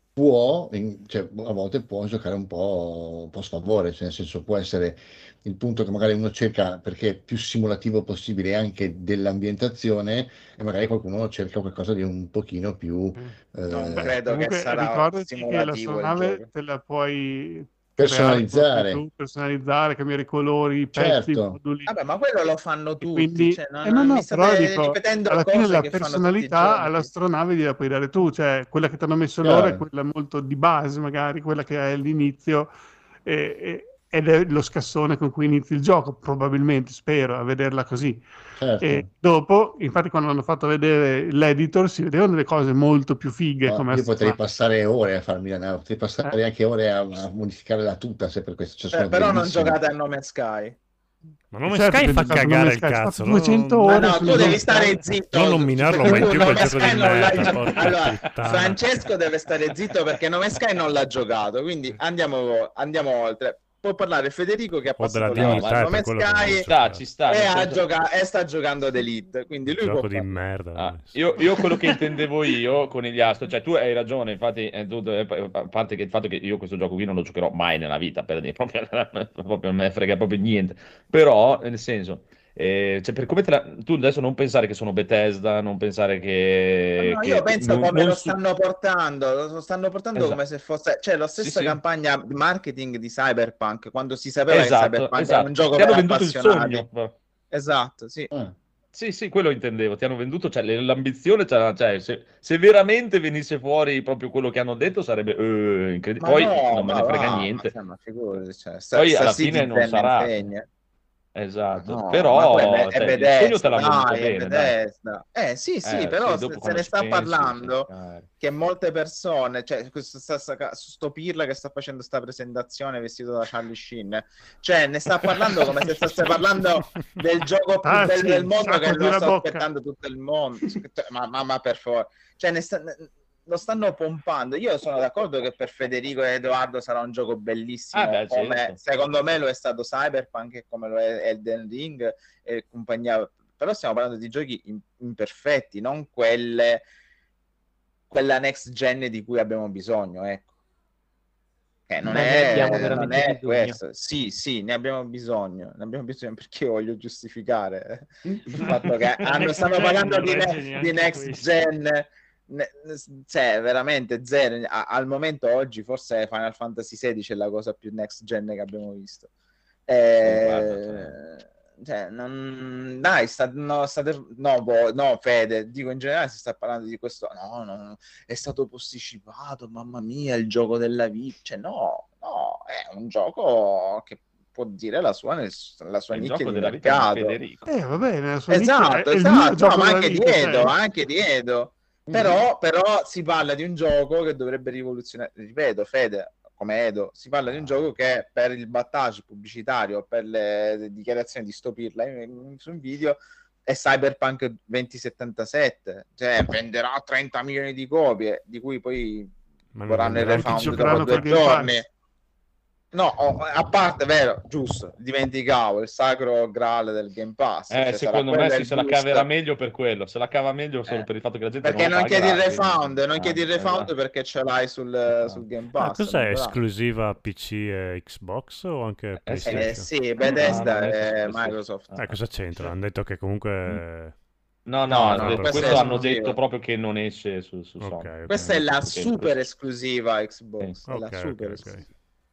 può, in- cioè, a volte può giocare un po', un po' a sfavore, cioè, nel senso può essere il punto che magari uno cerca perché è più simulativo possibile anche dell'ambientazione e magari qualcuno cerca qualcosa di un pochino più Non eh, credo che Comunque sarà ricordati che simulativo il l'astronave gioco. te la puoi personalizzare. creare tu, personalizzare, cambiare i colori, i pezzi, i Certo. moduli. Vabbè, ma quello lo fanno E tutti, quindi, cioè, non, eh no, no, mi però state dico, ripetendo alla fine cose la che fanno tutti i personalità giochi. all'astronave gliela puoi dare tu, cioè quella che ti hanno messo loro è Chiaro. quella molto di base, magari quella che hai all'inizio, e- e- ed è lo scassone con cui inizi il gioco, probabilmente, spero, a vederla così. Certo. E dopo, infatti, quando hanno fatto vedere l'editor, si vedevano delle cose molto più fighe. No, come io potrei astronave. passare ore a farmi la nave, potrei passare Eh. anche ore a, a modificare la tuta se per questo cioè, Eh, sono però non bellissime. giocate a Nome Sky. Ma Nome Certo Sky che fa ho giocato a cagare Nome il Sky, ho cazzo. fatto no? duecento Ma ore no, sul tu devi Nome stare Sky. zitto. Non nominarlo perché mai tu più Nome quel gioco Sky di non l'hai merda, giocato. porca Allora, puttana. Francesco deve stare zitto perché Nome Sky non l'ha giocato, quindi andiamo, andiamo oltre. Può parlare Federico che ha Ho della passato le ore dignità, su è Nome per quello che non Sky lo Ci sta, ci sta. e, nel ha senso- gioca- e sta giocando ad Elite, quindi lui può Gioco di fare. merda. Ah, io, io quello che intendevo io con gli Astro, cioè tu hai ragione, infatti, eh, tu- eh, a parte che il fatto che io questo gioco qui non lo giocherò mai nella vita, per dire, proprio, proprio non me ne frega proprio niente, però nel senso, eh, cioè, per come te la- tu adesso non pensare che sono Bethesda, non pensare che... No, che io penso non- come non lo su- stanno portando, lo stanno portando Esatto. come se fosse, cioè la Sì, stessa sì. campagna di marketing di Cyberpunk, quando si sapeva che Esatto, Cyberpunk esatto. era un gioco Ti hanno per venduto il appassionati. sogno. Esatto, sì. Ah, Sì, sì, quello intendevo, ti hanno venduto, cioè le- l'ambizione, c'era- cioè, se, se veramente venisse fuori proprio quello che hanno detto sarebbe eh, incredibile, Ma poi no, non me ma ne frega va, niente, ma, ma figurati, cioè, sta, poi sta alla fine Citizen non sarà, insegna. esatto, No, ma però poi è, è cioè, il sogno te Bethesda, l'hanno venduto dai, è bene, dai. Bethesda. Eh sì, sì, Eh, però sì, se, dopo se quando ne ci sta pensi, sì, parlando cavolo. che molte persone, cioè questo sta, sta, sto Pirla che sta facendo sta presentazione vestito da Charlie Sheen, cioè ne sta parlando come se stesse parlando del gioco più Ah, bello sì, del mondo che sacco di lo la sta bocca. aspettando tutto il mondo. Ma, ma, ma per favore, cioè ne sta, lo stanno pompando. Io sono d'accordo che per Federico e Edoardo sarà un gioco bellissimo, Ah, beh, come certo. secondo me lo è stato Cyberpunk e come lo è Elden Ring e compagnia, però stiamo parlando di giochi in- imperfetti, non quelle quella next gen di cui abbiamo bisogno, ecco. Eh, non Ma ne è, abbiamo non veramente è bisogno. questo. Sì, sì, ne abbiamo bisogno. Ne abbiamo bisogno perché io voglio giustificare il fatto che hanno, Next stanno gen parlando non di, regge ne- neanche di next questo. gen. Ne- cioè, veramente zero. A- al momento oggi forse Final Fantasy sedici è la cosa più next gen che abbiamo visto. Eh, Guarda, cioè, non... dai, sta... no, state... no, boh, no, Fede, dico in generale si sta parlando di questo, no, no, no, è stato posticipato, mamma mia, il gioco della vita, cioè no, no, è un gioco che può dire la sua, nel... la sua È il nicchia gioco di della vita di mercato. Federico. Eh, va bene, la sua nicchia Esatto, è il mio esatto, gioco no, ma della anche vita, di Edo, cioè. anche di Edo. Però, però si parla di un gioco che dovrebbe rivoluzionare, ripeto, Fede, come Edo, si parla di un gioco che per il battage pubblicitario, per le dichiarazioni di stopirla su un video, è Cyberpunk duemilasettantasette, cioè venderà trenta milioni di copie, di cui poi Ma non vorranno il venderà refund giocheranno dopo due col Game Pass. giorni. No, oh, a parte, vero, giusto, dimenticavo il sacro graal del Game Pass. Eh, cioè, secondo sarà me quello si il se la boost. caverà meglio per quello, se la cava meglio solo Eh, per il fatto che la gente Perché non lo non chiedi il pagherà, refund, quindi- non chiedi il Ah, refund esatto. perché ce l'hai sul, Esatto. sul Game Ah, Pass. cos'è? non te l'ha- Esclusiva P C e Xbox o anche Eh, PlayStation? Eh sì, Bethesda Ah, non è è esclusivo. Microsoft. Ah. Eh, cosa c'entra? Hanno detto che comunque... No, no, No, hanno no, detto- questa questo è hanno esclusiva. detto proprio che non esce su, su Ok, Sony. ok. Questa è la Hanno detto che- super esclusiva Xbox. Sì. È la Ok, super ok, ok. esclusiva.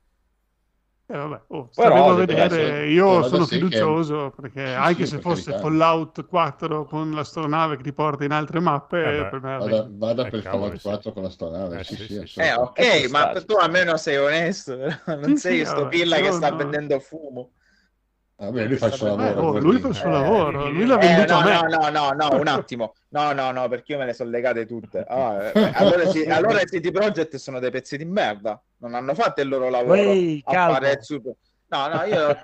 Eh, vabbè, oh, Però, staremo a detto vedere. questo, Io però sono sì che- fiducioso perché Sì, anche sì, se per fosse carità. Fallout quattro con l'astronave che ti porta in altre mappe, Eh beh. per me va Vada, bene. vada Eh, per cavolo, Fallout sì. quattro con la stonave, Eh, sì, sì, sì, sì, Eh, assolutamente. ok, Eh, ci ma sta, ci tu sta. almeno sei onesto, non Sì, sei sì, sto vabbè, pilla che io sta no. vendendo fumo. Vabbè, lui fa il suo Sta Eh, lavoro. oh, vuol lui dire. fa il suo Eh, lavoro, lui l'ha Eh, venduto no, a me. no, no, no, no, un attimo. No, no, no, perché io me le sono legate tutte. Ah, eh, allora, sì, allora i C D Projekt sono dei pezzi di merda. Non hanno fatto il loro lavoro Ehi, a calmo. fare il super... No, no, io...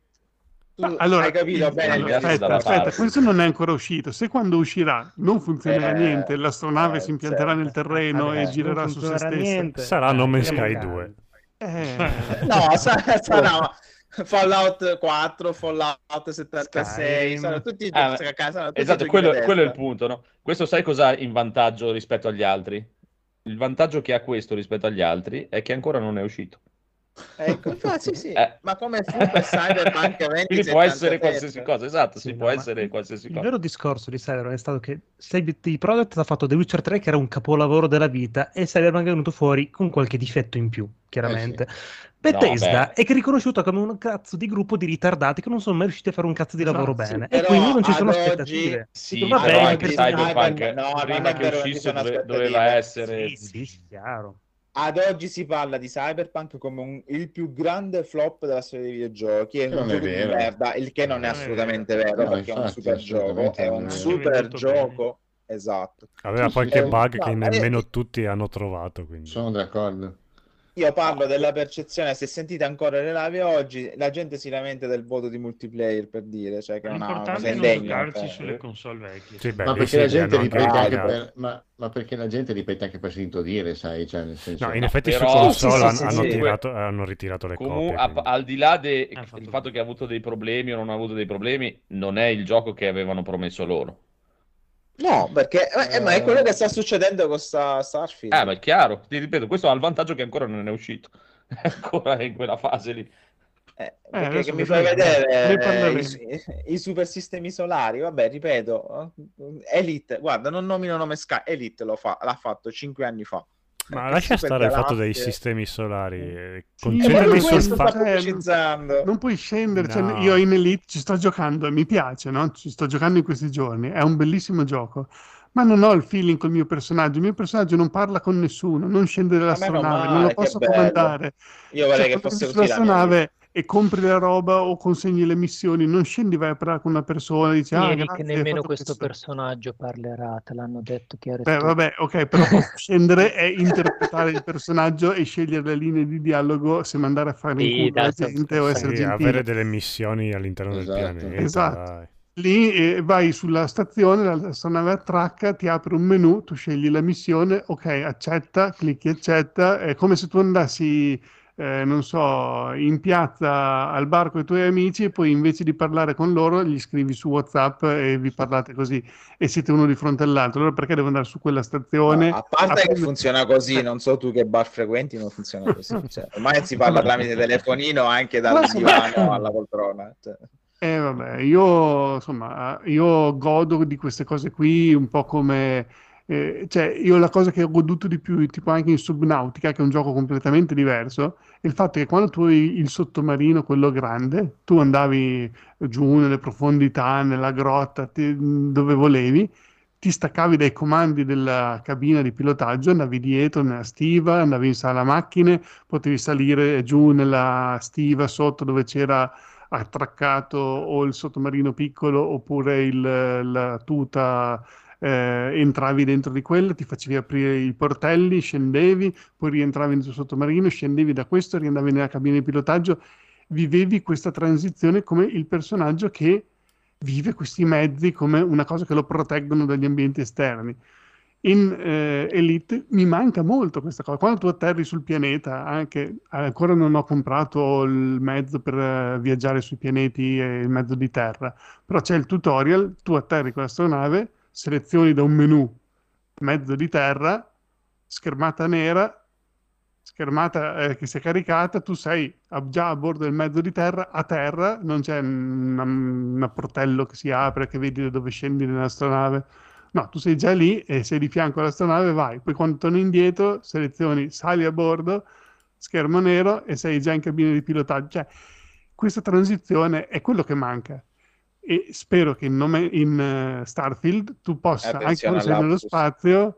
Tu Ma allora, hai capito il- bene il allora, mio Ragazzi, aspetta, dalla discorso. aspetta, parte. questo non è ancora uscito. Se quando uscirà non funzionerà Eh, niente, l'astronave eh, si impianterà certo. nel terreno Eh, e se girerà non su se funzionerà stessa. niente, Sarà dai, No Man's andiamo Sky calmi. due. Eh, No, sa- sarà Fallout quattro, Fallout settantasei, Skyrim. saranno tutti, Ah, saranno tutti esatto, giochi quello, Bethesda. quello è il punto, no? Questo sai cos'ha in vantaggio rispetto agli altri? Il vantaggio che ha questo rispetto agli altri è che ancora non è uscito. Ecco, infatti sì, Eh. ma come fu per Cyberpunk Quindi può essere duemilasettantasette? qualsiasi cosa, esatto, Sì, si no, può ma essere il- qualsiasi Il cosa. vero discorso di Cyberpunk è stato che C D Projekt ha fatto The Witcher tre, che era un capolavoro della vita, e Cyberpunk è venuto fuori con qualche difetto in più, chiaramente. Bethesda No, è che è riconosciuta come un cazzo di gruppo di ritardati che non sono mai riusciti a fare un cazzo di lavoro Esatto, sì. bene, e Però quindi non ci ad sono oggi- aspettative. Sì, Dico, vabbè, però ad anche oggi perché- Cyberpunk Cyberpunk- no, non prima è che vero, non ci uscisse sono dove- aspettative. doveva essere... Sì, sì, sì, chiaro. Ad oggi si parla di Cyberpunk come un- il più grande flop della storia dei videogiochi, è Che un non è gioco di vero. merda, il che non è Non è assolutamente vero, No, perché è un infatti, super gioco, assolutamente è non un è vero. super È venduto gioco, esatto. Aveva Sì, sì, qualche sì. bug No, che ma nemmeno io- tutti hanno trovato, quindi... Sono d'accordo. Io parlo della percezione, se sentite ancora le live oggi, la gente si lamenta del voto di multiplayer, per dire, cioè che è una cosa L'importante è non indegna. giocarci cioè. sulle console vecchie. Sì, beh, Ma lì perché sì, la li gente hanno anche ripete anche rinviato. per, ma, ma perché la gente ripete anche per sentito dire, sai, cioè nel senso. No, in No, effetti su però- console Sì, sì, han- sì, hanno, sì. tirato- hanno ritirato le Comunque, copie. quindi. al di là del Ah, fatto fatto bene. che ha avuto dei problemi o non ha avuto dei problemi, non è il gioco che avevano promesso loro. No, perché eh, ma è quello che sta succedendo con sta Starfield. Eh, ma è chiaro, ti ripeto, questo ha il vantaggio che ancora non è uscito. È ancora in quella fase lì. Eh, perché adesso che mi fai vedremo. Ne vedere eh, parleremo. i, i super sistemi solari? Vabbè, ripeto, Elite, guarda, non nomino nome Sky, Elite lo fa, l'ha fatto cinque anni fa. Ma Che lascia super stare il fatto dei galassie. sistemi solari. eh, Sì, E Concentrati proprio ma sul questo sta fatto. cioè, pubblicizzando. non puoi scendere, cioè, No. io in Elite ci sto giocando e mi piace, no? Ci sto giocando in questi giorni, è un bellissimo gioco, ma non ho il feeling col mio personaggio, il mio personaggio non parla con nessuno, non scende Ma meno dall'astronave, non male, lo che posso bello. comandare. Io vorrei Cioè, che quando fosse entri così la mia vita. sull'astronave e compri la roba o consegni le missioni, non scendi, vai a parlare con una persona, dici, ah, Ieri che grazie, hai nemmeno fatto questo questo. personaggio parlerà, te l'hanno detto chiaro e Beh, tondo. vabbè, ok, però posso scendere e interpretare il personaggio e scegliere le linee di dialogo se mandare a fare in Sì, culo dai, la sto gente o essere Sì, gentile. avere delle missioni all'interno Esatto. del pianeta. Esatto. Dai. Lì eh, vai sulla stazione, l'astronave attracca, ti apre un menu, tu scegli la missione, ok, accetta, clicchi accetta, è come se tu andassi, eh, non so, in piazza al bar con i tuoi amici e poi invece di parlare con loro gli scrivi su WhatsApp e vi parlate così e siete uno di fronte all'altro. Allora perché devo andare su quella No, stazione? a parte che aprire- funziona così, non so tu che bar frequenti, non funziona così. Cioè, ormai si parla tramite telefonino anche dal divano alla poltrona. Cioè. Eh vabbè, io insomma, io godo di queste cose qui un po' come, eh, cioè io la cosa che ho goduto di più, tipo anche in Subnautica, che è un gioco completamente diverso, è il fatto che quando tu hai il sottomarino, quello grande, tu andavi giù nelle profondità, nella grotta, ti- dove volevi, ti staccavi dai comandi della cabina di pilotaggio, andavi dietro nella stiva, andavi in sala macchine, potevi salire giù nella stiva sotto dove c'era attraccato o il sottomarino piccolo oppure il- la tuta, eh, entravi dentro di quella, ti facevi aprire i portelli, scendevi, poi rientravi nel sottomarino, scendevi da questo, riandavi nella cabina di pilotaggio, vivevi questa transizione come il personaggio che vive questi mezzi come una cosa che lo proteggono dagli ambienti esterni. in eh, Elite mi manca molto questa cosa. Quando tu atterri sul pianeta, anche ancora non ho comprato il mezzo per eh, viaggiare sui pianeti e il mezzo di terra, però c'è il tutorial, tu atterri con l'astronave, selezioni da un menu mezzo di terra, schermata nera, schermata eh, che si è caricata, tu sei a- già a bordo del mezzo di terra, a terra, non c'è un, un portello che si apre, che vedi da dove scendi nell'astronave. No, tu sei già lì e sei di fianco all'astronave, vai. Poi quando torni indietro, selezioni, sali a bordo, schermo nero e sei già in cabina di pilotaggio. Cioè, questa transizione è quello che manca. E spero che in, nome- in eh, Starfield tu possa, anche Attenzione quando sei nello all'apsus. spazio,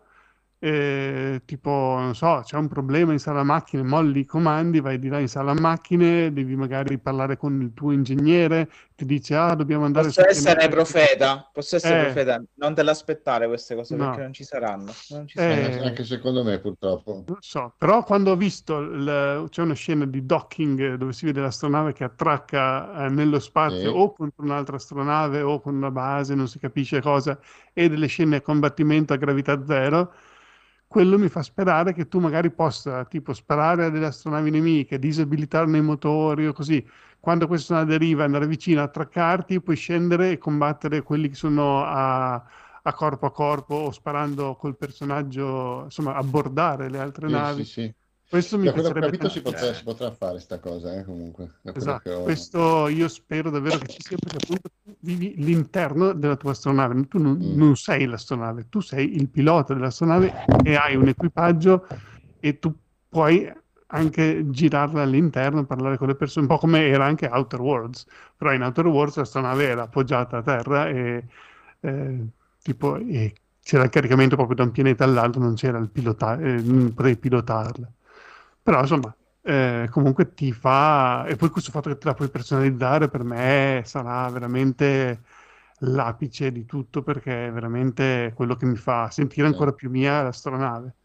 eh, tipo, non so, c'è un problema in sala macchine, molli i comandi, vai di là in sala macchine, devi magari parlare con il tuo ingegnere, ti dice, ah, dobbiamo andare Posso sul essere pianeta. profeta, posso essere Eh, profeta, non te l'aspettare queste cose perché no. non ci saranno. Non ci Eh, saranno. Eh, anche secondo me, purtroppo. Non so, però quando ho visto il- c'è una scena di docking eh, dove si vede l'astronave che attracca eh, nello spazio Sì. o contro un'altra astronave o con una base, non si capisce cosa, e delle scene a combattimento a gravità zero, quello mi fa sperare che tu magari possa tipo sparare a delle astronavi nemiche, disabilitarne i motori o così. Quando queste sono a deriva, andare vicino, attraccarti, puoi scendere e combattere quelli che sono a a corpo a corpo o sparando col personaggio, insomma, abbordare le altre Sì, navi. sì, sì. Questo mi Da quello che ho piacerebbe capito si potrà, tantissimo. si potrà fare sta cosa, eh, comunque. Da quello Esatto, che ho... questo io spero davvero che ci sia, perché appunto tu vivi l'interno della tua astronave, tu non, Mm. non sei l'astronave, tu sei il pilota dell'astronave e hai un equipaggio e tu puoi anche girarla all'interno, parlare con le persone, un po' come era anche Outer Worlds, però in Outer Worlds l'astronave era appoggiata a terra e, eh, tipo, e c'era il caricamento proprio da un pianeta all'altro, non c'era il pilota, eh, non potevi pilotarla. Però insomma, eh, comunque ti fa... E poi questo fatto che te la puoi personalizzare per me sarà veramente l'apice di tutto, perché è veramente quello che mi fa sentire Sì. ancora più mia l'astronave.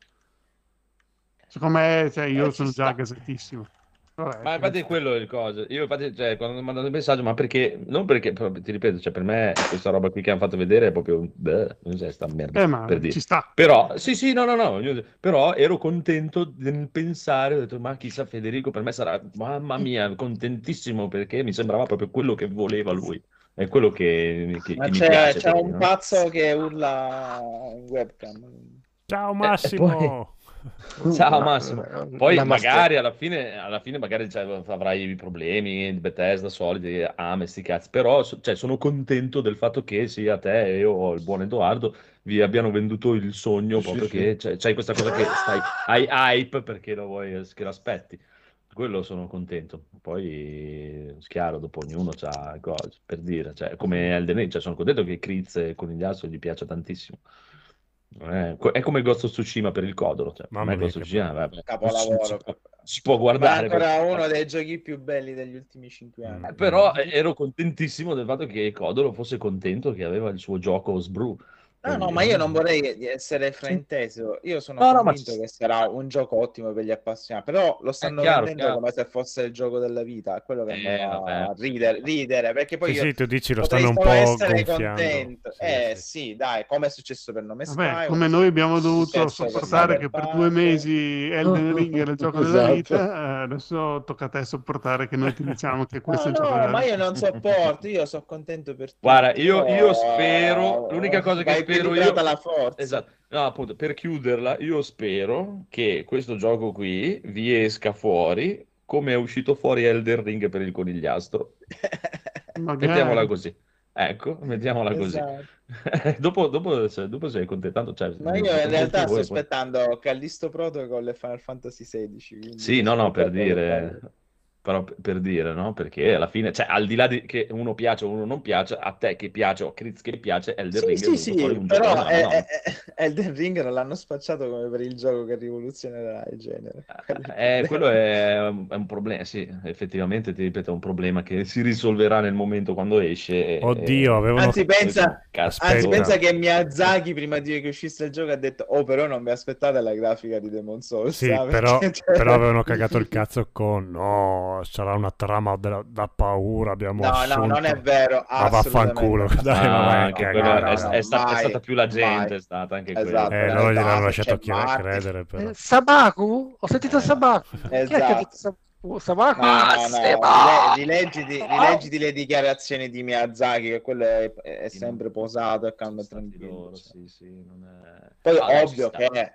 Secondo me, cioè, io Eh, ci sono già sta. gasatissimo. Vabbè, Ma infatti è quello il coso. Io infatti, cioè, quando mi ho mandato il messaggio, ma perché, non perché, però, ti ripeto, cioè, per me questa roba qui che hanno fatto vedere è proprio, beh, non c'è sta merda, eh, ma per ci dire. sta. Però, sì, sì, no, no, no, io- però ero contento nel pensare, ho detto, ma chissà Federico, per me sarà, mamma mia, contentissimo perché mi sembrava proprio quello che voleva lui. È quello che, che- Ma che mi c'è, piace, c'è per un dire, no? pazzo che urla in webcam. Ciao E Massimo! Ciao Ma- Massimo. ma- Poi la master- magari alla fine, alla fine magari cioè, avrai i problemi di Bethesda soliti, ah, me sti cazzi. Però so- cioè, sono contento del fatto che sia a te e io o il buon Edoardo vi abbiano venduto il sogno Sì, sì, proprio sì. che cioè, c'hai questa cosa che stai, hai hype perché lo vuoi, che l'aspetti. Quello sono contento. Poi, chiaro, dopo ognuno ha cose per dire. Cioè, come Elden Ring, cioè, sono contento che Kriz e Conigliastro gli piaccia tantissimo. Non È, è come Ghost of Tsushima per il Codolo. Cioè, per Mamma me mia, Ghost of che Tsushima vabbè, si, Capolavoro. si può, si può Ma è guardare. ancora perché- uno dei giochi più belli degli ultimi cinque Mm, anni. Eh, però eh, ero contentissimo del fatto che Codolo fosse contento che aveva il suo gioco Sbrew. No, per no, dire, ma io no? non vorrei di essere Sì. frainteso. Io sono No, no, ma convinto che sarà un gioco ottimo per gli appassionati, però lo è stanno chiaro, vendendo chiaro. come se fosse il gioco della vita. È quello che mi Eh, fa vabbè. ridere, ridere, perché poi Sì, io sì, tu dici lo potrei stanno un solo po' essere gonfiando. contento. Sì, Eh sì. sì, dai, come è successo per Nome Vabbè, Sky, come noi abbiamo dovuto successo per sopportare che per due Cyberpunk. mesi Elden Ring era il gioco della Esatto. vita, eh, adesso tocca a te sopportare che noi ti diciamo che questo No, è il gioco no, della ma vita. io non sopporto, io sono contento per tutti. Guarda, io, io però, spero, l'unica cosa che va spero equilibrata io, la forza. esatto, no, appunto, per chiuderla, io spero che questo gioco qui vi esca fuori come è uscito fuori Elden Ring per il conigliastro. Mettiamola Magari. così. Ecco, mettiamola così. Esatto. dopo, dopo, cioè, dopo sei contentato, cioè, Ma nel io in confronto realtà sto voi, poi- aspettando Callisto Protocol e Final Fantasy sedici. Quindi Sì, no, no, sono per proprio dire, bello. però per per dire, no? Perché alla fine, cioè, al di là di che uno piace o uno non piace, a te che piace o a Chris che piace, Elden Sì, Ring è sì, venuto fuori sì, un giocone però della è- Madonna. è- è- Elden Ring non l'hanno spacciato come per il gioco che rivoluzionerà il genere. Quello è il Eh, quello problema. è un, è un problema, sì, effettivamente, ti ripeto, è un problema che si risolverà nel momento quando esce. e- Oddio, avevano... Anzi, pensa, Caspetta. anzi, pensa Aspetta. che Miyazaki, prima di che uscisse il gioco, ha detto: Oh, però non vi aspettate la grafica di Demon's Souls. Sì, ah, però, perché, cioè- però avevano cagato il cazzo con no, oh, sarà una trama da, da paura, abbiamo No, assunto... no, non è vero. Ma vaffanculo, assolutamente. dai, Ah, ma vai a anche cagare, quello no, è, no, è sta- è mai, stata più la gente, mai. è stata anche Esatto, Eh, quello. loro gliel'hanno esatto, lasciato c'è chi- Martin. credere, però. Eh, Sabaku? Ho sentito Sabaku. Chi è che ha detto Esatto. Sabaku? Sabaku? No, Ah, no, Seba! rile- rileggiti, rileggiti le dichiarazioni di Miyazaki, che quello è, è sempre posato e calmo e Sono stati tranquillo. loro, cioè. sì, sì, non è... Poi Ah, dai, ci ovvio sta. che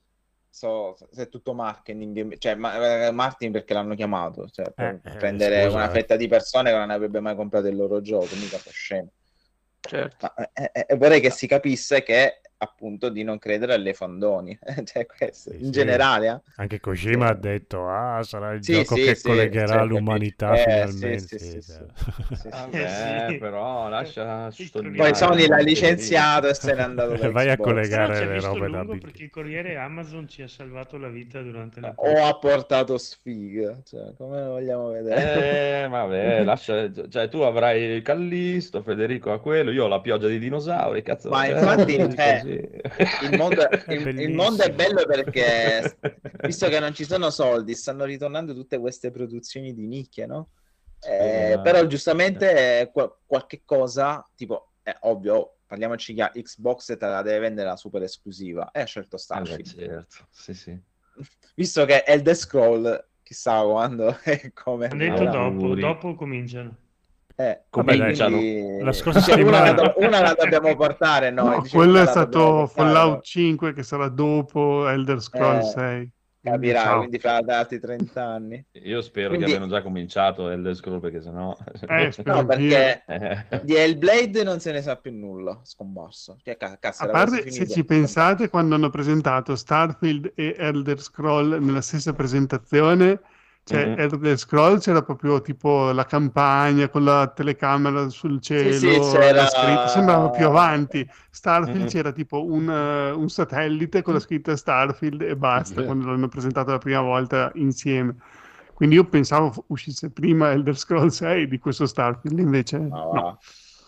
so, se è tutto marketing, cioè ma- eh, marketing perché l'hanno chiamato, cioè, per Eh, eh, prendere scusa, una eh. fetta di persone che non avrebbe mai comprato il loro gioco, mica fa scemo. Certo. Ma, eh, eh, vorrei che si capisse che appunto di non credere alle fandoni, cioè questo, Sì, in sì. generale. eh. Anche Kojima Sì. ha detto, ah, sarà il Sì, gioco sì, che sì, collegherà cioè, l'umanità eh, finalmente. sì, sì, sì, sì, cioè. sì, sì, sì. Vabbè, Eh, sì. però lascia Il sto Corriere- Poi Sony l'ha Poverino. licenziato e se n'è andato da Vai a Xbox. collegare Però ci ha le visto robe da lungo Big. perché il Corriere Amazon ci ha salvato la vita durante la O ha portato sfiga, cioè, come lo vogliamo vedere? Eh, vabbè, lascia, cioè tu avrai Callisto, Federico ha quello, io ho la pioggia di dinosauri, cazzo. Ma cioè, infatti, così, cioè, così. il mondo, È il, il mondo è bellissimo. bello perché, visto che non ci sono soldi, stanno ritornando tutte queste produzioni di nicchia, no? Eh, ma- però giustamente eh, qual- qualche cosa, tipo, è ovvio, oh, parliamoci chiaro, Xbox te la deve vendere la super esclusiva e ha scelto Eh beh, Starfield. certo, sì, sì. Visto che Elder Scroll, chissà quando e come Hanno detto verrà. dopo, Auguri. dopo cominciano. Eh, Come e diciamo, quindi- la scorsa cioè, una, la settimana- do- una la dobbiamo portare noi. No, dice, quello una è la dobbiamo stato portare Fallout noi. cinque che sarà dopo Elder Scrolls Eh, sei. Quindi, Capirai, ciao. quindi fra altri trenta anni. io spero Quindi- che abbiano già cominciato Elder Scrolls perché sennò... Eh, spero No, anch'io. perché Eh. di Hellblade non se ne sa più nulla, scomparso. Cioè, ca- cazzo, A era quasi parte se finito. ci pensate, quando hanno presentato Starfield e Elder Scroll nella stessa presentazione, cioè Mhm. Elder Scroll c'era proprio tipo la campagna con la telecamera sul cielo, sì, c'era- la scritta, sembrava più avanti. Starfield Mhm. c'era tipo un, eh, un satellite con la scritta Starfield e basta, Sì. quando l'hanno presentato la prima volta insieme. Quindi io pensavo fu- uscisse prima Elder Scroll sei di questo Starfield, invece Ma va. no.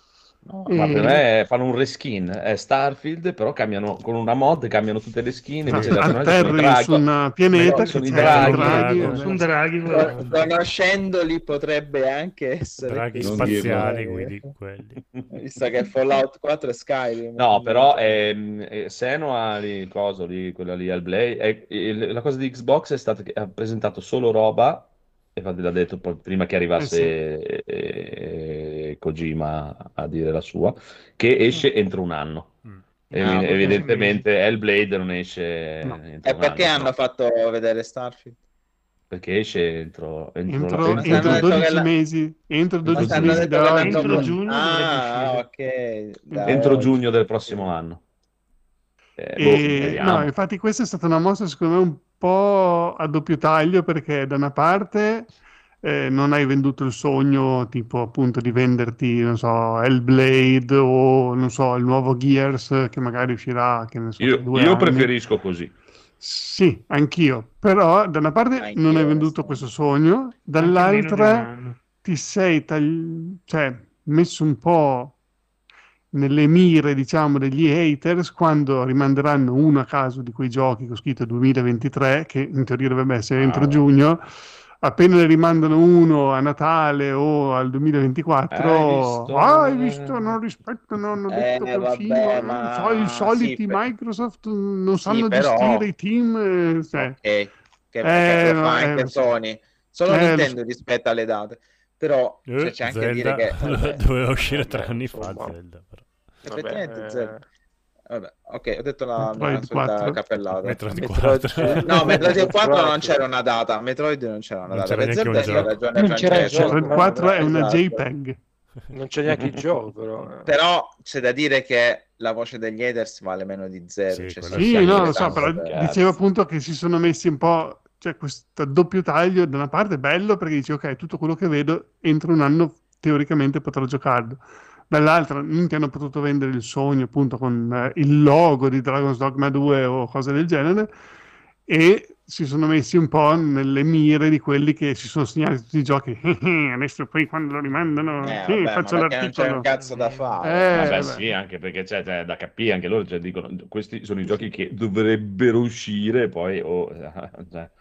No, E- ma per me fanno un reskin, è Starfield, però cambiano con una mod, cambiano tutte le skin, invece dei personaggi sono i atterri draghi. su un pianeta Sono che i c'è draghi. il draghi, Sono eh. Sono draghi, Con- guarda. Conoscendoli potrebbe anche essere Draghi così, spaziali, eh, guidi quelli. visto che Fallout quattro è Skyrim. No, però ehm, eh, Senua, lì, coso, lì, quella lì al Blade, è- il- la cosa di Xbox è stata che ha presentato solo roba, e infatti l'ha detto poi prima che arrivasse eh, Kojima a dire la sua, che esce entro un anno. Mm. Evi- Ah, perché- evidentemente Hellblade non esce No. entro E un perché anno, hanno no, fatto vedere Starfield? perché esce entro, entro, Entro, entro- Ma entro hanno detto dodici che la- mesi, entro Entro dodici giugno. mesi detto da che oggi. Entro l'hanno- giugno Ah, dovrebbe ok. da entro oggi. giugno del prossimo anno. Eh, boh, E, vediamo. no, infatti questa è stata una mossa secondo me un po' a doppio taglio, perché da una parte eh, non hai venduto il sogno tipo appunto di venderti, non so, Hellblade o non so, il nuovo Gears che magari uscirà, che ne so, Io, tra due io anni. preferisco così. Sì, anch'io, però da una parte Anch'io, non hai venduto onestamente. questo sogno, Anche meno di un dall'altra anno. ti sei tagli- cioè, messo un po' nelle mire, diciamo, degli haters quando rimanderanno uno a caso di quei giochi con scritto duemilaventitré, che in teoria dovrebbe essere Ah, entro vabbè. giugno. Appena ne rimandano uno a Natale o al duemilaventiquattro, Hai visto? ah, hai visto, non rispettano, hanno Eh, detto che vabbè, usciva, ma- so, i soliti sì, per- Microsoft non Sì, sanno però- gestire i team, eh, cioè, Ok, che, che Eh, lo no, fa eh, anche lo so. Sony. Solo Eh, lo Nintendo rispetta le date. Però cioè, Eh, c'è anche Zelda, dire che vabbè, doveva uscire tre vabbè, anni fa insomma. Zelda, però. effettivamente Vabbè, Zelda. eh, Vabbè, ok, ho detto la mia Metroid solita quattro. cappellata. Metroid Metroid- quattro. No, Metroid quattro non quattro. c'era una data. Metroid non c'era una Non data. c'era Per neanche Zelda un c'ha gioco. ragione Non c'era il Francesco. gioco. Metroid quattro è una Esatto. JPEG. non c'è neanche il gioco, però. eh. Però c'è da dire che la voce degli haters vale meno di zero. Sì, cioè, quello sono Sì, chiacchiere no, lo so, tanto però per- dicevo appunto che si sono messi un po', cioè questo doppio taglio da una parte è bello perché dici ok, tutto quello che vedo entro un anno teoricamente potrò giocarlo, dall'altra non ti hanno potuto vendere il sogno appunto con eh, il logo di Dragon's Dogma due o cose del genere, e si sono messi un po' nelle mire di quelli che si sono segnati tutti i giochi. Adesso poi quando lo rimandano Eh, sì, vabbè, ma faccio perché non c'è l'articolo. un cazzo da fare. Eh, Vabbè, beh. sì, anche perché c'è c'è da capire, anche loro cioè, dicono questi sono i giochi che dovrebbero uscire, poi oh, cioè,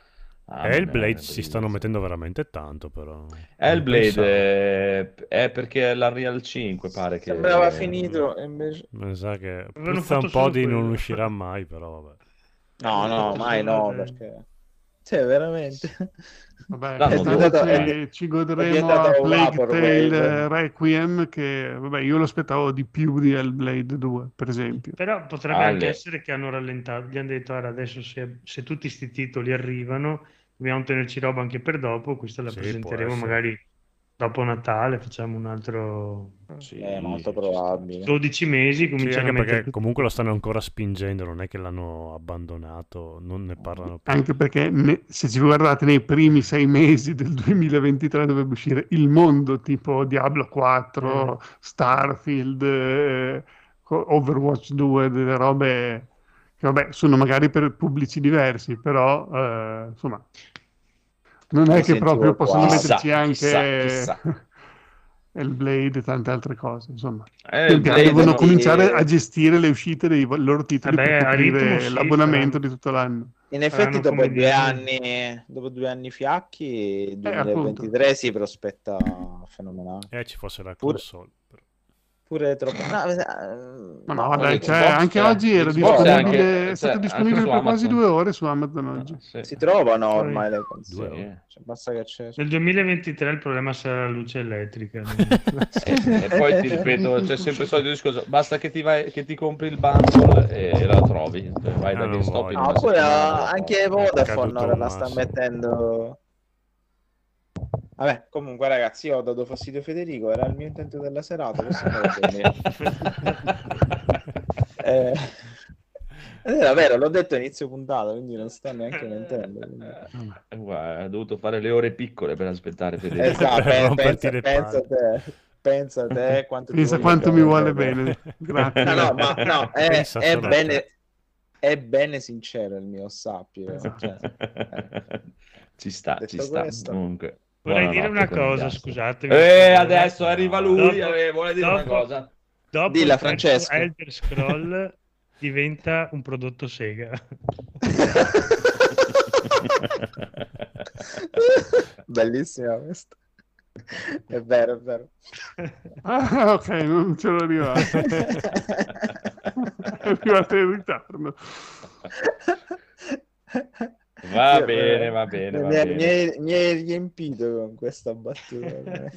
Ah, Hellblade non è si stanno mettendo veramente tanto, però. Non Hellblade pensavo. è... è perché l'Unreal cinque pare che... Sembrava finito, e invece... Mi sa che Avevano puzza un fatto po' solo di non quello. uscirà mai, però vabbè. No, Avevano no, fatto mai solo no, del- perché... Cioè, veramente... Vabbè, L'hanno È quest'anno diventato- ci, è- ci è godremo diventato a un Plague Vaporwave. Tale Requiem, che vabbè, io lo aspettavo di più di Hellblade due, per esempio. Però potrebbe anche Ale. essere che hanno rallentato, gli hanno detto: "Guarda, adesso se, se tutti questi titoli arrivano, dobbiamo tenerci roba anche per dopo, questa la Sì, può presenteremo essere. magari dopo Natale, facciamo un altro Sì, È molto ci sta. probabile. dodici mesi, Sì, cominciano anche a mettere perché tutto. comunque lo stanno ancora spingendo, non è che l'hanno abbandonato, non ne parlano più. Anche perché ne- se ci guardate nei primi sei mesi del duemilaventitré dovrebbe uscire il mondo, tipo Diablo quattro, Starfield, eh, co- Overwatch due, delle robe che vabbè sono magari per pubblici diversi, però eh, insomma non è che Resident proprio Evil possono quattro. metterci Chissà, anche chissà, chissà. Hellblade e tante altre cose, insomma. Eh, Pian piano Blade devono no. cominciare a gestire le uscite dei vo- loro titoli Vabbè, per a ritmo coprire sì, l'abbonamento faranno- di tutto l'anno. In effetti Faranno dopo come due dire. anni, dopo due anni fiacchi, il Eh, appunto. duemilaventitré si prospetta fenomenale. Eh, ci fosse la Pure- console. però. Pure troppo... No, eh, Ma no, no, dai, Xbox, cioè, anche eh, oggi era Xbox è disponibile, anche- è cioè, stato anche disponibile su per quasi Amazon. due ore su Amazon oggi. Sì. si trovano Poi- ormai le Due console. ore. Cioè, basta che c'è. Nel duemilaventitré il problema sarà la luce elettrica. no? E, e poi ti ripeto, c'è sempre il solito discorso, basta che ti, vai, che ti compri il bundle e, e la trovi. Cioè, vai Ah, da non GameStop in voglio. No, una pure settimana, ah, te la anche trovi. Vodafone caduto ora un la sta masso. mettendo. Vabbè, comunque ragazzi, io ho dato fastidio a Federico, era il mio intento della serata. Questo andava a dormire. eh, è vero, l'ho detto a inizio puntata, quindi non sto neanche mentendo. quindi. Eh, guarda, ho dovuto fare le ore piccole per aspettare Federico. Esatto, Per pe- romperti pensa, le pensa palle. te, pensa te quanto, ti Pensa voglio quanto mi vuole bene. bene. Grazie. No, no, ma no, è, Pensa è solo a bene, te. è bene sincero il mio sappi. Cioè, eh. Ci sta, Detto ci sta. questo. Comunque, Vorrei dire buonanotte, una cosa, conigliastro. scusatemi. Eh, adesso arriva lui, Dopo- eh, vuole dire una dopo- cosa. Dopo Dilla, il terzo Francesco. Elder Scroll diventa un prodotto Sega. Bellissima questa. È vero, è vero. Ah, ok, non ce l'ho arrivato. È arrivato in ritardo. Va Io, bene, eh, va bene, va mi, hai- bene. mi hai, mi hai riempito con questa battuta.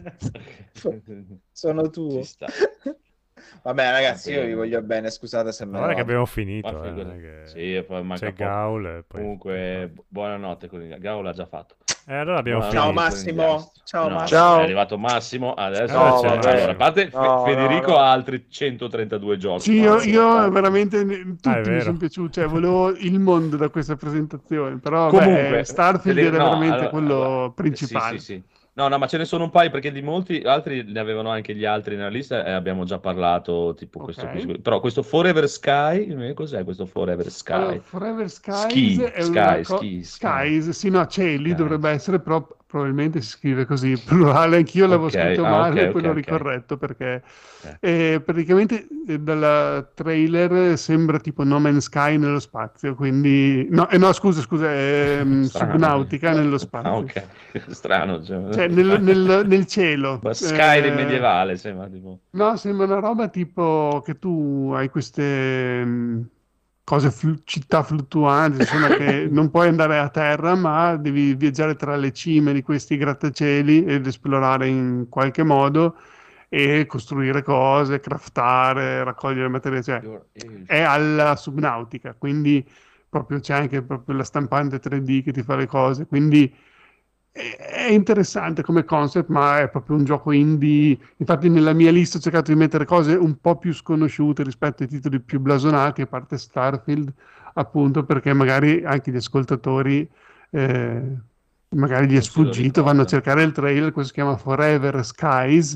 Sono tuo. Ci sta. Vabbè, ragazzi, Va io bene. vi voglio bene. Scusate se me ne Guarda che vado. abbiamo finito. Ma eh, figurati. non è che- Sì, e poi manca C'è poco. Gaul e poi... Comunque, bu- buonanotte, Conigliastro. Gaul l'ha già fatto. Eh, allora abbiamo Buonanotte, Ciao, finito. Massimo. Conigliastro. Ciao, No, Massimo. Ciao. È arrivato Massimo, adesso No, c'è- vabbè. allora, a parte Fe- No, Federico no, no. ha altri centotrentadue giochi. Sì, io, Anzi, io guarda. veramente ne- tutti Ah, è mi vero. sono piaciuti, cioè volevo il mondo da questa presentazione, però vabbè, Comunque, Starfield Federico- era no, veramente allora, quello allora, principale. Sì, sì, sì. No, no, ma ce ne sono un paio perché di molti altri ne avevano anche gli altri nella lista e abbiamo già parlato, tipo questo Ok. qui. Però questo Forever Sky, eh, cos'è questo Forever Sky? Allora, Forever Skies Ski, è Sky, una co- ski, sky. Skies, sì, no, cieli Sky. dovrebbe essere, però probabilmente si scrive così, plurale, anch'io l'avevo Ok, scritto ah, male, ok, poi ok, l'ho ok. ricorretto perché Ok. eh, praticamente eh, dal trailer sembra tipo No Man's Sky nello spazio, quindi no, eh, no scusa, scusa, è mm, Strano. Subnautica nello spazio. Ah, ok. Strano. Cioè, Cioè nel, nel- nel cielo. Ma Skyrim Eh, medievale, sembra tipo. No, sembra una roba tipo che tu hai queste mh, cose, flu- città fluttuanti, insomma, che non puoi andare a terra, ma devi viaggiare tra le cime di questi grattacieli ed esplorare in qualche modo e costruire cose, craftare, raccogliere materie, cioè è alla Subnautica, quindi proprio c'è anche proprio la stampante tre D che ti fa le cose, quindi è è interessante come concept, ma è proprio un gioco indie. Infatti nella mia lista ho cercato di mettere cose un po' più sconosciute rispetto ai titoli più blasonati, a parte Starfield, appunto perché magari anche gli ascoltatori eh, magari gli è Non se lo sfuggito, vanno a ricordano. cercare il trailer, questo si chiama Forever Skies,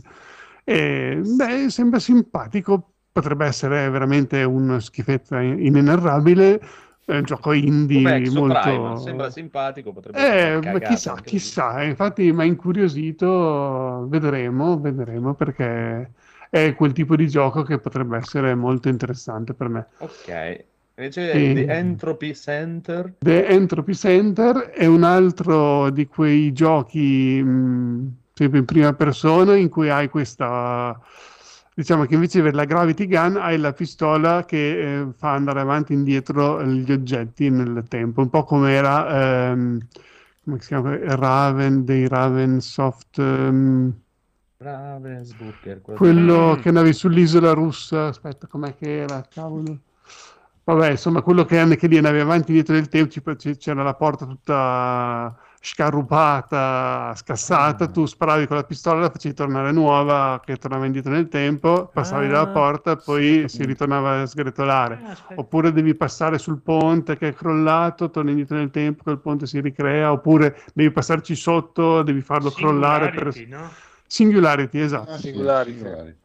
e beh, sembra simpatico, potrebbe essere veramente una schifezza in- inenarrabile, è un gioco indie Come Exo molto... Primal, sembra simpatico, potrebbe essere Eh, una ma cagata chissà, anche chissà, eh, infatti mi ha incuriosito, vedremo, vedremo perché è quel tipo di gioco che potrebbe essere molto interessante per me. lui. Ok. Invece E- The Entropy Center. The Entropy Center è un altro di quei giochi mh, sempre in prima persona in cui hai questa, diciamo che invece di avere la Gravity Gun hai la pistola che eh, fa andare avanti e indietro gli oggetti nel tempo, un po' come era ehm, come si chiama? Raven, dei Raven Soft, ehm, Ravensburger, quello di- quello che andavi sull'isola russa, aspetta, com'è che era? Cavolo. Vabbè, insomma, quello che anche lì andavi avanti e indietro del tempo, ci- c- c'era la porta tutta scarrupata, scassata, Ah. tu sparavi con la pistola, la facevi tornare nuova, che tornava indietro nel tempo, passavi dalla Ah, porta, sì, poi ho si capito. ritornava a sgretolare. Ah, aspetta. Oppure devi passare sul ponte che è crollato, torni indietro nel tempo, quel ponte si ricrea, oppure devi passarci sotto, devi farlo crollare per... Singularity, no? Singularity, esatto. Ah, sì, Singolari. singolari.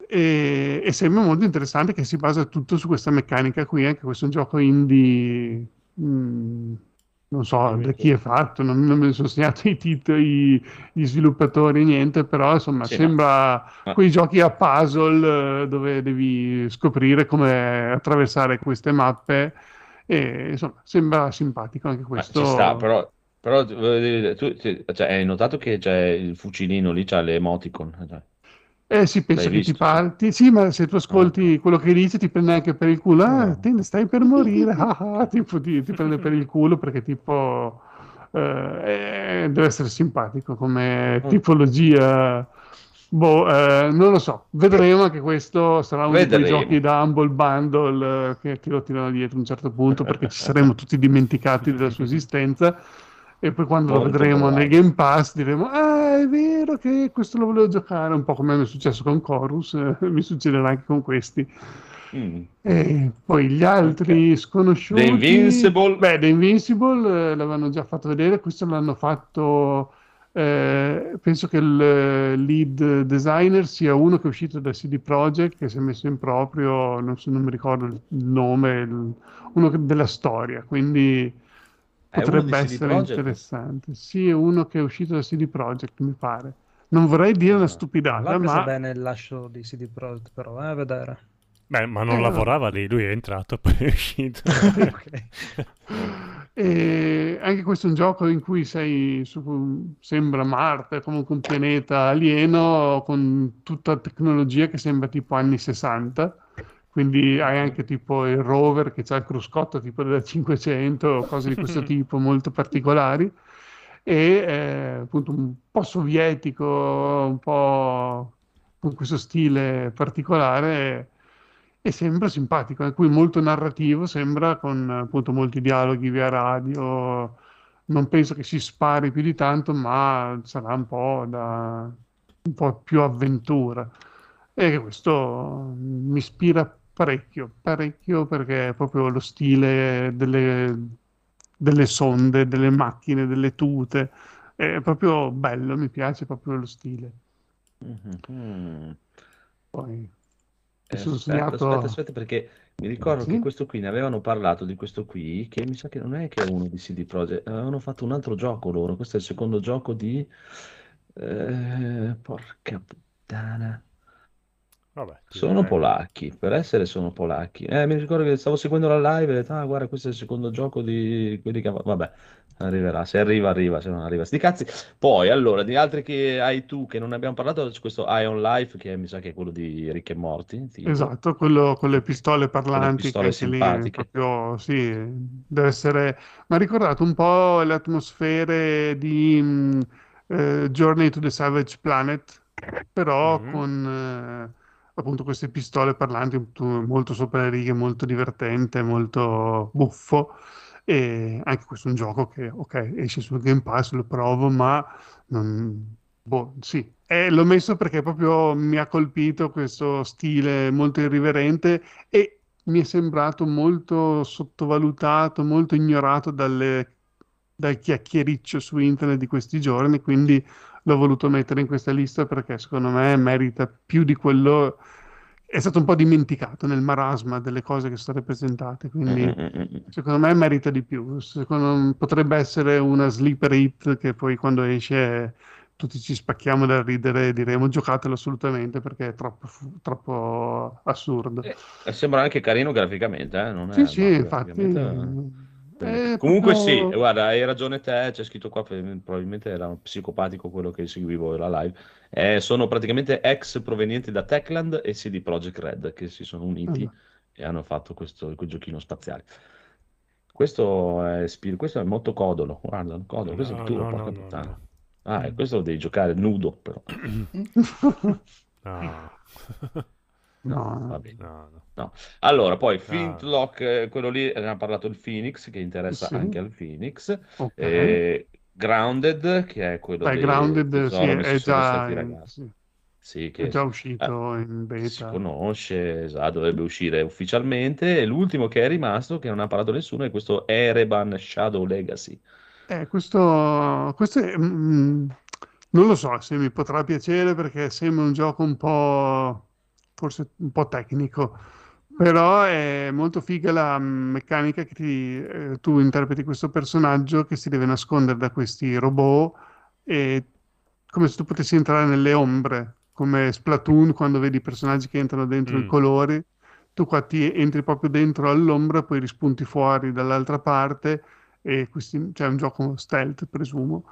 E, e sembra molto interessante che si basa tutto su questa meccanica qui, anche questo è un gioco indie, mh, non so da chi è fatto, non, non me ne sono segnato i titoli, gli sviluppatori, niente, però insomma Sì, ma- sembra ma- quei giochi a puzzle eh, dove devi scoprire come attraversare queste mappe e insomma sembra simpatico anche Ma questo. ci sta, però, però voglio dire, tu ti- cioè, hai notato che c'è il fucilino lì, c'ha le emoticon. Cioè, Eh sì, penso l'hai che ti visto? Sì. parti. Sì, ma se tu ascolti quello che dice ti prende anche per il culo. Ah, No. te ne stai per morire. Ah, ah, tipo, ti, ti prende per il culo perché tipo eh, eh, deve essere simpatico come Mm. tipologia. Boh, eh, non lo so. Vedremo anche questo sarà uno di quei Vedremo. giochi da Humble Bundle eh, che ti lo tirano dietro a un certo punto perché ci saremo tutti dimenticati della sua esistenza. E poi quando lo Molto vedremo nel probabile. Game Pass diremo: Ah, è vero che questo lo volevo giocare, un po' come mi è successo con Chorus, eh, mi succederà anche con questi. Mm. E poi gli altri Ok. sconosciuti. The Invincible. Beh, The Invincible eh, l'avevano già fatto vedere, questo l'hanno fatto. eh, penso che il eh, lead designer sia uno che è uscito da C D Projekt, che si è messo in proprio, non, so- non mi ricordo il nome, il- uno che- della storia, quindi È uno di potrebbe C D essere Projekt? interessante. Sì, è uno che è uscito da C D Projekt, mi pare. Non vorrei dire una Ah. stupidata, L'ha presa ma bene il lascio di C D Projekt, però, eh, a vedere. Beh, ma non Eh, no. lavorava lì, lui è entrato, poi è uscito. Ok. E anche questo è un gioco in cui sei su, sembra Marte, comunque un pianeta alieno con tutta tecnologia che sembra tipo anni sessanta. Quindi hai anche tipo il rover che ha il cruscotto tipo della cinquecento, cose di questo tipo molto particolari. E eh, appunto un po' sovietico, un po' con questo stile particolare e sembra simpatico, in cui molto narrativo, sembra con appunto molti dialoghi via radio. Non penso che si spari più di tanto, ma sarà un po' da un po' più avventura. E che questo mi ispira parecchio, parecchio perché è proprio lo stile delle, delle sonde, delle macchine, delle tute. È proprio bello, mi piace proprio lo stile. Mhm. Poi mi Eh, sono aspetta, segnato... aspetta, aspetta, perché mi ricordo che Sì? questo qui, ne avevano parlato di questo qui, che mi sa che non è che è uno di C D Projekt, avevano fatto un altro gioco loro, questo è il secondo gioco di... eh, porca puttana. Vabbè, ti Sono verrà. polacchi, per essere sono polacchi. Eh, mi ricordo che stavo seguendo la live e ho detto, ah, guarda, questo è il secondo gioco di quelli che... Vabbè, arriverà, se arriva, arriva, se non arriva, sti cazzi. Poi, allora, di altri che hai tu, che non ne abbiamo parlato, c'è questo Ion Life, che mi sa che è quello di Rick e Morty, tipo. Esatto, quello con le pistole Con le parlanti, che pistole anche lì è simpatiche. proprio, sì, deve essere... Mi ha ricordato un po' le atmosfere di mh, eh, Journey to the Savage Planet, però Mhm. con eh, appunto queste pistole parlanti tu- molto sopra le righe, molto divertente, molto buffo. E anche questo è un gioco che, ok, esce sul Game Pass, lo provo, ma non... Boh, sì, e l'ho messo perché proprio mi ha colpito questo stile molto irriverente e mi è sembrato molto sottovalutato, molto ignorato dalle- dal chiacchiericcio su internet di questi giorni, quindi l'ho voluto mettere in questa lista perché secondo me merita più di quello. È stato un po' dimenticato nel marasma delle cose che sono state presentate, quindi Mm-mm-mm. secondo me merita di più. Secondo- potrebbe essere una sleeper hit che poi quando esce tutti ci spacchiamo da ridere e diremo giocatelo assolutamente perché è troppo, fu- troppo assurdo. E, e sembra anche carino graficamente, eh? Non Sì, è sì, male infatti. graficamente. È Comunque sì, proprio... guarda, hai ragione te, c'è scritto qua, probabilmente era un psicopatico quello che seguivo la live. Eh, sono praticamente ex provenienti da Techland e C D Projekt Red che si sono uniti e hanno fatto questo quel giochino spaziale. Questo è, spir- questo è molto codolo, guarda, un codolo, questo è No, il tuo, no, porca no, no, puttana. no. Ah, e questo lo devi giocare nudo, però. No. No, Va bene. No, no. No. Allora, poi No. Flintlock, eh, quello lì, ne ha parlato il Phoenix, che interessa Sì. anche al Phoenix. ok. Eh, Grounded, che è quello Beh, del Grounded sì, tesoro dove è si sono già, ristretti i in- ragazzi. sì, Sì, è che già eh, uscito in si beta. conosce, esatto, dovrebbe uscire ufficialmente. E l'ultimo che è rimasto, che non ha parlato nessuno, è questo Ereban Shadow Legacy. Eh, questo, questo è, mm, non lo so se mi potrà piacere perché sembra un gioco un po', forse un po' tecnico, però è molto figa la mm, meccanica che ti, eh, tu interpreti questo personaggio che si deve nascondere da questi robot e come se tu potessi entrare nelle ombre, come Splatoon quando vedi i personaggi che entrano dentro i Mm. colori, tu qua ti entri proprio dentro all'ombra, poi rispunti fuori dall'altra parte e questi, c'è un gioco stealth, presumo.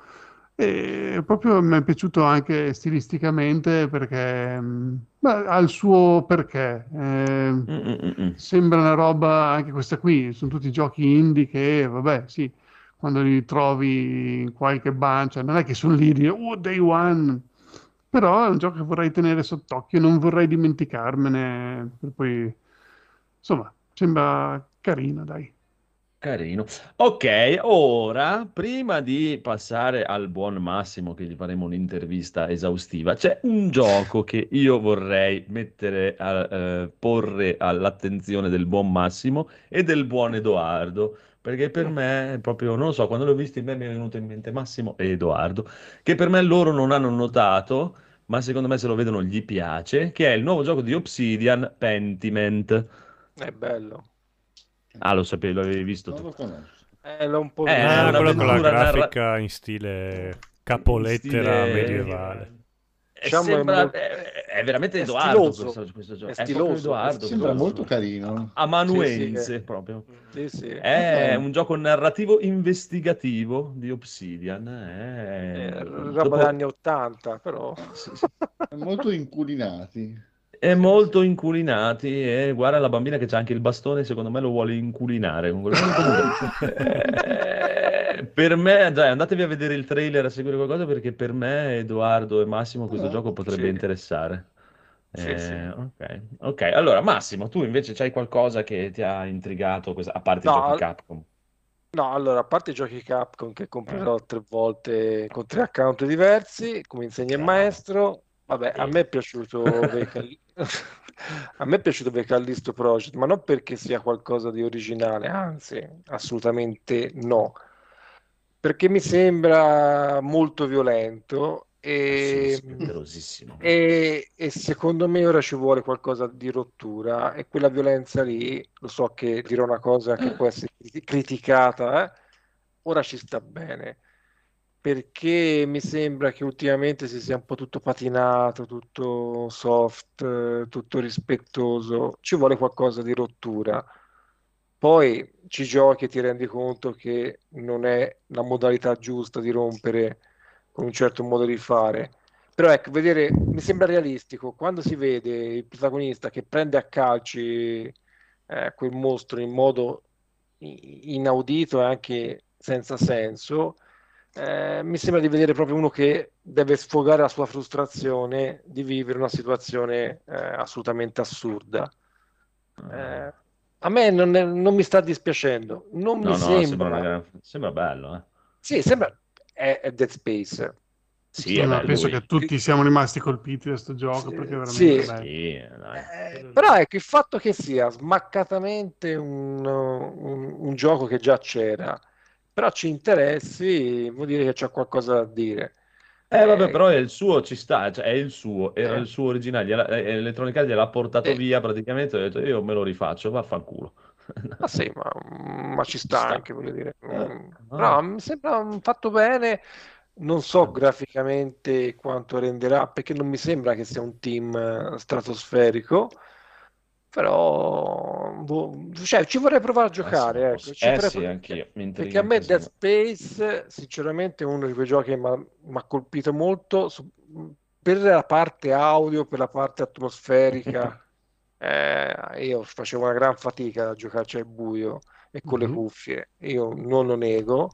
E proprio mi è piaciuto anche stilisticamente perché mh, beh, ha il suo perché. Eh, Mm, mm, mm, mm. sembra una roba, anche questa qui, sono tutti giochi indie che, vabbè, sì, quando li trovi in qualche bancia, non è che sono lì e dire, oh, day one, però è un gioco che vorrei tenere sott'occhio, non vorrei dimenticarmene, per poi, insomma, sembra carino, dai. Carino. Ok, ora, prima di passare al buon Massimo, che gli faremo un'intervista esaustiva, c'è un gioco che io vorrei mettere a, eh, porre all'attenzione del buon Massimo e del buon Edoardo, perché per me è proprio, non lo so, quando l'ho visto in me mi è venuto in mente Massimo e Edoardo, che per me loro non hanno notato, ma secondo me se lo vedono gli piace, che è il nuovo gioco di Obsidian, Pentiment. È bello. Ah, lo sapevi, l'avevi visto Non tu. lo conosco. Eh, l'ho un po' Eh, visto. è Ah, quello con la un'avventura narra- grafica in stile capolettera in stile- medievale. Eh, Diciamo è sembra, molto- è, è veramente è Edoardo stiloso. questo, questo gioco. È È proprio stiloso, è Edoardo. Sembra questo molto gioco. carino. Amanuense Sì, sì, proprio. Sì, sì. È un gioco narrativo investigativo di Obsidian. Eh, È, roba dopo- degli anni ottanta, però. sì, sì. È molto inculinati. È molto inculinati e guarda la bambina che c'ha anche il bastone, secondo me lo vuole inculinare. Con quel- Eh, per me, dai, andatevi a vedere il trailer a seguire qualcosa perché per me, Edoardo e Massimo, questo Ah, gioco potrebbe sì. interessare. Sì, Eh, sì. ok, ok. Allora, Massimo, tu invece c'hai qualcosa che ti ha intrigato, questa- a parte i No, giochi al- Capcom? No, allora, a parte i giochi Capcom che comprerò tre volte con tre account diversi, come insegna il Bravo. maestro, vabbè, a me è piaciuto Vecal- a me è piaciuto The Callisto Project, ma non perché sia qualcosa di originale, anzi, assolutamente no, perché mi sembra molto violento Eh sì, e, splenderosissimo. e- e secondo me ora ci vuole qualcosa di rottura e quella violenza lì, lo so che dirò una cosa che può essere criti- criticata, eh, ora ci sta bene, perché mi sembra che ultimamente si sia un po' tutto patinato, tutto soft, eh, tutto rispettoso, ci vuole qualcosa di rottura. Poi ci giochi e ti rendi conto che non è la modalità giusta di rompere con un certo modo di fare. Però ecco, vedere, mi sembra realistico, quando si vede il protagonista che prende a calci eh, quel mostro in modo i- inaudito e anche senza senso, eh, mi sembra di vedere proprio uno che deve sfogare la sua frustrazione di vivere una situazione eh, assolutamente assurda. Eh, a me non, è- non mi sta dispiacendo, non No, mi no, sembra sembra. una gran- sembra bello, eh. Sì, sembra. È, è Dead Space. Sì, è No, bello. penso lui. che tutti siamo rimasti colpiti da sto gioco Sì, perché è sì. veramente bello. Sì, dai. Eh, però ecco il fatto che sia smaccatamente un, un- un gioco che già c'era, però ci interessi, vuol dire che c'è qualcosa da dire. Eh, vabbè, Eh, però è il suo, ci sta, cioè, è il suo, era eh, il suo originale, gliela- eh, Electronic Arts gliel'ha portato eh, via praticamente, ho detto io me lo rifaccio, vaffanculo. ma sì, ma, ma ci Ci sta sta. anche, voglio dire. Eh, Mm, no. Però mi sembra un fatto bene. Non so graficamente quanto renderà, perché non mi sembra che sia un team eh, stratosferico, però boh, cioè, ci vorrei provare a Eh sì, giocare, ma ecco, posso- ci eh vorrei sì, pro- anch'io, mi perché intriga a un me Dead casino. Space, sinceramente, è uno di quei giochi che mi ha mi ha colpito molto su- per la parte audio, per la parte atmosferica. Eh, io facevo una gran fatica a giocarci al buio e con le Mhm. cuffie, io non lo nego.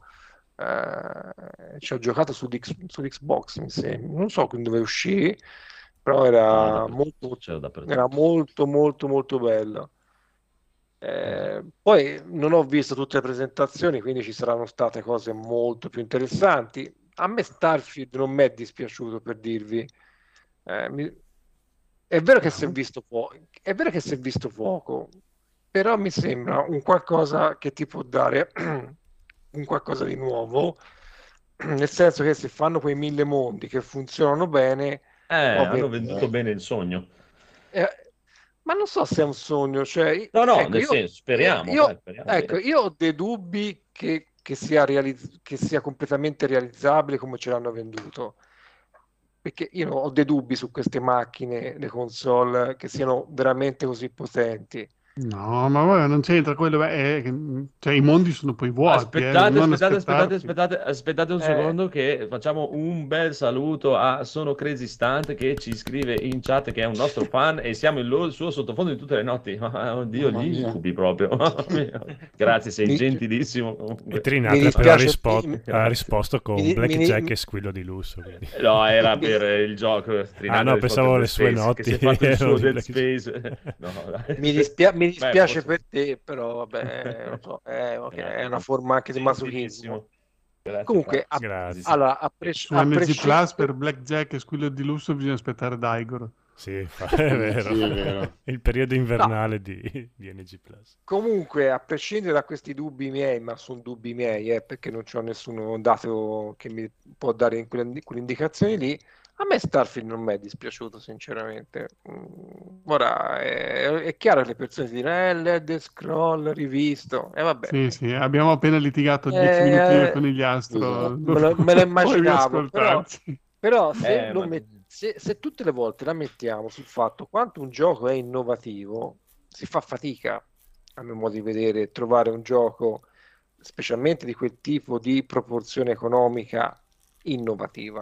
Eh, ci ho giocato sull'X- sull'Xbox, mi sembra, non so dove uscì, però No, era dappertutto, molto, c'era era dappertutto. molto, molto, molto bello. Eh, poi non ho visto tutte le presentazioni, quindi ci saranno state cose molto più interessanti. A me Starfield non mi è dispiaciuto, per dirvi. Eh, mi- È vero che si è No. visto poco, è vero che si è visto poco, però mi sembra un qualcosa che ti può dare un qualcosa di nuovo, nel senso che se fanno quei mille mondi che funzionano bene, Eh, ovvio, hanno venduto bene il sogno. eh, ma non so se è un sogno, cioè, No, no, ecco, nel io, senso, io- speriamo, dai, io- speriamo ecco, bene. io ho dei dubbi che, che sia realizz- che sia completamente realizzabile come ce l'hanno venduto, perché io ho dei dubbi su queste macchine, le console, che siano veramente così potenti. No, ma guarda, non c'entra quello, è, che- cioè, i mondi sono poi vuoti, eh, Aspettate, non aspettate, aspettate, aspettarti. aspettate, aspettate un Eh, secondo che facciamo un bel saluto a Sono Crazy Stunt che ci scrive in chat che è un nostro fan e siamo il, lo- il suo sottofondo di tutte le notti. Ah, oddio, Mamma gli mia. incubi proprio. Mamma mia. Grazie, sei mi, gentilissimo E comunque. mi Trinata però ha, dispiace, rispo- mi, ha Grazie. risposto con mi- mi- blackjack e squillo di lusso. Quindi. No, era mi- per il gioco. Ah Trinata no, ha risposto pensavo Dead le sue Space, che si notti è fatto il erano suo di Dead blackjack. Space. No, dai. mi dispia- mi Beh, dispiace forse... per te, però vabbè, lo so, è, ok, è Grazie, una forma anche di masochismo. gentilissimo. Grazie, Comunque, a, Grazie. allora, a, pres- Su a N G Plus prescindere, per Blackjack e Squillo di Lusso bisogna aspettare Daigoro. Sì, fa- è vero. Sì, è vero. Il periodo no, invernale di, di N G Plus. comunque, a prescindere da questi dubbi miei, ma sono dubbi miei, eh, perché non c'ho nessuno dato che mi può dare in quelle, quelle indicazioni lì, a me Starfield non mi è dispiaciuto, sinceramente. Mm, ora, è, è chiaro che le persone si dicono, eh, l'Elder Scroll rivisto, e vabbè. Sì, sì, abbiamo appena litigato dieci minuti io Eh, con gli Astro. me lo, me lo Puoi immaginavo, però, riascoltarci. però se, Eh, lo ma... met- se, se tutte le volte la mettiamo sul fatto quanto un gioco è innovativo, si fa fatica, a mio modo di vedere, trovare un gioco, specialmente di quel tipo di proporzione economica innovativa.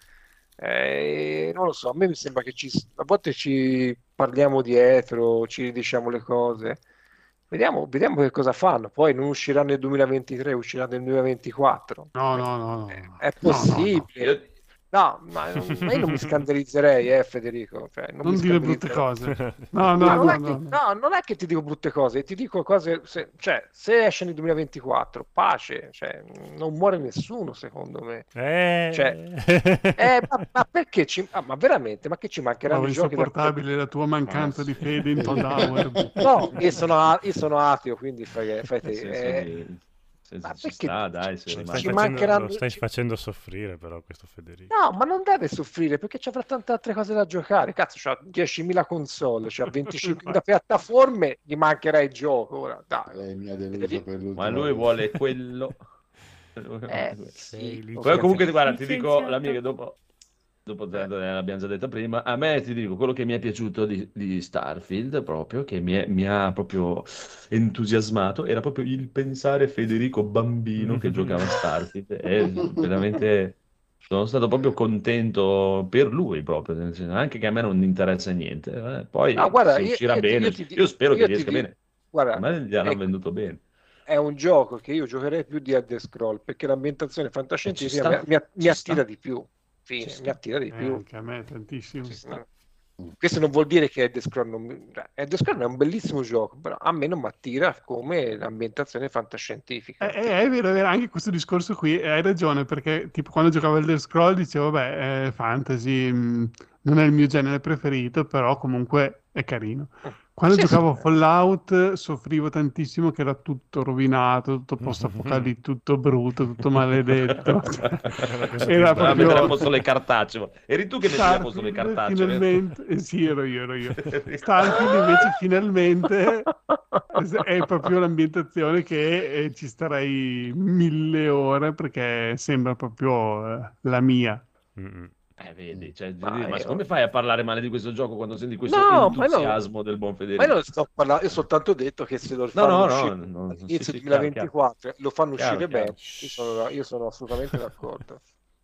Eh, non lo so, a me mi sembra che ci, a volte ci parliamo dietro, ci ridiciamo le cose. Vediamo, vediamo che cosa fanno. Poi non uscirà nel duemilaventitré, uscirà nel duemilaventiquattro. No, Eh, no, no, no, È, no, è no, no, no. possibile. Io... No, ma, non- ma io non mi scandalizzerei, eh, Federico. Cioè, non Non mi dire brutte scandalizzerei. cose. No, No, no, non no, è che, no, no. no, non è che ti dico brutte cose, ti dico cose, se, cioè, se esce nel duemilaventiquattro, pace, cioè, non muore nessuno, secondo me. Cioè, Eh. eh, ma, ma perché ci, ah, ma veramente, ma che ci mancheranno Trovo i giochi da insopportabile la tua mancanza Ah, di sì. fede in Todd Howard. No, io sono, a- io sono ateo, quindi fai, fai te. Nel senso eh, di... nel ma senso ci perché sta, dai, se ci, Lo rimane... stai, ci facendo, mancheranno... lo stai ci- facendo soffrire però questo Federico. No, ma non deve soffrire perché c'avrà tante altre cose da giocare. Cazzo, c'ha diecimila console, c'ha venticinquemila piattaforme, gli mancherà il gioco. Ora, dai. Lei mi ha deluso Federico- per l'ultima Ma lui volta. vuole quello... Eh, Sei sì, Poi comunque, ok. guarda, ti dico la mia che dopo, dopo tanto eh, l'abbiamo già detto prima, a me ti dico quello che mi è piaciuto di, di Starfield proprio, che mi, è- mi ha proprio entusiasmato, era proprio il pensare Federico bambino che giocava a Starfield e veramente sono stato proprio contento per lui proprio, nel senso, anche che a me non interessa niente. eh. Poi No, guarda, se io, uscirà io ti- bene, io ti di- io spero io che ti riesca di- bene. A Guarda, me gli hanno ecco, venduto bene. è un gioco che io giocherei più di Elder Scroll perché l'ambientazione E ci fantascientifica sta, mi, mi- mi ci attira sta, di più. ci Fine, mi sta, attira di Eh, più. anche a me tantissimo. ci sta. Mm. Questo non vuol dire che Elder Scroll non mi... cioè, Elder Scroll è un bellissimo gioco, però a me non mi attira come l'ambientazione fantascientifica. Eh, eh, è vero, è vero, anche questo discorso qui, hai ragione, perché tipo quando giocavo Elder Scroll dicevo, vabbè, è fantasy, mh, non è il mio genere preferito, però comunque è carino. Quando Sì, giocavo a sì. Fallout soffrivo tantissimo che era tutto rovinato, tutto post-apocalittico, tutto brutto, tutto maledetto. Era Doveva mettere a proprio... posto le cartacce. Eri tu che mettevi a posto le Starfield cartacce? finalmente, eh sì, ero io, ero io. Starfield invece finalmente è proprio l'ambientazione che eh, ci starei mille ore perché sembra proprio eh, la mia. Mm-mm. Eh, vedi, cioè, Ma ma io- come fai a parlare male di questo gioco quando senti questo No, ma no. entusiasmo del buon Ma Federico? io non sto parlando, io ho soltanto detto che se lo No, fanno no, no, uscire no, no, sì, all'inizio sì, del chiaro, duemilaventiquattro, lo fanno Chiaro, uscire chiaro. bene, io sono, io sono assolutamente d'accordo.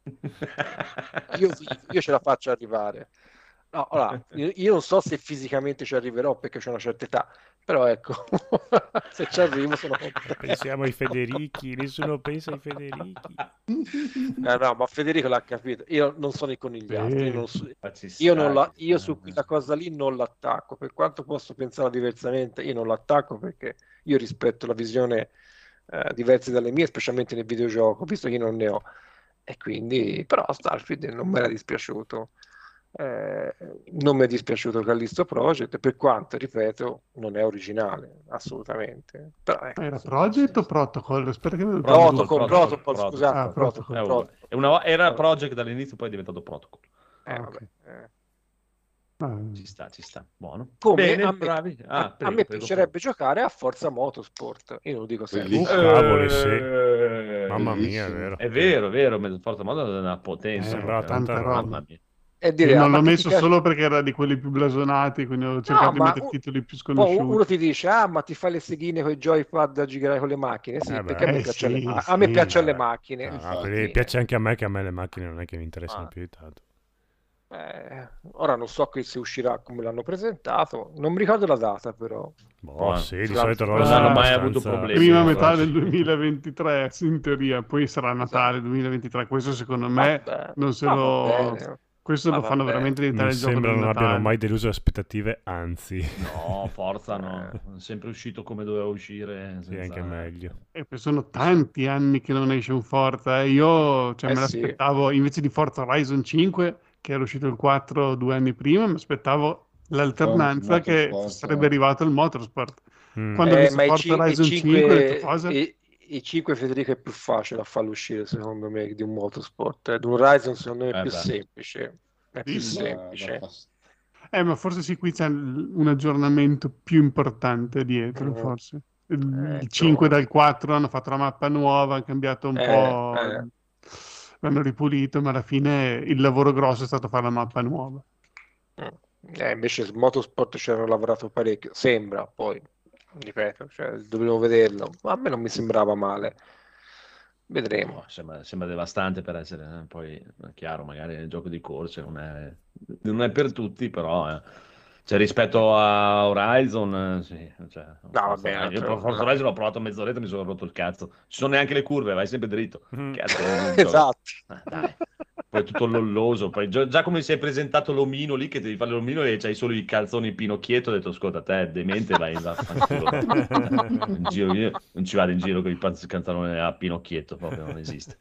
Io, io ce la faccio arrivare. No, allora, io, io non so se fisicamente ci arriverò perché c'è una certa età, però ecco, se ci arrivo sono contento. Pensiamo ai Federichi, nessuno pensa ai Federichi. Eh, no, ma Federico l'ha capito. Io non sono i conigliastri. Io, non so- Ma ci io, sta, non la- ci io sta. su quella cosa lì non l'attacco. Per quanto posso pensare diversamente, io non l'attacco perché io rispetto la visione eh, diversa dalle mie, specialmente nel videogioco, visto che io non ne ho. E quindi, però, Starfield non mi era dispiaciuto. Eh, non mi è dispiaciuto Callisto Project, per quanto, ripeto, non è originale, assolutamente. Però, ecco, Era insomma, Project sì. o Protocol? Spero che non Protocol, Protocol, Protocol, Protocol, Protocol. scusate, Ah, Protocol, È Protocol. uguale. È una- era Allora, Project dall'inizio, poi è diventato Protocol. eh, Ah, vabbè, ok. eh. Ah, Ci sta, ci sta. Buono. Come Bene, a me, bravi. Ah, a- a prego, me prego, piacerebbe giocare a Forza Motorsport, io non lo dico sempre. Uh, Bellissimo. cavoli, sì. Eh, Mamma mia, è bellissimo. vero. È vero, è vero, Forza Moto è una potenza. Eh, proprio. tanta tanta roba. Mamma mia. E dire, Io ah, non ma l'ho che ti messo piace? solo perché era di quelli più blasonati, quindi ho cercato No, di ma mettere u- titoli più poi uno sconosciuti. ti dice, ah, ma ti fai le seghine con i joypad a girare con le macchine? Sì, Eh perché a beh, me Eh piacciono le, sì, ma- a me sì. piacciono le Vabbè. macchine. No, no, Infatti. quelli- piace anche a me, che a me le macchine non è che mi interessano Ah. più di tanto. Eh, ora non so che se uscirà come l'hanno presentato, non mi ricordo la data però. Boh, Buono. sì, di Scusate, solito loro non sono hanno mai abbastanza- avuto problemi. Prima Sì, metà sì. del duemilaventitré, in teoria, poi sarà Natale duemilaventitré. Questo secondo me Vabbè, non se ma va lo... bene. Questo Ma lo va fanno bene. veramente diventare Non il gioco sembra del non abbiano Natale. mai deluso le aspettative, anzi. No, Forza no. È sempre uscito come doveva uscire. Sì, senza- anche meglio. E poi sono tanti anni che non esce un Forza. eh. Io cioè, Eh me sì. l'aspettavo, invece di Forza Horizon cinque, che era uscito il quattro due anni prima, mi aspettavo l'alternanza Oh, che Motorsport, sarebbe eh. arrivato il Motorsport. Mm. Quando ho Eh, visto ma i, Forza ci- i Horizon cinque, ho detto cinque, cosa? i, i cinque Federico è più facile a farlo uscire secondo me di un Motorsport. Eh, di un Horizon secondo me è Eh più beh. semplice. È più Sì, Ma- semplice. ma fa- Eh, ma forse sì, qui c'è l- un aggiornamento più importante dietro, Mm. forse. Il, Ecco. il cinque dal quattro hanno fatto la mappa nuova, hanno cambiato un Eh, po', eh. l'hanno ripulito, ma alla fine il lavoro grosso è stato fare la mappa nuova. Mm. Eh, invece su Motorsport ci hanno lavorato parecchio, sembra, poi ripeto, cioè, dovevo vederlo, ma a me non mi sembrava male. Vedremo. No, sembra, sembra devastante per essere, eh, poi è chiaro, magari il gioco di corse non è, non è per tutti, però eh. Cioè, rispetto a Horizon, eh, sì, cioè, Forza vabbè, Horizon- io altro- Forza no. Horizon l'ho provato mezz'oretta e mi sono rotto il cazzo. Ci sono neanche le curve, vai sempre dritto. Mm. Cazzo, è un gioco- Esatto. Eh, dai. Poi tutto lolloso, poi già, già come si è presentato l'omino lì, che devi fare l'omino e c'hai solo i calzoni Pinocchietto, ho detto, ascolta, te è demente, vai in in giro, io non ci vado in giro con i panz- calzoni a Pinocchietto, proprio non esiste.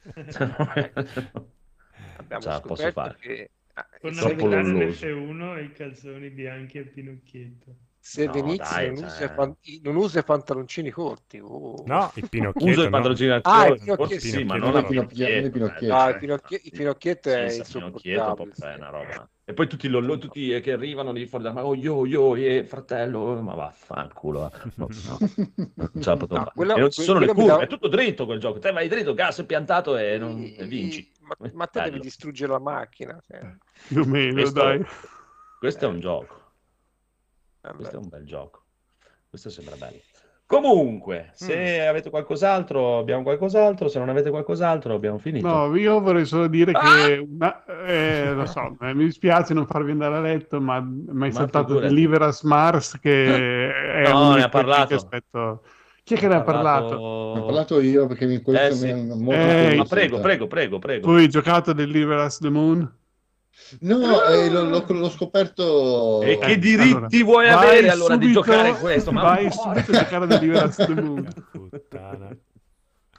Abbiamo Ce la posso scoperto fare. che eh, Con se, Troppo navigare lolloso. l'F uno e i calzoni bianchi a Pinocchietto. se No, Venizio dai, non, cioè- usa i fan- non usa i pantaloncini corti, oh. No, il Uso Pinocchietto i no. pantaloncini a Ah, il corti, Pinocchietto. sì, ma Pinocchietto non no. a Pinocchietto. Il Pinocchietto. eh, Ah, cioè, il Pinocchie- il Pinocchietto è senza Pinocchietto insopportabile. proprio è sì. una roba. E poi tutti, lollo, tutti eh, che arrivano lì fuori da ma oh yo yo eh, fratello, ma vaffanculo. eh. No, no, non ce la potevo No, fare. quello- E non ci sono le quello mi curve, dà- è tutto dritto quel gioco. Te vai dritto, gas piantato e, non, e vinci. Ma, ma te devi Bello. distruggere la macchina. cioè. Più o meno, Questo, dai. questo è un gioco. Vabbè. Questo è un bel gioco. Questo sembra bello. Comunque, se avete qualcos'altro, abbiamo qualcos'altro. Se non avete qualcos'altro, abbiamo finito. No, io vorrei solo dire Ah! che una- eh, lo so, eh, mi dispiace non farvi andare a letto, ma mi hai Ma saltato figurati. Deliver Us Mars, che è No, un ne ha parlato. aspetto. Chi è che ne ha parlato? Ho parlato io perché mi questo Eh, mi sì. è molto Eh, Ma curiosità. prego, prego, prego, prego. Tu hai giocato a Deliver Us the Moon? No, eh, l'ho, l'ho- l'ho scoperto. E che Eh, diritti allora, vuoi vai avere allora di subito- giocare questo? Ma vai muore. subito a giocare a Deliver Us the Moon. Puttana.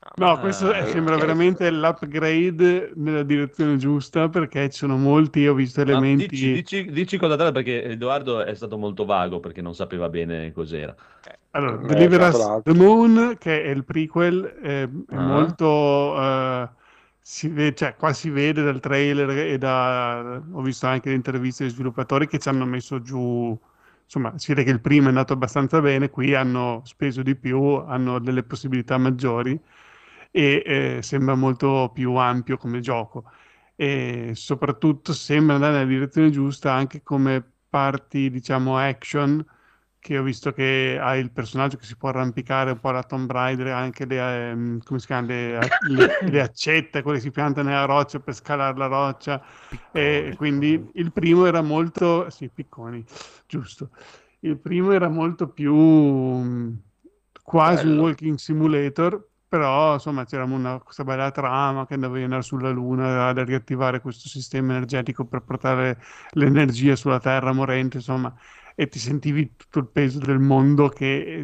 No, questo Ah, sembra ok. veramente l'upgrade nella direzione giusta, perché ci sono molti, ho visto Ma dici, elementi. dici, dici cosa tra perché Edoardo è stato molto vago perché non sapeva bene cos'era. Allora, mi hai Deliver giocato Us the l'altro. Moon, che è il prequel, è, è Ah, molto... eh, si vede, cioè, qua si vede dal trailer e da... Ho visto anche le interviste dei sviluppatori che ci hanno messo giù... Insomma, si vede che il primo è andato abbastanza bene, qui hanno speso di più, hanno delle possibilità maggiori e eh, sembra molto più ampio come gioco. E soprattutto sembra andare nella direzione giusta anche come parti, diciamo, action che ho visto che ha il personaggio che si può arrampicare un po' alla Tomb Raider, anche le, ehm, come si chiama, le, le- le accette, quelle che si piantano nella roccia per scalare la roccia. E Piccone. quindi il primo era molto, sì, picconi, giusto. Il primo era molto più mh, quasi un Bello. walking simulator, però insomma c'era una, questa bella trama che dovevi andare sulla Luna ad riattivare questo sistema energetico per portare l'energia sulla Terra morente, insomma, e ti sentivi tutto il peso del mondo che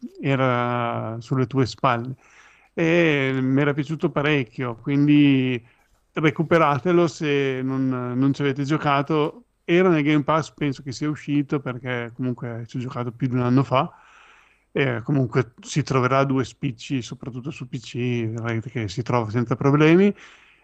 era sulle tue spalle. E mi era piaciuto parecchio, quindi recuperatelo se non, non ci avete giocato. Era nel Game Pass, penso che sia uscito perché comunque ci ho giocato più di un anno fa. E comunque si troverà a due spicci, soprattutto su P C, vedrete che si trova senza problemi.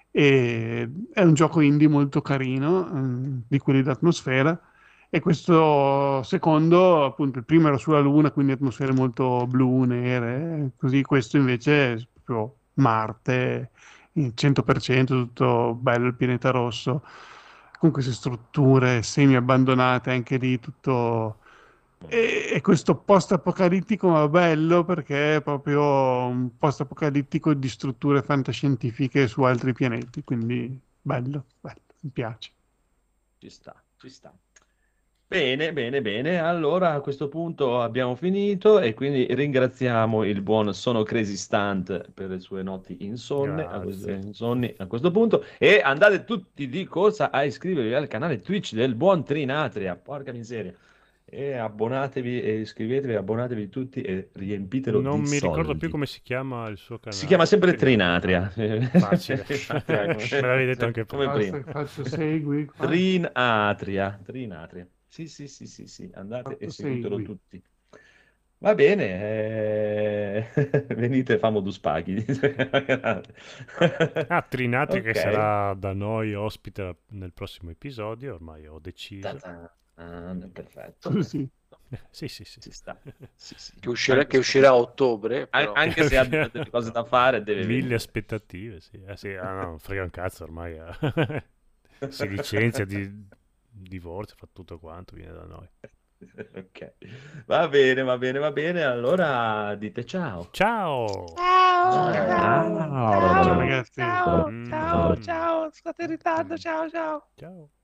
E è un gioco indie molto carino, eh, di quelli d'atmosfera. E questo secondo, appunto, il primo era sulla Luna, quindi atmosfere molto blu, nere, così questo invece è proprio Marte, il cento per cento, tutto bello, il pianeta rosso, con queste strutture semi abbandonate, anche lì tutto... E, e questo post-apocalittico ma bello perché è proprio un post-apocalittico di strutture fantascientifiche su altri pianeti, quindi bello, bello, mi piace. ci sta, ci sta. Bene, bene, bene. Allora a questo punto abbiamo finito e quindi ringraziamo il buon Sono Crazy Stunt per le sue notti insonne a questo, Grazie. insonni a questo punto e andate tutti di corsa a iscrivervi al canale Twitch del buon Trinatria, porca miseria. E abbonatevi e iscrivetevi, abbonatevi tutti e riempitelo Non di mi ricordo più soldi. come si chiama il suo Si chiama canale. sempre Trinatria. Trinatria. Facile. Trinatria, Me l'avevi detto anche come prima. prima. Basta che faccio segui qua. Trinatria, Trinatria. Sì, sì, sì, sì, sì, andate e Fatto seguitelo segui. tutti. Va bene, eh, venite famo due spaghi. Ah, Trinatria che Ok. sarà da noi ospite nel prossimo episodio, ormai ho deciso. Ta-ta. Ah, perfetto. Così. Sì, sì, sì. Ci sta. Sì, sì. Che uscirà, Anche che se- uscirà a ottobre, an- però. anche se ha delle cose da fare, deve Mille venire. aspettative, sì. Eh, sì, ah, no, non frega un cazzo ormai. eh. Si licenzia, di, divorzia, fa tutto quanto, viene da noi. Ok, va bene, va bene, va bene. Allora dite ciao. Ciao! Ciao, Ciao. Ciao ragazzi. ciao, Mm. ciao, ciao, state in ritardo, ciao, ciao. Ciao!